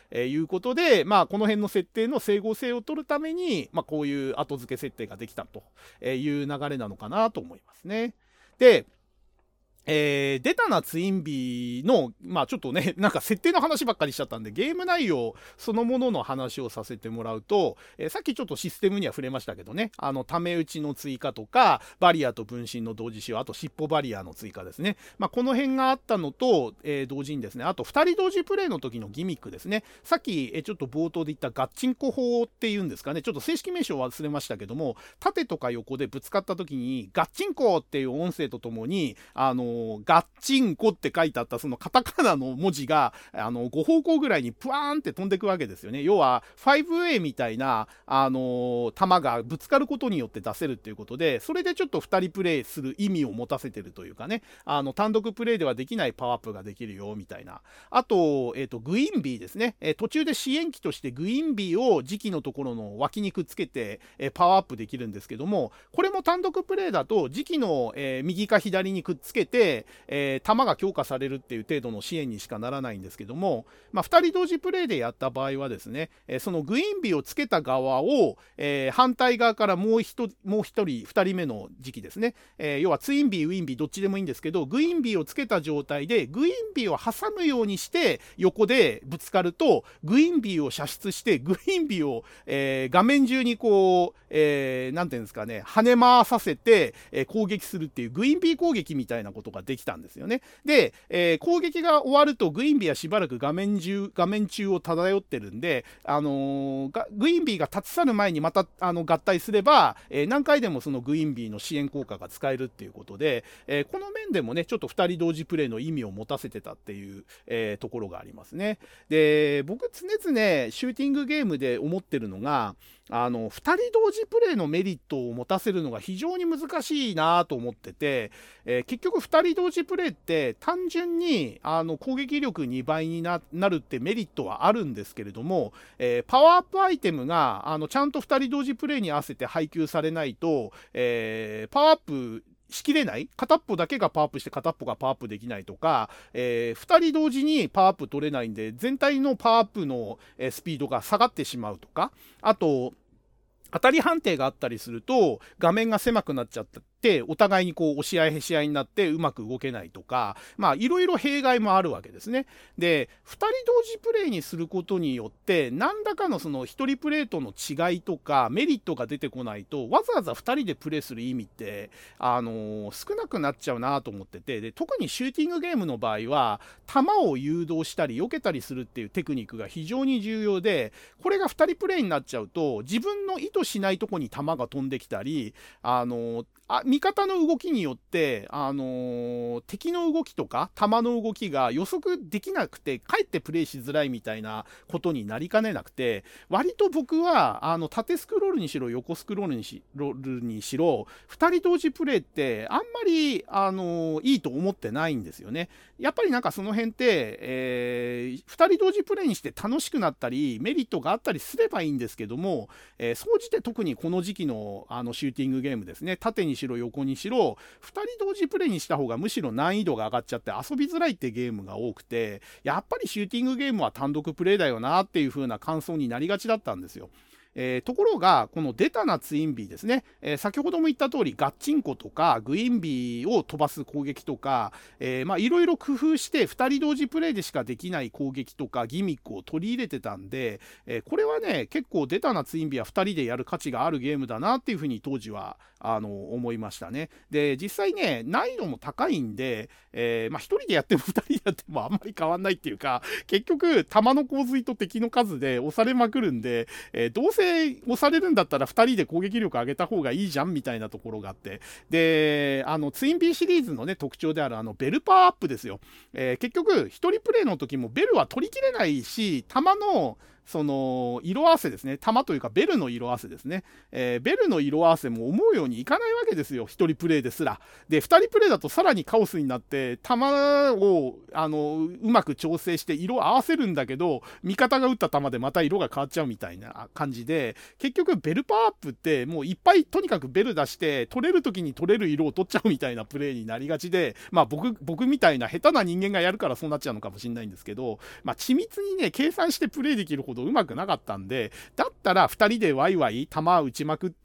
いうことで、まあ、この辺の設定の整合性を取るために、まあ、こういう後付け設定ができたという流れなのかなと思いますね。で、えー、出たなツインビーの、まあちょっとね、なんか設定の話ばっかりしちゃったんで、ゲーム内容そのものの話をさせてもらうと、えー、さっきちょっとシステムには触れましたけどね、あの、ため打ちの追加とか、バリアと分身の同時使用、あと尻尾バリアの追加ですね。まあこの辺があったのと、えー、同時にですね、あとふたり同時プレイの時のギミックですね。さっき、えー、ちょっと冒頭で言ったガッチンコ法っていうんですかね、ちょっと正式名称忘れましたけども、縦とか横でぶつかった時に、ガッチンコっていう音声とともに、あのー、ガッチンチンコって書いてあったそのカタカナの文字があのご方向ぐらいにプワーンって飛んでくわけですよね。要は ファイブエー みたいなあの弾がぶつかることによって出せるっていうことで、それでちょっとふたりプレイする意味を持たせてるというかね、あの単独プレイではできないパワーアップができるよみたいな。あと、えっと、グインビーですね。えー、途中で支援機としてグインビーを磁気のところの脇にくっつけて、えー、パワーアップできるんですけども、これも単独プレイだと磁気の、えー、右か左にくっつけて、えー弾が強化されるっていう程度の支援にしかならないんですけども、まあ、ふたり同時プレイでやった場合はですね、えー、そのグインビーをつけた側を、えー、反対側からもう一もう一人ふたりめの時期ですね、えー、要はツインビーウィンビーどっちでもいいんですけど、グインビーをつけた状態でグインビーを挟むようにして横でぶつかると、グインビーを射出してグインビーを、えー、画面中にこう、えー、なんていうんですかね、跳ね回させて、えー、攻撃するっていうグインビー攻撃みたいなことができたんですよね。で、えー、攻撃が終わるとグインビーはしばらく画面中画面中を漂ってるんで、あのー、グインビーが立ち去る前にまたあの合体すれば、えー、何回でもそのグインビーの支援効果が使えるっていうことで、えー、この面でもねちょっとふたり同時プレイの意味を持たせてたっていう、えー、ところがありますね。で、僕常々シューティングゲームで思ってるのが、あのふたり同時プレイのメリットを持たせるのが非常に難しいなと思ってて、えー、結局ふたり同時プレイって単純にあの攻撃力にばいに な, なるってメリットはあるんですけれども、えー、パワーアップアイテムがあのちゃんとふたり同時プレイに合わせて配給されないと、えー、パワーアップしきれない、片っぽだけがパワーアップして片っぽがパワーアップできないとか、えー、ふたり同時にパワーアップ取れないんで全体のパワーアップのスピードが下がってしまうとか、あと当たり判定があったりすると画面が狭くなっちゃってお互いにこう押し合いへし合いになってうまく動けないとか、まあいろいろ弊害もあるわけですね。で、ふたり同時プレイにすることによって何らかのそのひとりプレイとの違いとかメリットが出てこないと、わざわざふたりでプレイする意味ってあのー、少なくなっちゃうなと思ってて、で特にシューティングゲームの場合は弾を誘導したり避けたりするっていうテクニックが非常に重要で、これがふたりプレイになっちゃうと自分の意図しないとこに弾が飛んできたり、あのーあ味方の動きによって、あのー、敵の動きとか弾の動きが予測できなくてかえってプレイしづらいみたいなことになりかねなくて、割と僕はあの縦スクロールにしろ横スクロールにしろにしろふたり同時プレイってあんまり、あのー、いいと思ってないんですよね。やっぱりなんかその辺って、えー、ふたり同時プレイにして楽しくなったりメリットがあったりすればいいんですけども、えー、総じて特にこの時期の、あのシューティングゲームですね、縦にしろ横にしろふたり同時プレイにした方がむしろ難易度が上がっちゃって遊びづらいってゲームが多くて、やっぱりシューティングゲームは単独プレイだよなっていう風な感想になりがちだったんですよ。えー、ところがこの出たなツインビーですね、えー、先ほども言った通りガッチンコとかグインビーを飛ばす攻撃とか、えー、まあいろいろ工夫してふたり同時プレイでしかできない攻撃とかギミックを取り入れてたんで、えー、これはね結構出たなツインビーはふたりでやる価値があるゲームだなっていうふうに当時はあの思いましたね。で実際ね難易度も高いんで、えー、まあひとりでやってもふたりでやってもあんまり変わんないっていうか、結局弾の洪水と敵の数で押されまくるんで、えー、どうせ押されるんだったらふたりで攻撃力上げた方がいいじゃんみたいなところがあって、であのツインビーシリーズのね特徴であるあのベルパワーアップですよ。えー、結局ひとりプレイの時もベルは取りきれないし、弾のその色合わせですね、弾というかベルの色合わせですね、えー、ベルの色合わせも思うようにいかないわけですよ、ひとりプレイですら。でふたりプレイだとさらにカオスになって、弾をあのうまく調整して色を合わせるんだけど、味方が撃った弾でまた色が変わっちゃうみたいな感じで、結局ベルパワーアップってもういっぱいとにかくベル出して取れる時に取れる色を取っちゃうみたいなプレイになりがちで、まあ僕僕みたいな下手な人間がやるからそうなっちゃうのかもしれないんですけど、まあ緻密にね計算してプレイできるほどうまくなかったんで、だったらふたりでワイワイ弾打ちまくって、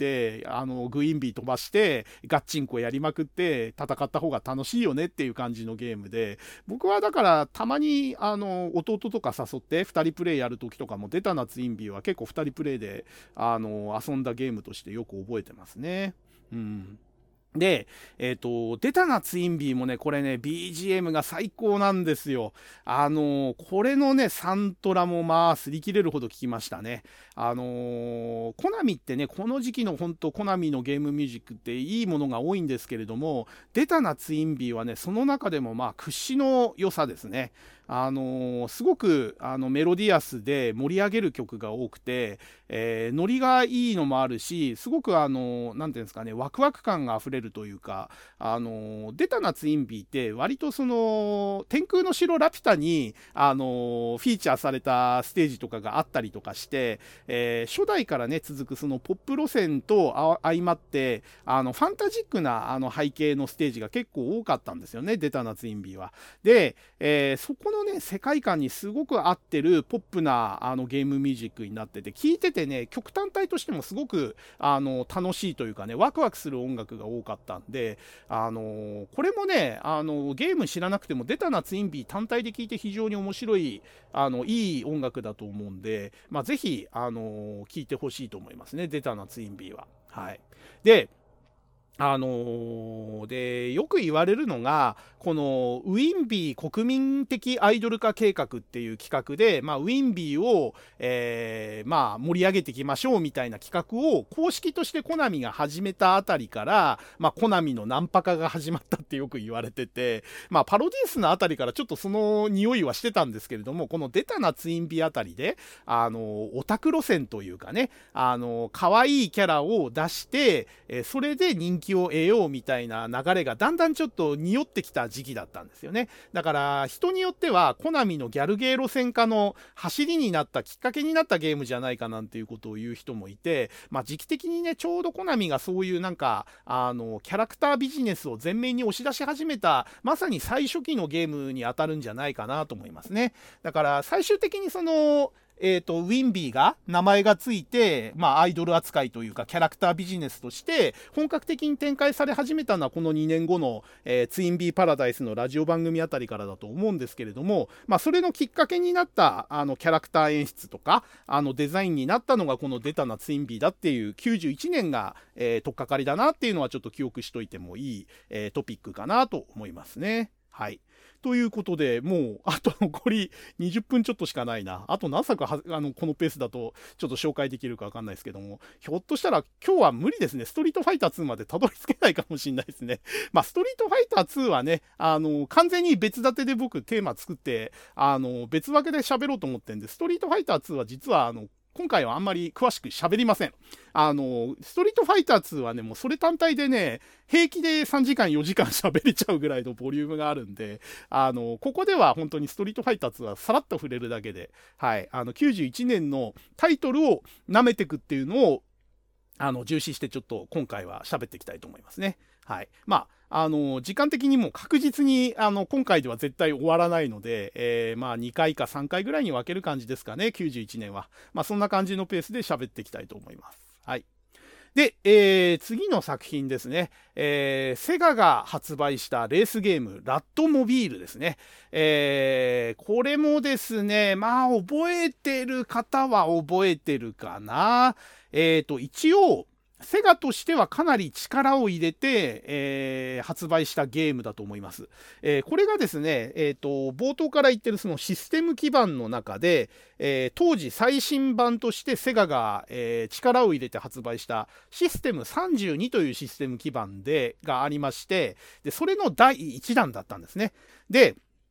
あのグイーンビー飛ばしてガッチンコやりまくって戦った方が楽しいよねっていう感じのゲームで、僕はだからたまにあの弟とか誘ってふたりプレイやる時とかも出たなツインビーは結構ふたりプレイであの遊んだゲームとしてよく覚えてますね。うん。で、えっと、出たなツインビーもね、これね、ビージーエム が最高なんですよ。あのー、これのね、サントラもまあ、擦り切れるほど聞きましたね。あのー、コナミってね、この時期の本当コナミのゲームミュージックっていいものが多いんですけれども、出たなツインビーはね、その中でもまあ、屈指の良さですね。あのー、すごくあのメロディアスで盛り上げる曲が多くて、えー、ノリがいいのもあるし、すごくあのー、なんていうんですかね、ワクワク感があふれるというか、あのー、出たなツインビーって割とその天空の城ラピュタにあのー、フィーチャーされたステージとかがあったりとかして、えー、初代からね続くそのポップ路線と相まって、あのファンタジックなあの背景のステージが結構多かったんですよね、出たなツインビーは。で、えー、そこのね世界観にすごく合ってるポップなあのゲームミュージックになってて、聴いててね曲単体としてもすごくあの楽しいというかね、ワクワクする音楽が多かったんで、あのこれもねあのゲーム知らなくても出たなツインビー単体で聴いて非常に面白いあのいい音楽だと思うんで、まあ、ぜひあの聴いてほしいと思いますね、出たなツインビーは。はい。であのー、でよく言われるのがこのウィンビー国民的アイドル化計画っていう企画で、まあ、ウィンビーを、えーまあ、盛り上げていきましょうみたいな企画を公式としてコナミが始めたあたりから、まあ、コナミのナンパ化が始まったってよく言われてて、まあ、パロディースのあたりからちょっとその匂いはしてたんですけれども、この出たなツインビーあたりであのオタク路線というかね、あの可愛いキャラを出して、えー、それで人気を得ようみたいな流れがだんだんちょっと匂ってきた時期だったんですよね。だから人によってはコナミのギャルゲー路線化の走りになったきっかけになったゲームじゃないかなんていうことを言う人もいて、まあ時期的にねちょうどコナミがそういうなんかあのキャラクタービジネスを前面に押し出し始めたまさに最初期のゲームに当たるんじゃないかなと思いますね。だから最終的にそのえーと、ウィンビーが名前がついて、まあ、アイドル扱いというかキャラクタービジネスとして本格的に展開され始めたのはこのにねんごの、えー、ツインビーパラダイスのラジオ番組あたりからだと思うんですけれども、まあ、それのきっかけになったあのキャラクター演出とかあのデザインになったのがこの出たなツインビーだっていうきゅうじゅういちねんが、えー、取っかかりだなっていうのはちょっと記憶しといてもいい、えー、トピックかなと思いますね。はい。ということで、もう、あと残りにじゅっぷんちょっとしかないな。あと何作はあのこのペースだとちょっと紹介できるかわかんないですけども、ひょっとしたら今日は無理ですね。ストリートファイターツーまでたどり着けないかもしれないですね。まあ、ストリートファイターツーはね、あの、完全に別立てで僕テーマ作って、あの、別分けで喋ろうと思ってるんで、ストリートファイターツーは実は、あの、今回はあんまり詳しく喋りません。あの、ストリートファイターツーはね、もうそれ単体でね、平気でさんじかんよじかん喋れちゃうぐらいのボリュームがあるんで、あの、ここでは本当にストリートファイターツーはさらっと触れるだけで、はい、あの、きゅうじゅういちねんのタイトルを舐めてくっていうのを、あの、重視してちょっと今回は喋っていきたいと思いますね。はい。まあ、あの時間的にも確実にあの今回では絶対終わらないので、えー、まあにかいかさんかいぐらいに分ける感じですかね、きゅうじゅういちねんは。まあそんな感じのペースで喋っていきたいと思います。はい。で、えー、次の作品ですね、えー、セガが発売したレースゲームラットモビールですね、えー、これもですね、まあ覚えてる方は覚えてるかな。えーと一応セガとしてはかなり力を入れて、えー、発売したゲームだと思います。えー、これがですね、えーと、冒頭から言ってるそのシステム基盤の中で、えー、当時最新版としてセガが、えー、力を入れて発売したシステムさんじゅうにというシステム基盤でがありまして、でそれのだいいちだんだったんですね。で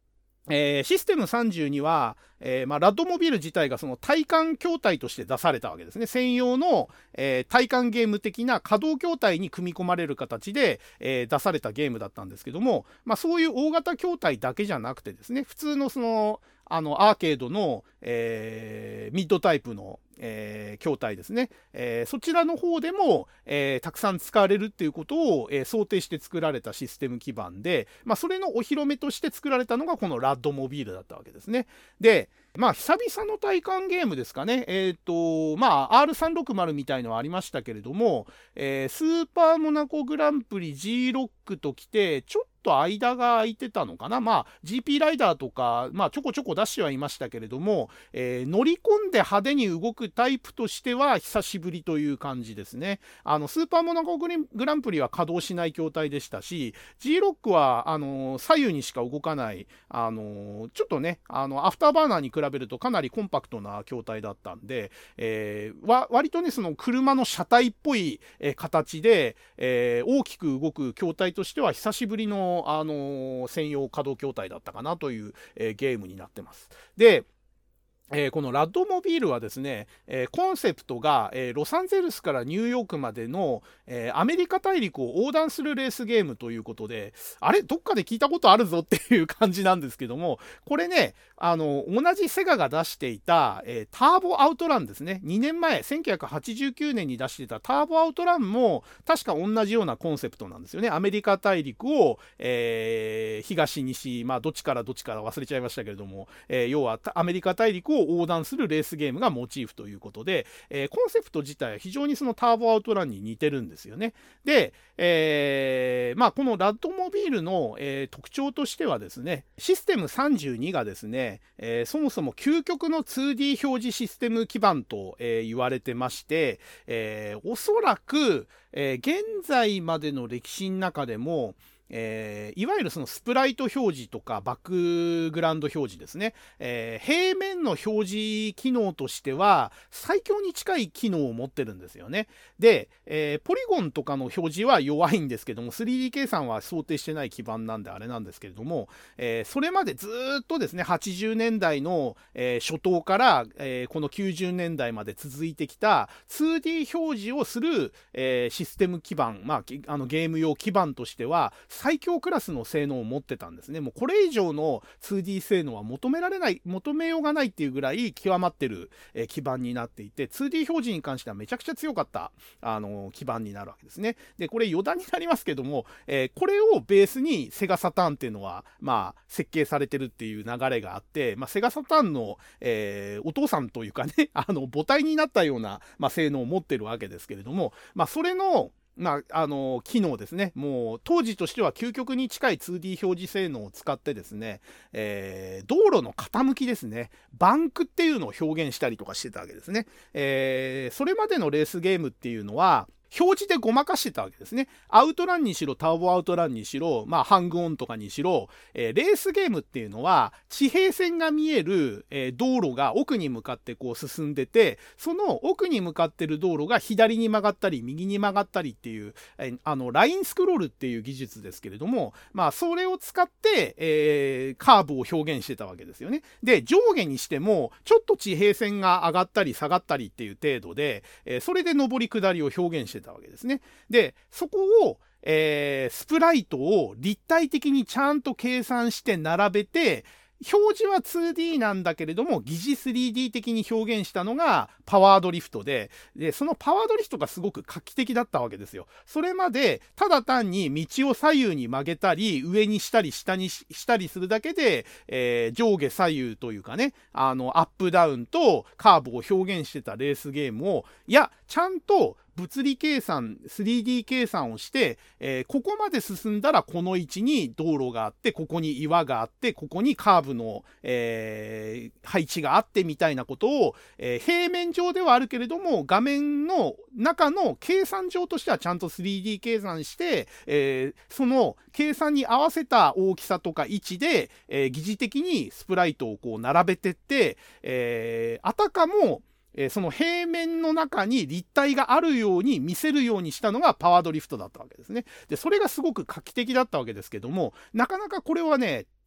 えーシステムさんじゅうには、えーまあ、ラッドモビル自体がその体感筐体として出されたわけですね。専用の、えー体感ゲーム的な可動筐体に組み込まれる形で、えー出されたゲームだったんですけども、まあ、そういう大型筐体だけじゃなくてですね、普通のそのあのアーケードの、えーミッドタイプの、えー筐体ですね、えーそちらの方でも、えーたくさん使われるっていうことを、えー想定して作られたシステム基盤で、まあ、それのお披露目として作られたのがこのラッドモビールだったわけですね。で、まあ、久々の体感ゲームですかね。えっ、と、まあ、アールさんろくまる みたいのはありましたけれども、えースーパーモナコグランプリ G ロックときて、ちょっと間が空いてたのかな。まあ、ジーピー ライダーとか、まあ、ちょこちょこ出してはいましたけれども、えー乗り込んで派手に動くタイプとしては久しぶりという感じですね。あの、スーパーモナコグランプリは稼働しない筐体でしたし、G ロックは、あの、左右にしか動かない、あの、ちょっとね、あの、アフターバーナーに比べるとかなりコンパクトな筐体だったんで、えー、わ割とね、その車の車体っぽい、えー形で、えー大きく動く筐体としては久しぶりの、あのー専用稼働筐体だったかなという、えーゲームになってます。で、えーこのラッドモビールはですね、えーコンセプトが、えーロサンゼルスからニューヨークまでの、えーアメリカ大陸を横断するレースゲームということで、あれどっかで聞いたことあるぞっていう感じなんですけども、これね、あの、同じセガが出していた、えーターボアウトランですね。にねんまえ、せんきゅうひゃくはちじゅうきゅうねんに出していたターボアウトランも、確か同じようなコンセプトなんですよね。アメリカ大陸を、えー東、西、まあ、どっちからどっちから忘れちゃいましたけれども、えー要はアメリカ大陸を横断するレースゲームがモチーフということで、えーコンセプト自体は非常にそのターボアウトランに似てるんですよね。で、えーまあ、このラッドモビールの、えー特徴としてはですね、システムさんじゅうにがですね、えーそもそも究極の ツーディー 表示システム基盤と、えー言われてまして、えーおそらく、えー現在までの歴史の中でも、えーいわゆるそのスプライト表示とかバックグラウンド表示ですね、えー平面の表示機能としては最強に近い機能を持ってるんですよね。で、えーポリゴンとかの表示は弱いんですけども スリーディー 計算は想定してない基盤なんであれなんですけれども、えーそれまでずっとですねはちじゅうねんだいの、えー初頭から、えーこのきゅうじゅうねんだいまで続いてきた ツーディー 表示をする、えーシステム基盤、まあ、あのゲーム用基盤としては最強クラスの性能を持ってたんですね。もうこれ以上の ツーディー 性能は求められない、求めようがないっていうぐらい極まってる、えー基盤になっていて、ツーディー 表示に関してはめちゃくちゃ強かった、あのー基盤になるわけですね。で、これ余談になりますけども、えーこれをベースにセガサターンっていうのは、まあ、設計されてるっていう流れがあって、まあ、セガサターンの、えーお父さんというかね、あの、母体になったような、まあ、性能を持ってるわけですけれども、まあ、それの、まあ、あの、機能ですね。もう、当時としては究極に近い ツーディー 表示性能を使ってですね、えー道路の傾きですね。バンクっていうのを表現したりとかしてたわけですね。えーそれまでのレースゲームっていうのは、表示でごまかしてたわけですね。アウトランにしろ、ターボアウトランにしろ、まあ、ハングオンとかにしろ、えーレースゲームっていうのは、地平線が見える、えー道路が奥に向かってこう進んでて、その奥に向かってる道路が左に曲がったり、右に曲がったりっていう、えーあの、ラインスクロールっていう技術ですけれども、まあ、それを使って、えーカーブを表現してたわけですよね。で、上下にしても、ちょっと地平線が上がったり下がったりっていう程度で、えーそれで上り下りを表現してたわけですね。で、そこを、えースプライトを立体的にちゃんと計算して並べて、表示は ツーディー なんだけれども、疑似 スリーディー 的に表現したのがパワードリフトで、で、そのパワードリフトがすごく画期的だったわけですよ。それまで、ただ単に道を左右に曲げたり、上にしたり下にしたりするだけで、えー上下左右というかね、あの、アップダウンとカーブを表現してたレースゲームを、いや、ちゃんと物理計算、スリーディー 計算をして、えーここまで進んだらこの位置に道路があって、ここに岩があって、ここにカーブの、えー配置があってみたいなことを、えー平面上ではあるけれども、画面の中の計算上としてはちゃんと スリーディー 計算して、えーその計算に合わせた大きさとか位置で、えー疑似的にスプライトをこう並べてって、えーあたかもえーその平面の中に立体があるように見せるようにしたのがパワードリフトだったわけですね。で、それがすごく画期的だったわけですけども、なかなかこれはね、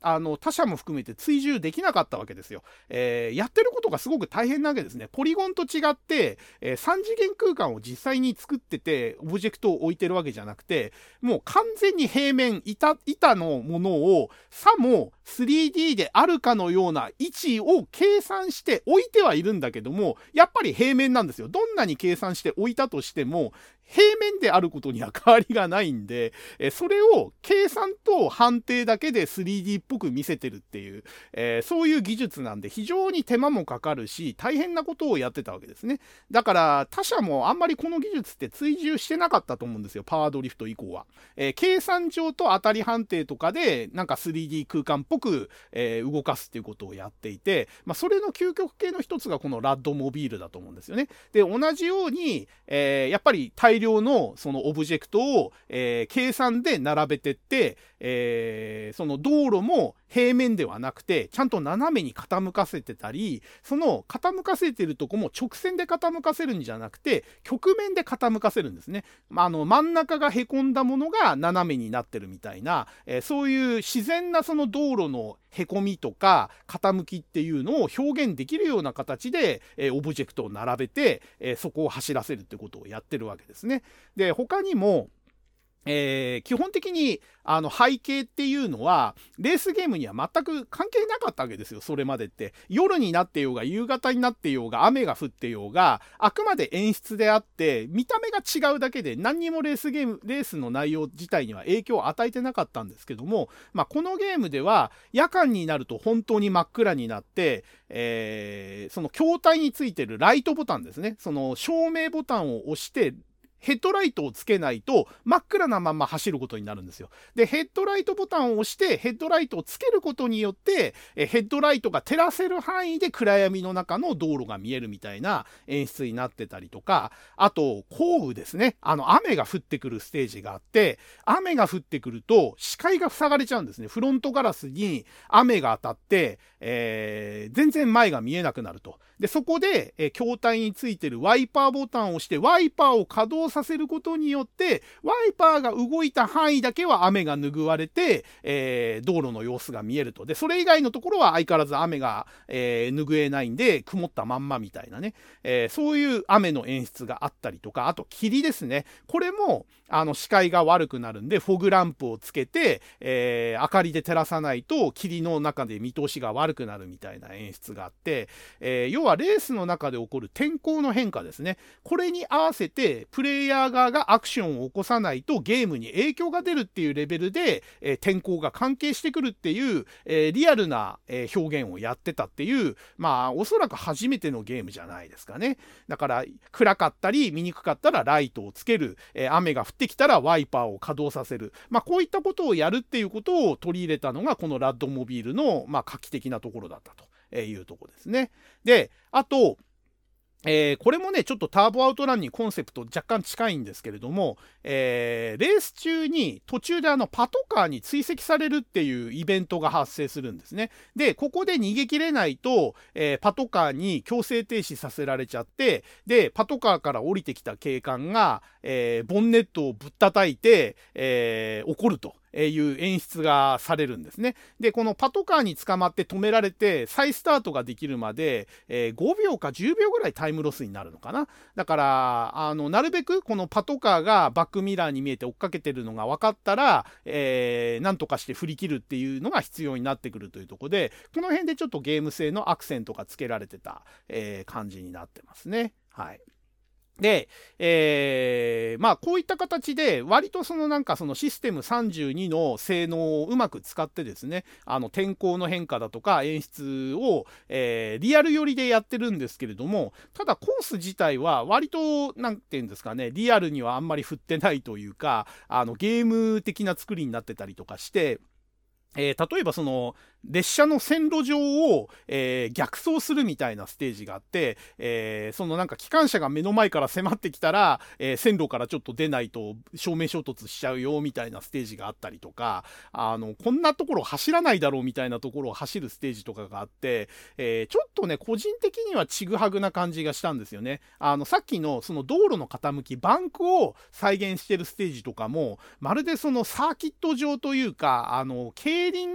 あの他社も含めて追従できなかったわけですよ。えー、やってることがすごく大変なわけですね。ポリゴンと違って、えー、さん次元空間を実際に作っててオブジェクトを置いてるわけじゃなくて、もう完全に平面 板, 板のものをさも スリーディー であるかのような位置を計算して置いてはいるんだけども、やっぱり平面なんですよ。どんなに計算して置いたとしても平面であることには変わりがないんで、えそれを計算と判定だけで スリーディー っぽく見せてるっていう、えー、そういう技術なんで非常に手間もかかるし大変なことをやってたわけですね。だから他社もあんまりこの技術って追従してなかったと思うんですよ、パワードリフト以降は。えー、計算上と当たり判定とかでなんか スリーディー 空間っぽく、えー、動かすっていうことをやっていて、まあ、それの究極系の一つがこのラッドモビールだと思うんですよね。で同じように、えー、やっぱり大量のそのオブジェクトを、えー、計算で並べてって、えー、その道路も平面ではなくてちゃんと斜めに傾かせてたり、その傾かせてるとこも直線で傾かせるんじゃなくて曲面で傾かせるんですね。まあ、あの真ん中がへこんだものが斜めになってるみたいな、えー、そういう自然なその道路のへこみとか傾きっていうのを表現できるような形で、えー、オブジェクトを並べて、えー、そこを走らせるってことをやってるわけですね。で他にもえー、基本的にあの背景っていうのはレースゲームには全く関係なかったわけですよ。それまでって夜になってようが夕方になってようが雨が降ってようがあくまで演出であって見た目が違うだけで何にもレースゲームレースの内容自体には影響を与えてなかったんですけども、まあ、このゲームでは夜間になると本当に真っ暗になって、えー、その筐体についてるライトボタンですね、その照明ボタンを押してヘッドライトをつけないと真っ暗なまま走ることになるんですよ。で、ヘッドライトボタンを押してヘッドライトをつけることによってヘッドライトが照らせる範囲で暗闇の中の道路が見えるみたいな演出になってたりとか、あと降雨ですね。あの雨が降ってくるステージがあって、雨が降ってくると視界が塞がれちゃうんですね。フロントガラスに雨が当たって、えー、全然前が見えなくなると。でそこで、えー、筐体についてるワイパーボタンを押してワイパーを稼働させることによってワイパーが動いた範囲だけは雨が拭われて、えー、道路の様子が見えると。でそれ以外のところは相変わらず雨が、えー、拭えないんで曇ったまんまみたいなね、えー、そういう雨の演出があったりとか、あと霧ですね。これもあの視界が悪くなるんでフォグランプをつけて、えー、明かりで照らさないと霧の中で見通しが悪くなるみたいな演出があって、えー、要はレースの中で起こる天候の変化ですね。これに合わせてプレイヤー側がアクションを起こさないとゲームに影響が出るっていうレベルで、えー、天候が関係してくるっていう、えー、リアルな、えー、表現をやってたっていう、まあおそらく初めてのゲームじゃないですかね。だから暗かったり見にくかったらライトをつける、えー、雨が降ってきたらワイパーを稼働させる、まあこういったことをやるっていうことを取り入れたのがこのラッドモビールの、まあ、画期的なところだったというところですね。であとえー、これもねちょっとターボアウトランにコンセプト若干近いんですけれども、えー、レース中に途中であのパトカーに追跡されるっていうイベントが発生するんですね。でここで逃げ切れないと、えー、パトカーに強制停止させられちゃって、でパトカーから降りてきた警官が、えー、ボンネットをぶったたいて、えー、怒るという演出がされるんですね。でこのパトカーに捕まって止められて再スタートができるまで、えー、ごびょうかじゅうびょうぐらいタイムロスになるのかな。だからあのなるべくこのパトカーがバックミラーに見えて追っかけてるのが分かったら、えー、なんとかして振り切るっていうのが必要になってくるというところで、この辺でちょっとゲーム性のアクセントがつけられてた、えー、感じになってますね。はい。で、えー、まあこういった形で割とそのなんかそのシステムさんじゅうにの性能をうまく使ってですね、あの天候の変化だとか演出を、えー、リアル寄りでやってるんですけれども、ただコース自体は割となんていうんですかね、リアルにはあんまり振ってないというか、あのゲーム的な作りになってたりとかして、えー、例えばその列車の線路上を、えー、逆走するみたいなステージがあって、えー、そのなんか機関車が目の前から迫ってきたら、えー、線路からちょっと出ないと正面衝突しちゃうよみたいなステージがあったりとか、あのこんなところ走らないだろうみたいなところを走るステージとかがあって、えー、ちょっとね個人的にはちぐはぐな感じがしたんですよね。あのさっきのその道路の傾きバンクを再現してるステージとかもまるでそのサーキット上というか、あの競輪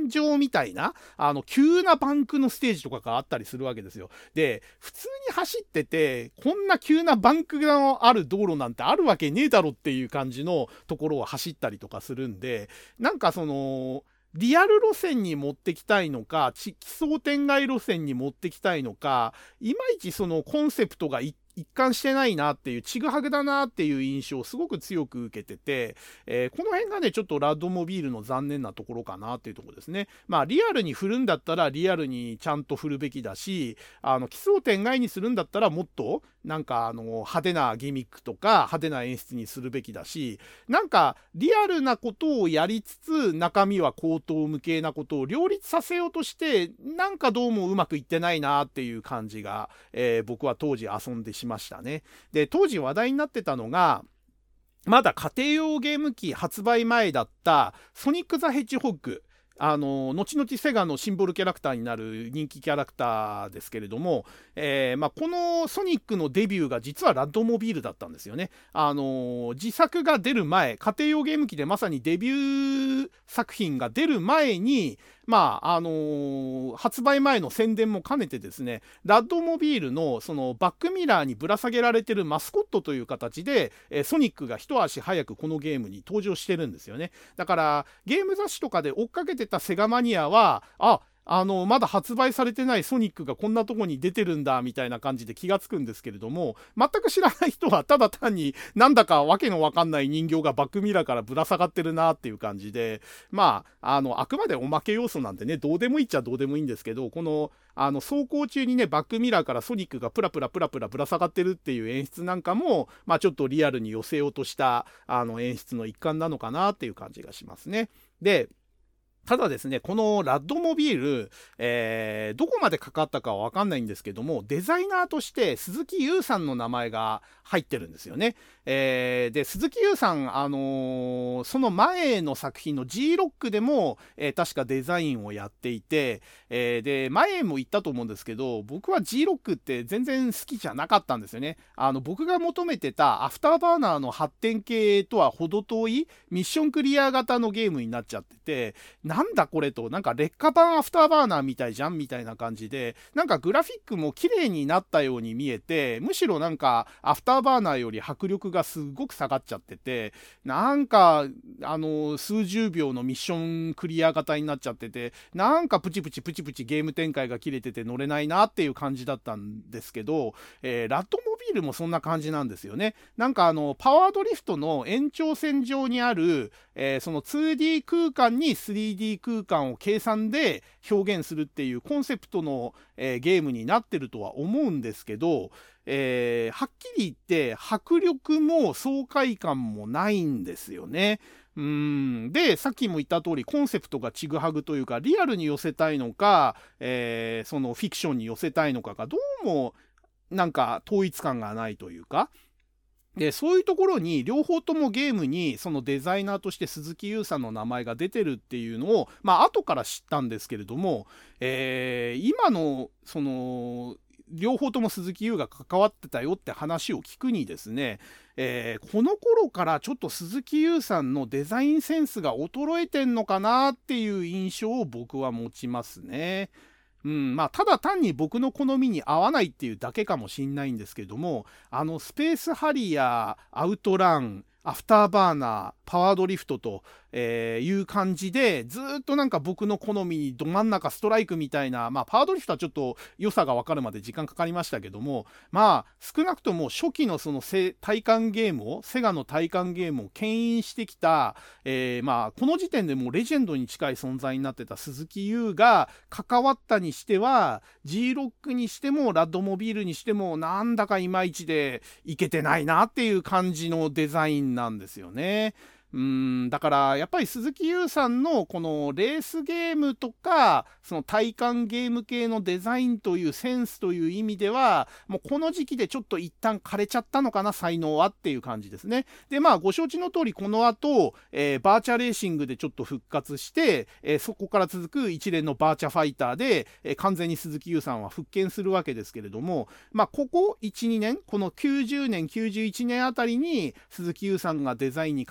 戦場みたいな、あの、急なバンクのステージとかがあったりするわけですよ。で、普通に走ってて、こんな急なバンクのある道路なんてあるわけねえだろっていう感じのところを走ったりとかするんで、なんかその、リアル路線に持ってきたいのか、奇想天外路線に持ってきたいのか、いまいちそのコンセプトが一一貫してないなっていう、ちぐはぐだなっていう印象をすごく強く受けてて、えー、この辺がね、ちょっとラッドモビールの残念なところかなっていうところですね。まあ、リアルに振るんだったらリアルにちゃんと振るべきだし、あの、奇想天外にするんだったらもっと、なんかあの、派手なギミックとか派手な演出にするべきだし、なんかリアルなことをやりつつ、中身は高等無形なことを両立させようとして、なんかどうもうまくいってないなっていう感じが、えー、僕は当時遊んでしまましたね。で、当時話題になってたのが、まだ家庭用ゲーム機発売前だったソニック・ザ・ヘッジホッグ。あの、後々セガのシンボルキャラクターになる人気キャラクターですけれども、えーまあ、このソニックのデビューが実はラッドモビールだったんですよね。あの、自作が出る前、家庭用ゲーム機でまさにデビュー作品が出る前に、まあ、あのー、発売前の宣伝も兼ねてですね、ラッドモビールのそのバックミラーにぶら下げられてるマスコットという形で、えー、ソニックが一足早くこのゲームに登場してるんですよね。だから、ゲーム雑誌とかで追っかけてたセガマニアは、あ、あの、まだ発売されてないソニックがこんなとこに出てるんだ、みたいな感じで気がつくんですけれども、全く知らない人はただ単になんだかわけのわかんない人形がバックミラーからぶら下がってるなっていう感じで、まあ、あの、あくまでおまけ要素なんてね、どうでもいいっちゃどうでもいいんですけど、この、あの、走行中にね、バックミラーからソニックがプラプラプラプラぶら下がってるっていう演出なんかも、まあちょっとリアルに寄せようとした、あの、演出の一環なのかなっていう感じがしますね。で、ただですね、このラッドモビール、えー、どこまでかかったかはわかんないんですけども、デザイナーとして鈴木優さんの名前が入ってるんですよね。えー、で、鈴木優さん、あのー、その前の作品の G ロックでも、えー、確かデザインをやっていて、えー、で、前も言ったと思うんですけど、僕は G ロックって全然好きじゃなかったんですよね。あの、僕が求めてたアフターバーナーの発展系とは程遠いミッションクリア型のゲームになっちゃってて、なんだこれと、なんか劣化版アフターバーナーみたいじゃんみたいな感じで、なんかグラフィックも綺麗になったように見えて、むしろなんかアフターバーナーより迫力がすごく下がっちゃってて、なんかあの数十秒のミッションクリア型になっちゃってて、なんかプチプチプチプチゲーム展開が切れてて乗れないなっていう感じだったんですけど、えー、ラッドモビールもそんな感じなんですよね。なんかあのパワードリフトの延長線上にある、えー、その ツーディー 空間に スリーディー 空間を計算で表現するっていうコンセプトの、えー、ゲームになってるとは思うんですけど、えー、はっきり言って迫力も爽快感もないんですよね。うーんで、さっきも言った通りコンセプトがちぐはぐというか、リアルに寄せたいのか、えー、そのフィクションに寄せたいのかがどうもなんか統一感がないというか、で、そういうところに両方ともゲームにそのデザイナーとして鈴木優さんの名前が出てるっていうのを、まあ後から知ったんですけれども、えー、今のその両方とも鈴木優が関わってたよって話を聞くにですね、えー、この頃からちょっと鈴木優さんのデザインセンスが衰えてんのかなっていう印象を僕は持ちますね。うん、まあただ単に僕の好みに合わないっていうだけかもしんないんですけども、あのスペースハリアー、アウトラン、アフターバーナー、パワードリフトと、えー、いう感じで、ずーっとなんか僕の好みにど真ん中ストライクみたいな、まあパワードリフトはちょっと良さが分かるまで時間かかりましたけども、まあ少なくとも初期のその体感ゲームを、セガの体感ゲームを牽引してきた、えー、まあこの時点でもうレジェンドに近い存在になってた鈴木優が関わったにしては、G ロックにしてもラッドモビールにしてもなんだかいまいちでいけてないなっていう感じのデザインなんですよね。うーんだからやっぱり鈴木優さんのこのレースゲームとかその体感ゲーム系のデザインというセンスという意味ではもうこの時期でちょっと一旦枯れちゃったのかな才能はっていう感じですね。でまあご承知の通りこの後、えー、バーチャレーシングでちょっと復活して、えー、そこから続く一連のバーチャファイターで、えー、完全に鈴木優さんは復権するわけですけれども、まあここ いちにねんこのきゅうじゅうねんきゅうじゅういちねんあたりに鈴木優さんがデザインに関わった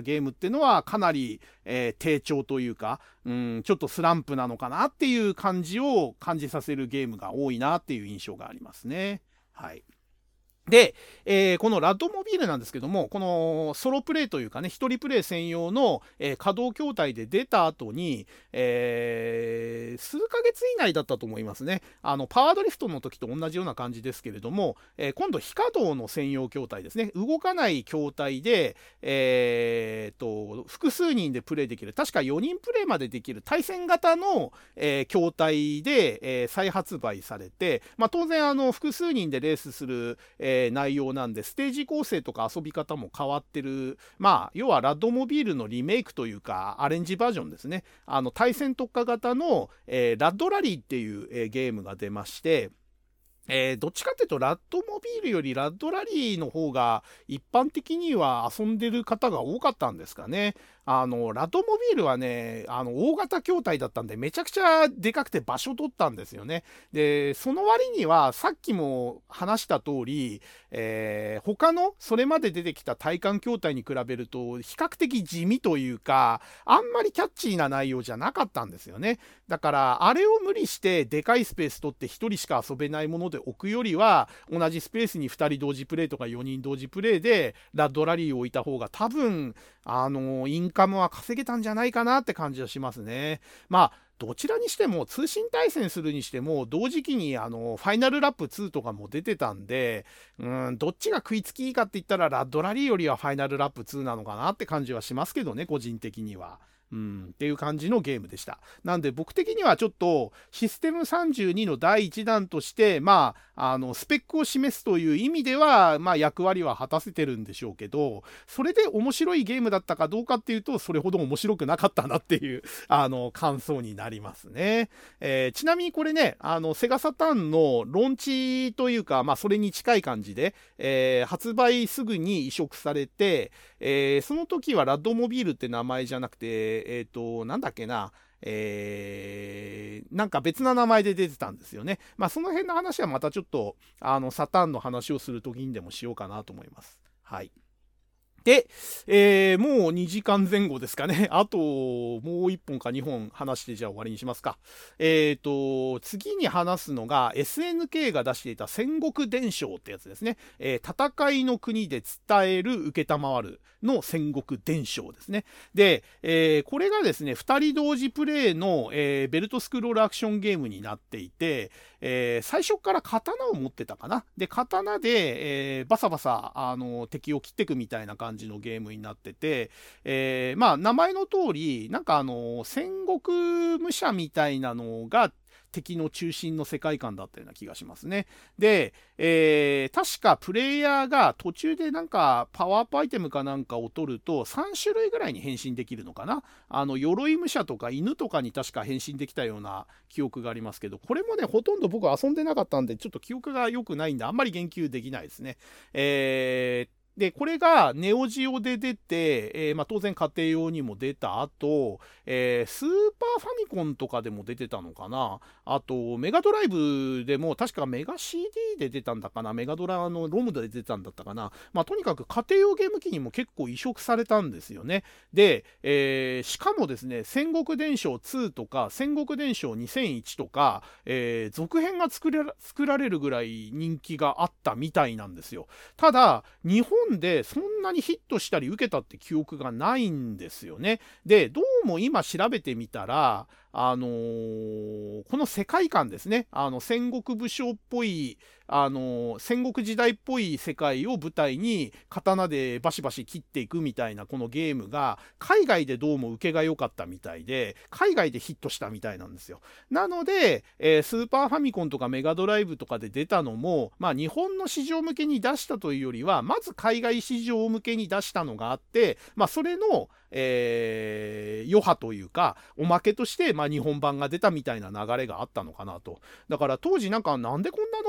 ゲームっていうのはかなり、えー、低調というか、うん、ちょっとスランプなのかなっていう感じを感じさせるゲームが多いなっていう印象がありますね。はい。で、えー、このラッドモビールなんですけども、このソロプレイというかね、一人プレイ専用の、えー、稼働筐体で出た後に、えー、数ヶ月以内だったと思いますね。あの、パワードリフトの時と同じような感じですけれども、えー、今度非稼働の専用筐体ですね。動かない筐体で、えー、と、複数人でプレイできる、確かよにんプレイまでできる対戦型の、えー、筐体で、えー、再発売されて、まあ、当然あの、複数人でレースする、えー内容なんで、ステージ構成とか遊び方も変わってる、まあ要はラッドモビールのリメイクというかアレンジバージョンですね。あの対戦特化型の、えー、ラッドラリーっていう、えー、ゲームが出まして、えー、どっちかっていうとラッドモビールよりラッドラリーの方が一般的には遊んでる方が多かったんですかね。あのラッドモビールはね、あの大型筐体だったんでめちゃくちゃでかくて場所取ったんですよね。でその割にはさっきも話した通り、えー、他のそれまで出てきた体感筐体に比べると比較的地味というか、あんまりキャッチーな内容じゃなかったんですよね。だからあれを無理してでかいスペース取ってひとりしか遊べないもので置くよりは、同じスペースにふたり同時プレイとかよにん同時プレイでラッドラリーを置いた方が多分あのインカムは稼げたんじゃないかなって感じはしますね。まあどちらにしても通信対戦するにしても同時期にあのファイナルラップツーとかも出てたんで、うんどっちが食いつきいいかって言ったらラッドラリーよりはファイナルラップツーなのかなって感じはしますけどね、個人的には。うん、っていう感じのゲームでした。なんで僕的にはちょっとシステムさんじゅうにのだいいちだんとしてまああのスペックを示すという意味ではまあ役割は果たせてるんでしょうけど、それで面白いゲームだったかどうかっていうとそれほど面白くなかったなっていうあの感想になりますね。えー、ちなみにこれね、あのセガサターンのローンチというかまあそれに近い感じで、えー、発売すぐに移植されて、えー、その時はラッドモビールって名前じゃなくてえっと、なんだっけな、えー、なんか別な名前で出てたんですよね。まあ、その辺の話はまたちょっと、あの、サターンの話をする時にでもしようかなと思います。はい。で、えー、もうにじかんぜん後ですかね。あと、もういっぽんかにほん話してじゃあ終わりにしますか。えーと、次に話すのが エスエヌケー が出していた戦国伝承ってやつですね。えー、戦いの国で伝える、承るの戦国伝承ですね。で、えー、これがですね、ふたり同時プレイの、えー、ベルトスクロールアクションゲームになっていて、えー、最初から刀を持ってたかな。で、刀で、えー、バサバサ、あの、敵を切っていくみたいな感じのゲームになってて、えー、まあ、名前の通り、なんかあの、戦国武者みたいなのが、敵の中心の世界観だったような気がしますね。で、えー、確かプレイヤーが途中でなんかパワーアップアイテムかなんかを取るとさんしゅるいぐらいに変身できるのかな。あの鎧武者とか犬とかに確か変身できたような記憶がありますけど、これもねほとんど僕遊んでなかったんでちょっと記憶が良くないんであんまり言及できないですね。えーで、これがネオジオで出て、えーまあ、当然家庭用にも出た後、えー、スーパーファミコンとかでも出てたのかな。あと、メガドライブでも確かメガ シーディー で出たんだかな。メガドラのロムで出たんだったかな。まあ、とにかく家庭用ゲーム機にも結構移植されたんですよね。で、えー、しかもですね、戦国伝承ツーとか、戦国伝承にせんいちとか、えー、続編が作れ作られるぐらい人気があったみたいなんですよ。ただ、日本でそんなにヒットしたり受けたって記憶がないんですよね。で、どうも今調べてみたら、あのー、この世界観ですね、あの戦国武将っぽい、あのー、戦国時代っぽい世界を舞台に刀でバシバシ切っていくみたいなこのゲームが海外でどうも受けが良かったみたいで、海外でヒットしたみたいなんですよ。なので、えー、スーパーファミコンとかメガドライブとかで出たのも、まあ日本の市場向けに出したというよりは、まず海外市場向けに出したのがあって、まあそれの、えー、余波というかおまけとして、まあ、日本版が出たみたいな流れがあったのかなと。だから当時なんかなんでこんなのこん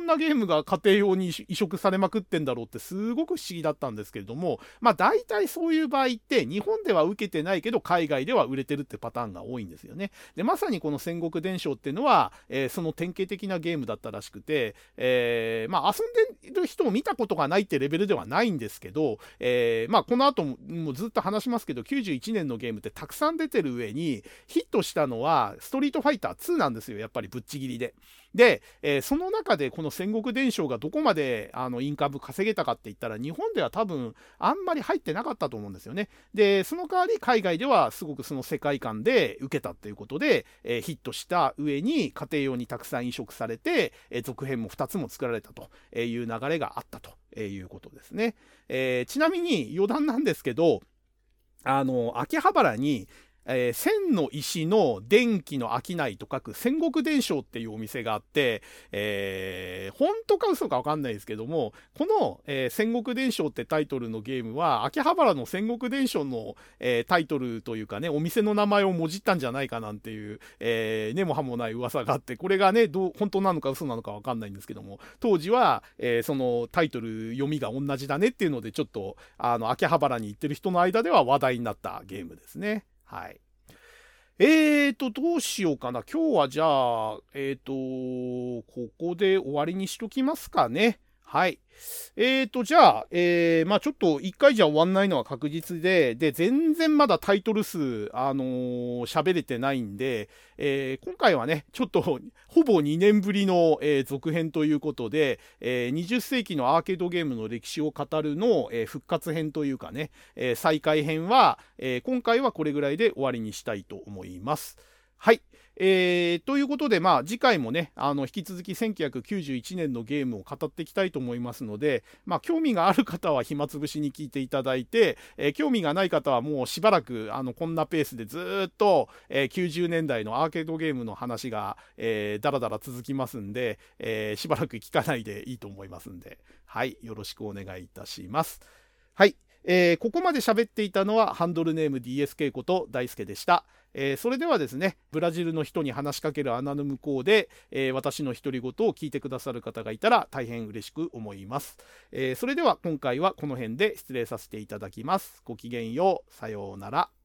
なゲームが家庭用に移植されまくってんだろうってすごく不思議だったんですけれども、まあ大体そういう場合って日本では受けてないけど海外では売れてるってパターンが多いんですよね。でまさにこの戦国伝承っていうのは、えー、その典型的なゲームだったらしくて、えー、まあ遊んでる人を見たことがないってレベルではないんですけど、えー、まあこの後ももうずっと話しますけどきゅうじゅういちねんのゲームってたくさん出てる上にヒットしたのはストリートファイターツーなんですよ、やっぱりぶっちぎりで。で、えー、その中でこの戦国伝承がどこまであのインカム稼げたかって言ったら日本では多分あんまり入ってなかったと思うんですよね。でその代わり海外ではすごくその世界観で受けたっていうことで、えー、ヒットした上に家庭用にたくさん移植されて、えー、続編もふたつも作られたという流れがあったということですね。えー、ちなみに余談なんですけど、あの秋葉原にえー、千の石の電気の商いと書く戦国伝承っていうお店があって、えー、本当か嘘か分かんないですけども、この、えー、戦国伝承ってタイトルのゲームは秋葉原の戦国伝承の、えー、タイトルというかね、お店の名前をもじったんじゃないかなんていう、えー、根も葉もない噂があって、これがねどう本当なのか嘘なのか分かんないんですけども、当時は、えー、そのタイトル読みが同じだねっていうのでちょっとあの秋葉原に行ってる人の間では話題になったゲームですね。はい。えーと、どうしようかな。今日はじゃあ、えーと、ここで終わりにしときますかね。はい。えーと、じゃあ、えー、まあちょっと一回じゃ終わんないのは確実で、で、全然まだタイトル数、あのー、喋れてないんで、えー、今回はね、ちょっと、ほぼにねんぶりの、えー、続編ということで、えー、にじゅっせいきのアーケードゲームの歴史を語るの、えー、復活編というかね、えー、再開編は、えー、今回はこれぐらいで終わりにしたいと思います。はい。えー、ということで、まあ、次回もね、あの、引き続きせんきゅうひゃくきゅうじゅういちねんのゲームを語っていきたいと思いますので、まあ、興味がある方は暇つぶしに聞いていただいて、えー、興味がない方はもうしばらく、あの、こんなペースでずっと、えー、きゅうじゅうねんだいのアーケードゲームの話が、えー、だらだら続きますんで、えー、しばらく聞かないでいいと思いますんで、はい、よろしくお願いいたします。はい。えー、ここまで喋っていたのはハンドルネーム ディーエスケー こと大輔でした。えー、それではですね、ブラジルの人に話しかける穴の向こうで、えー、私の独り言を聞いてくださる方がいたら大変嬉しく思います。えー、それでは今回はこの辺で失礼させていただきます。ごきげんよう。さようなら。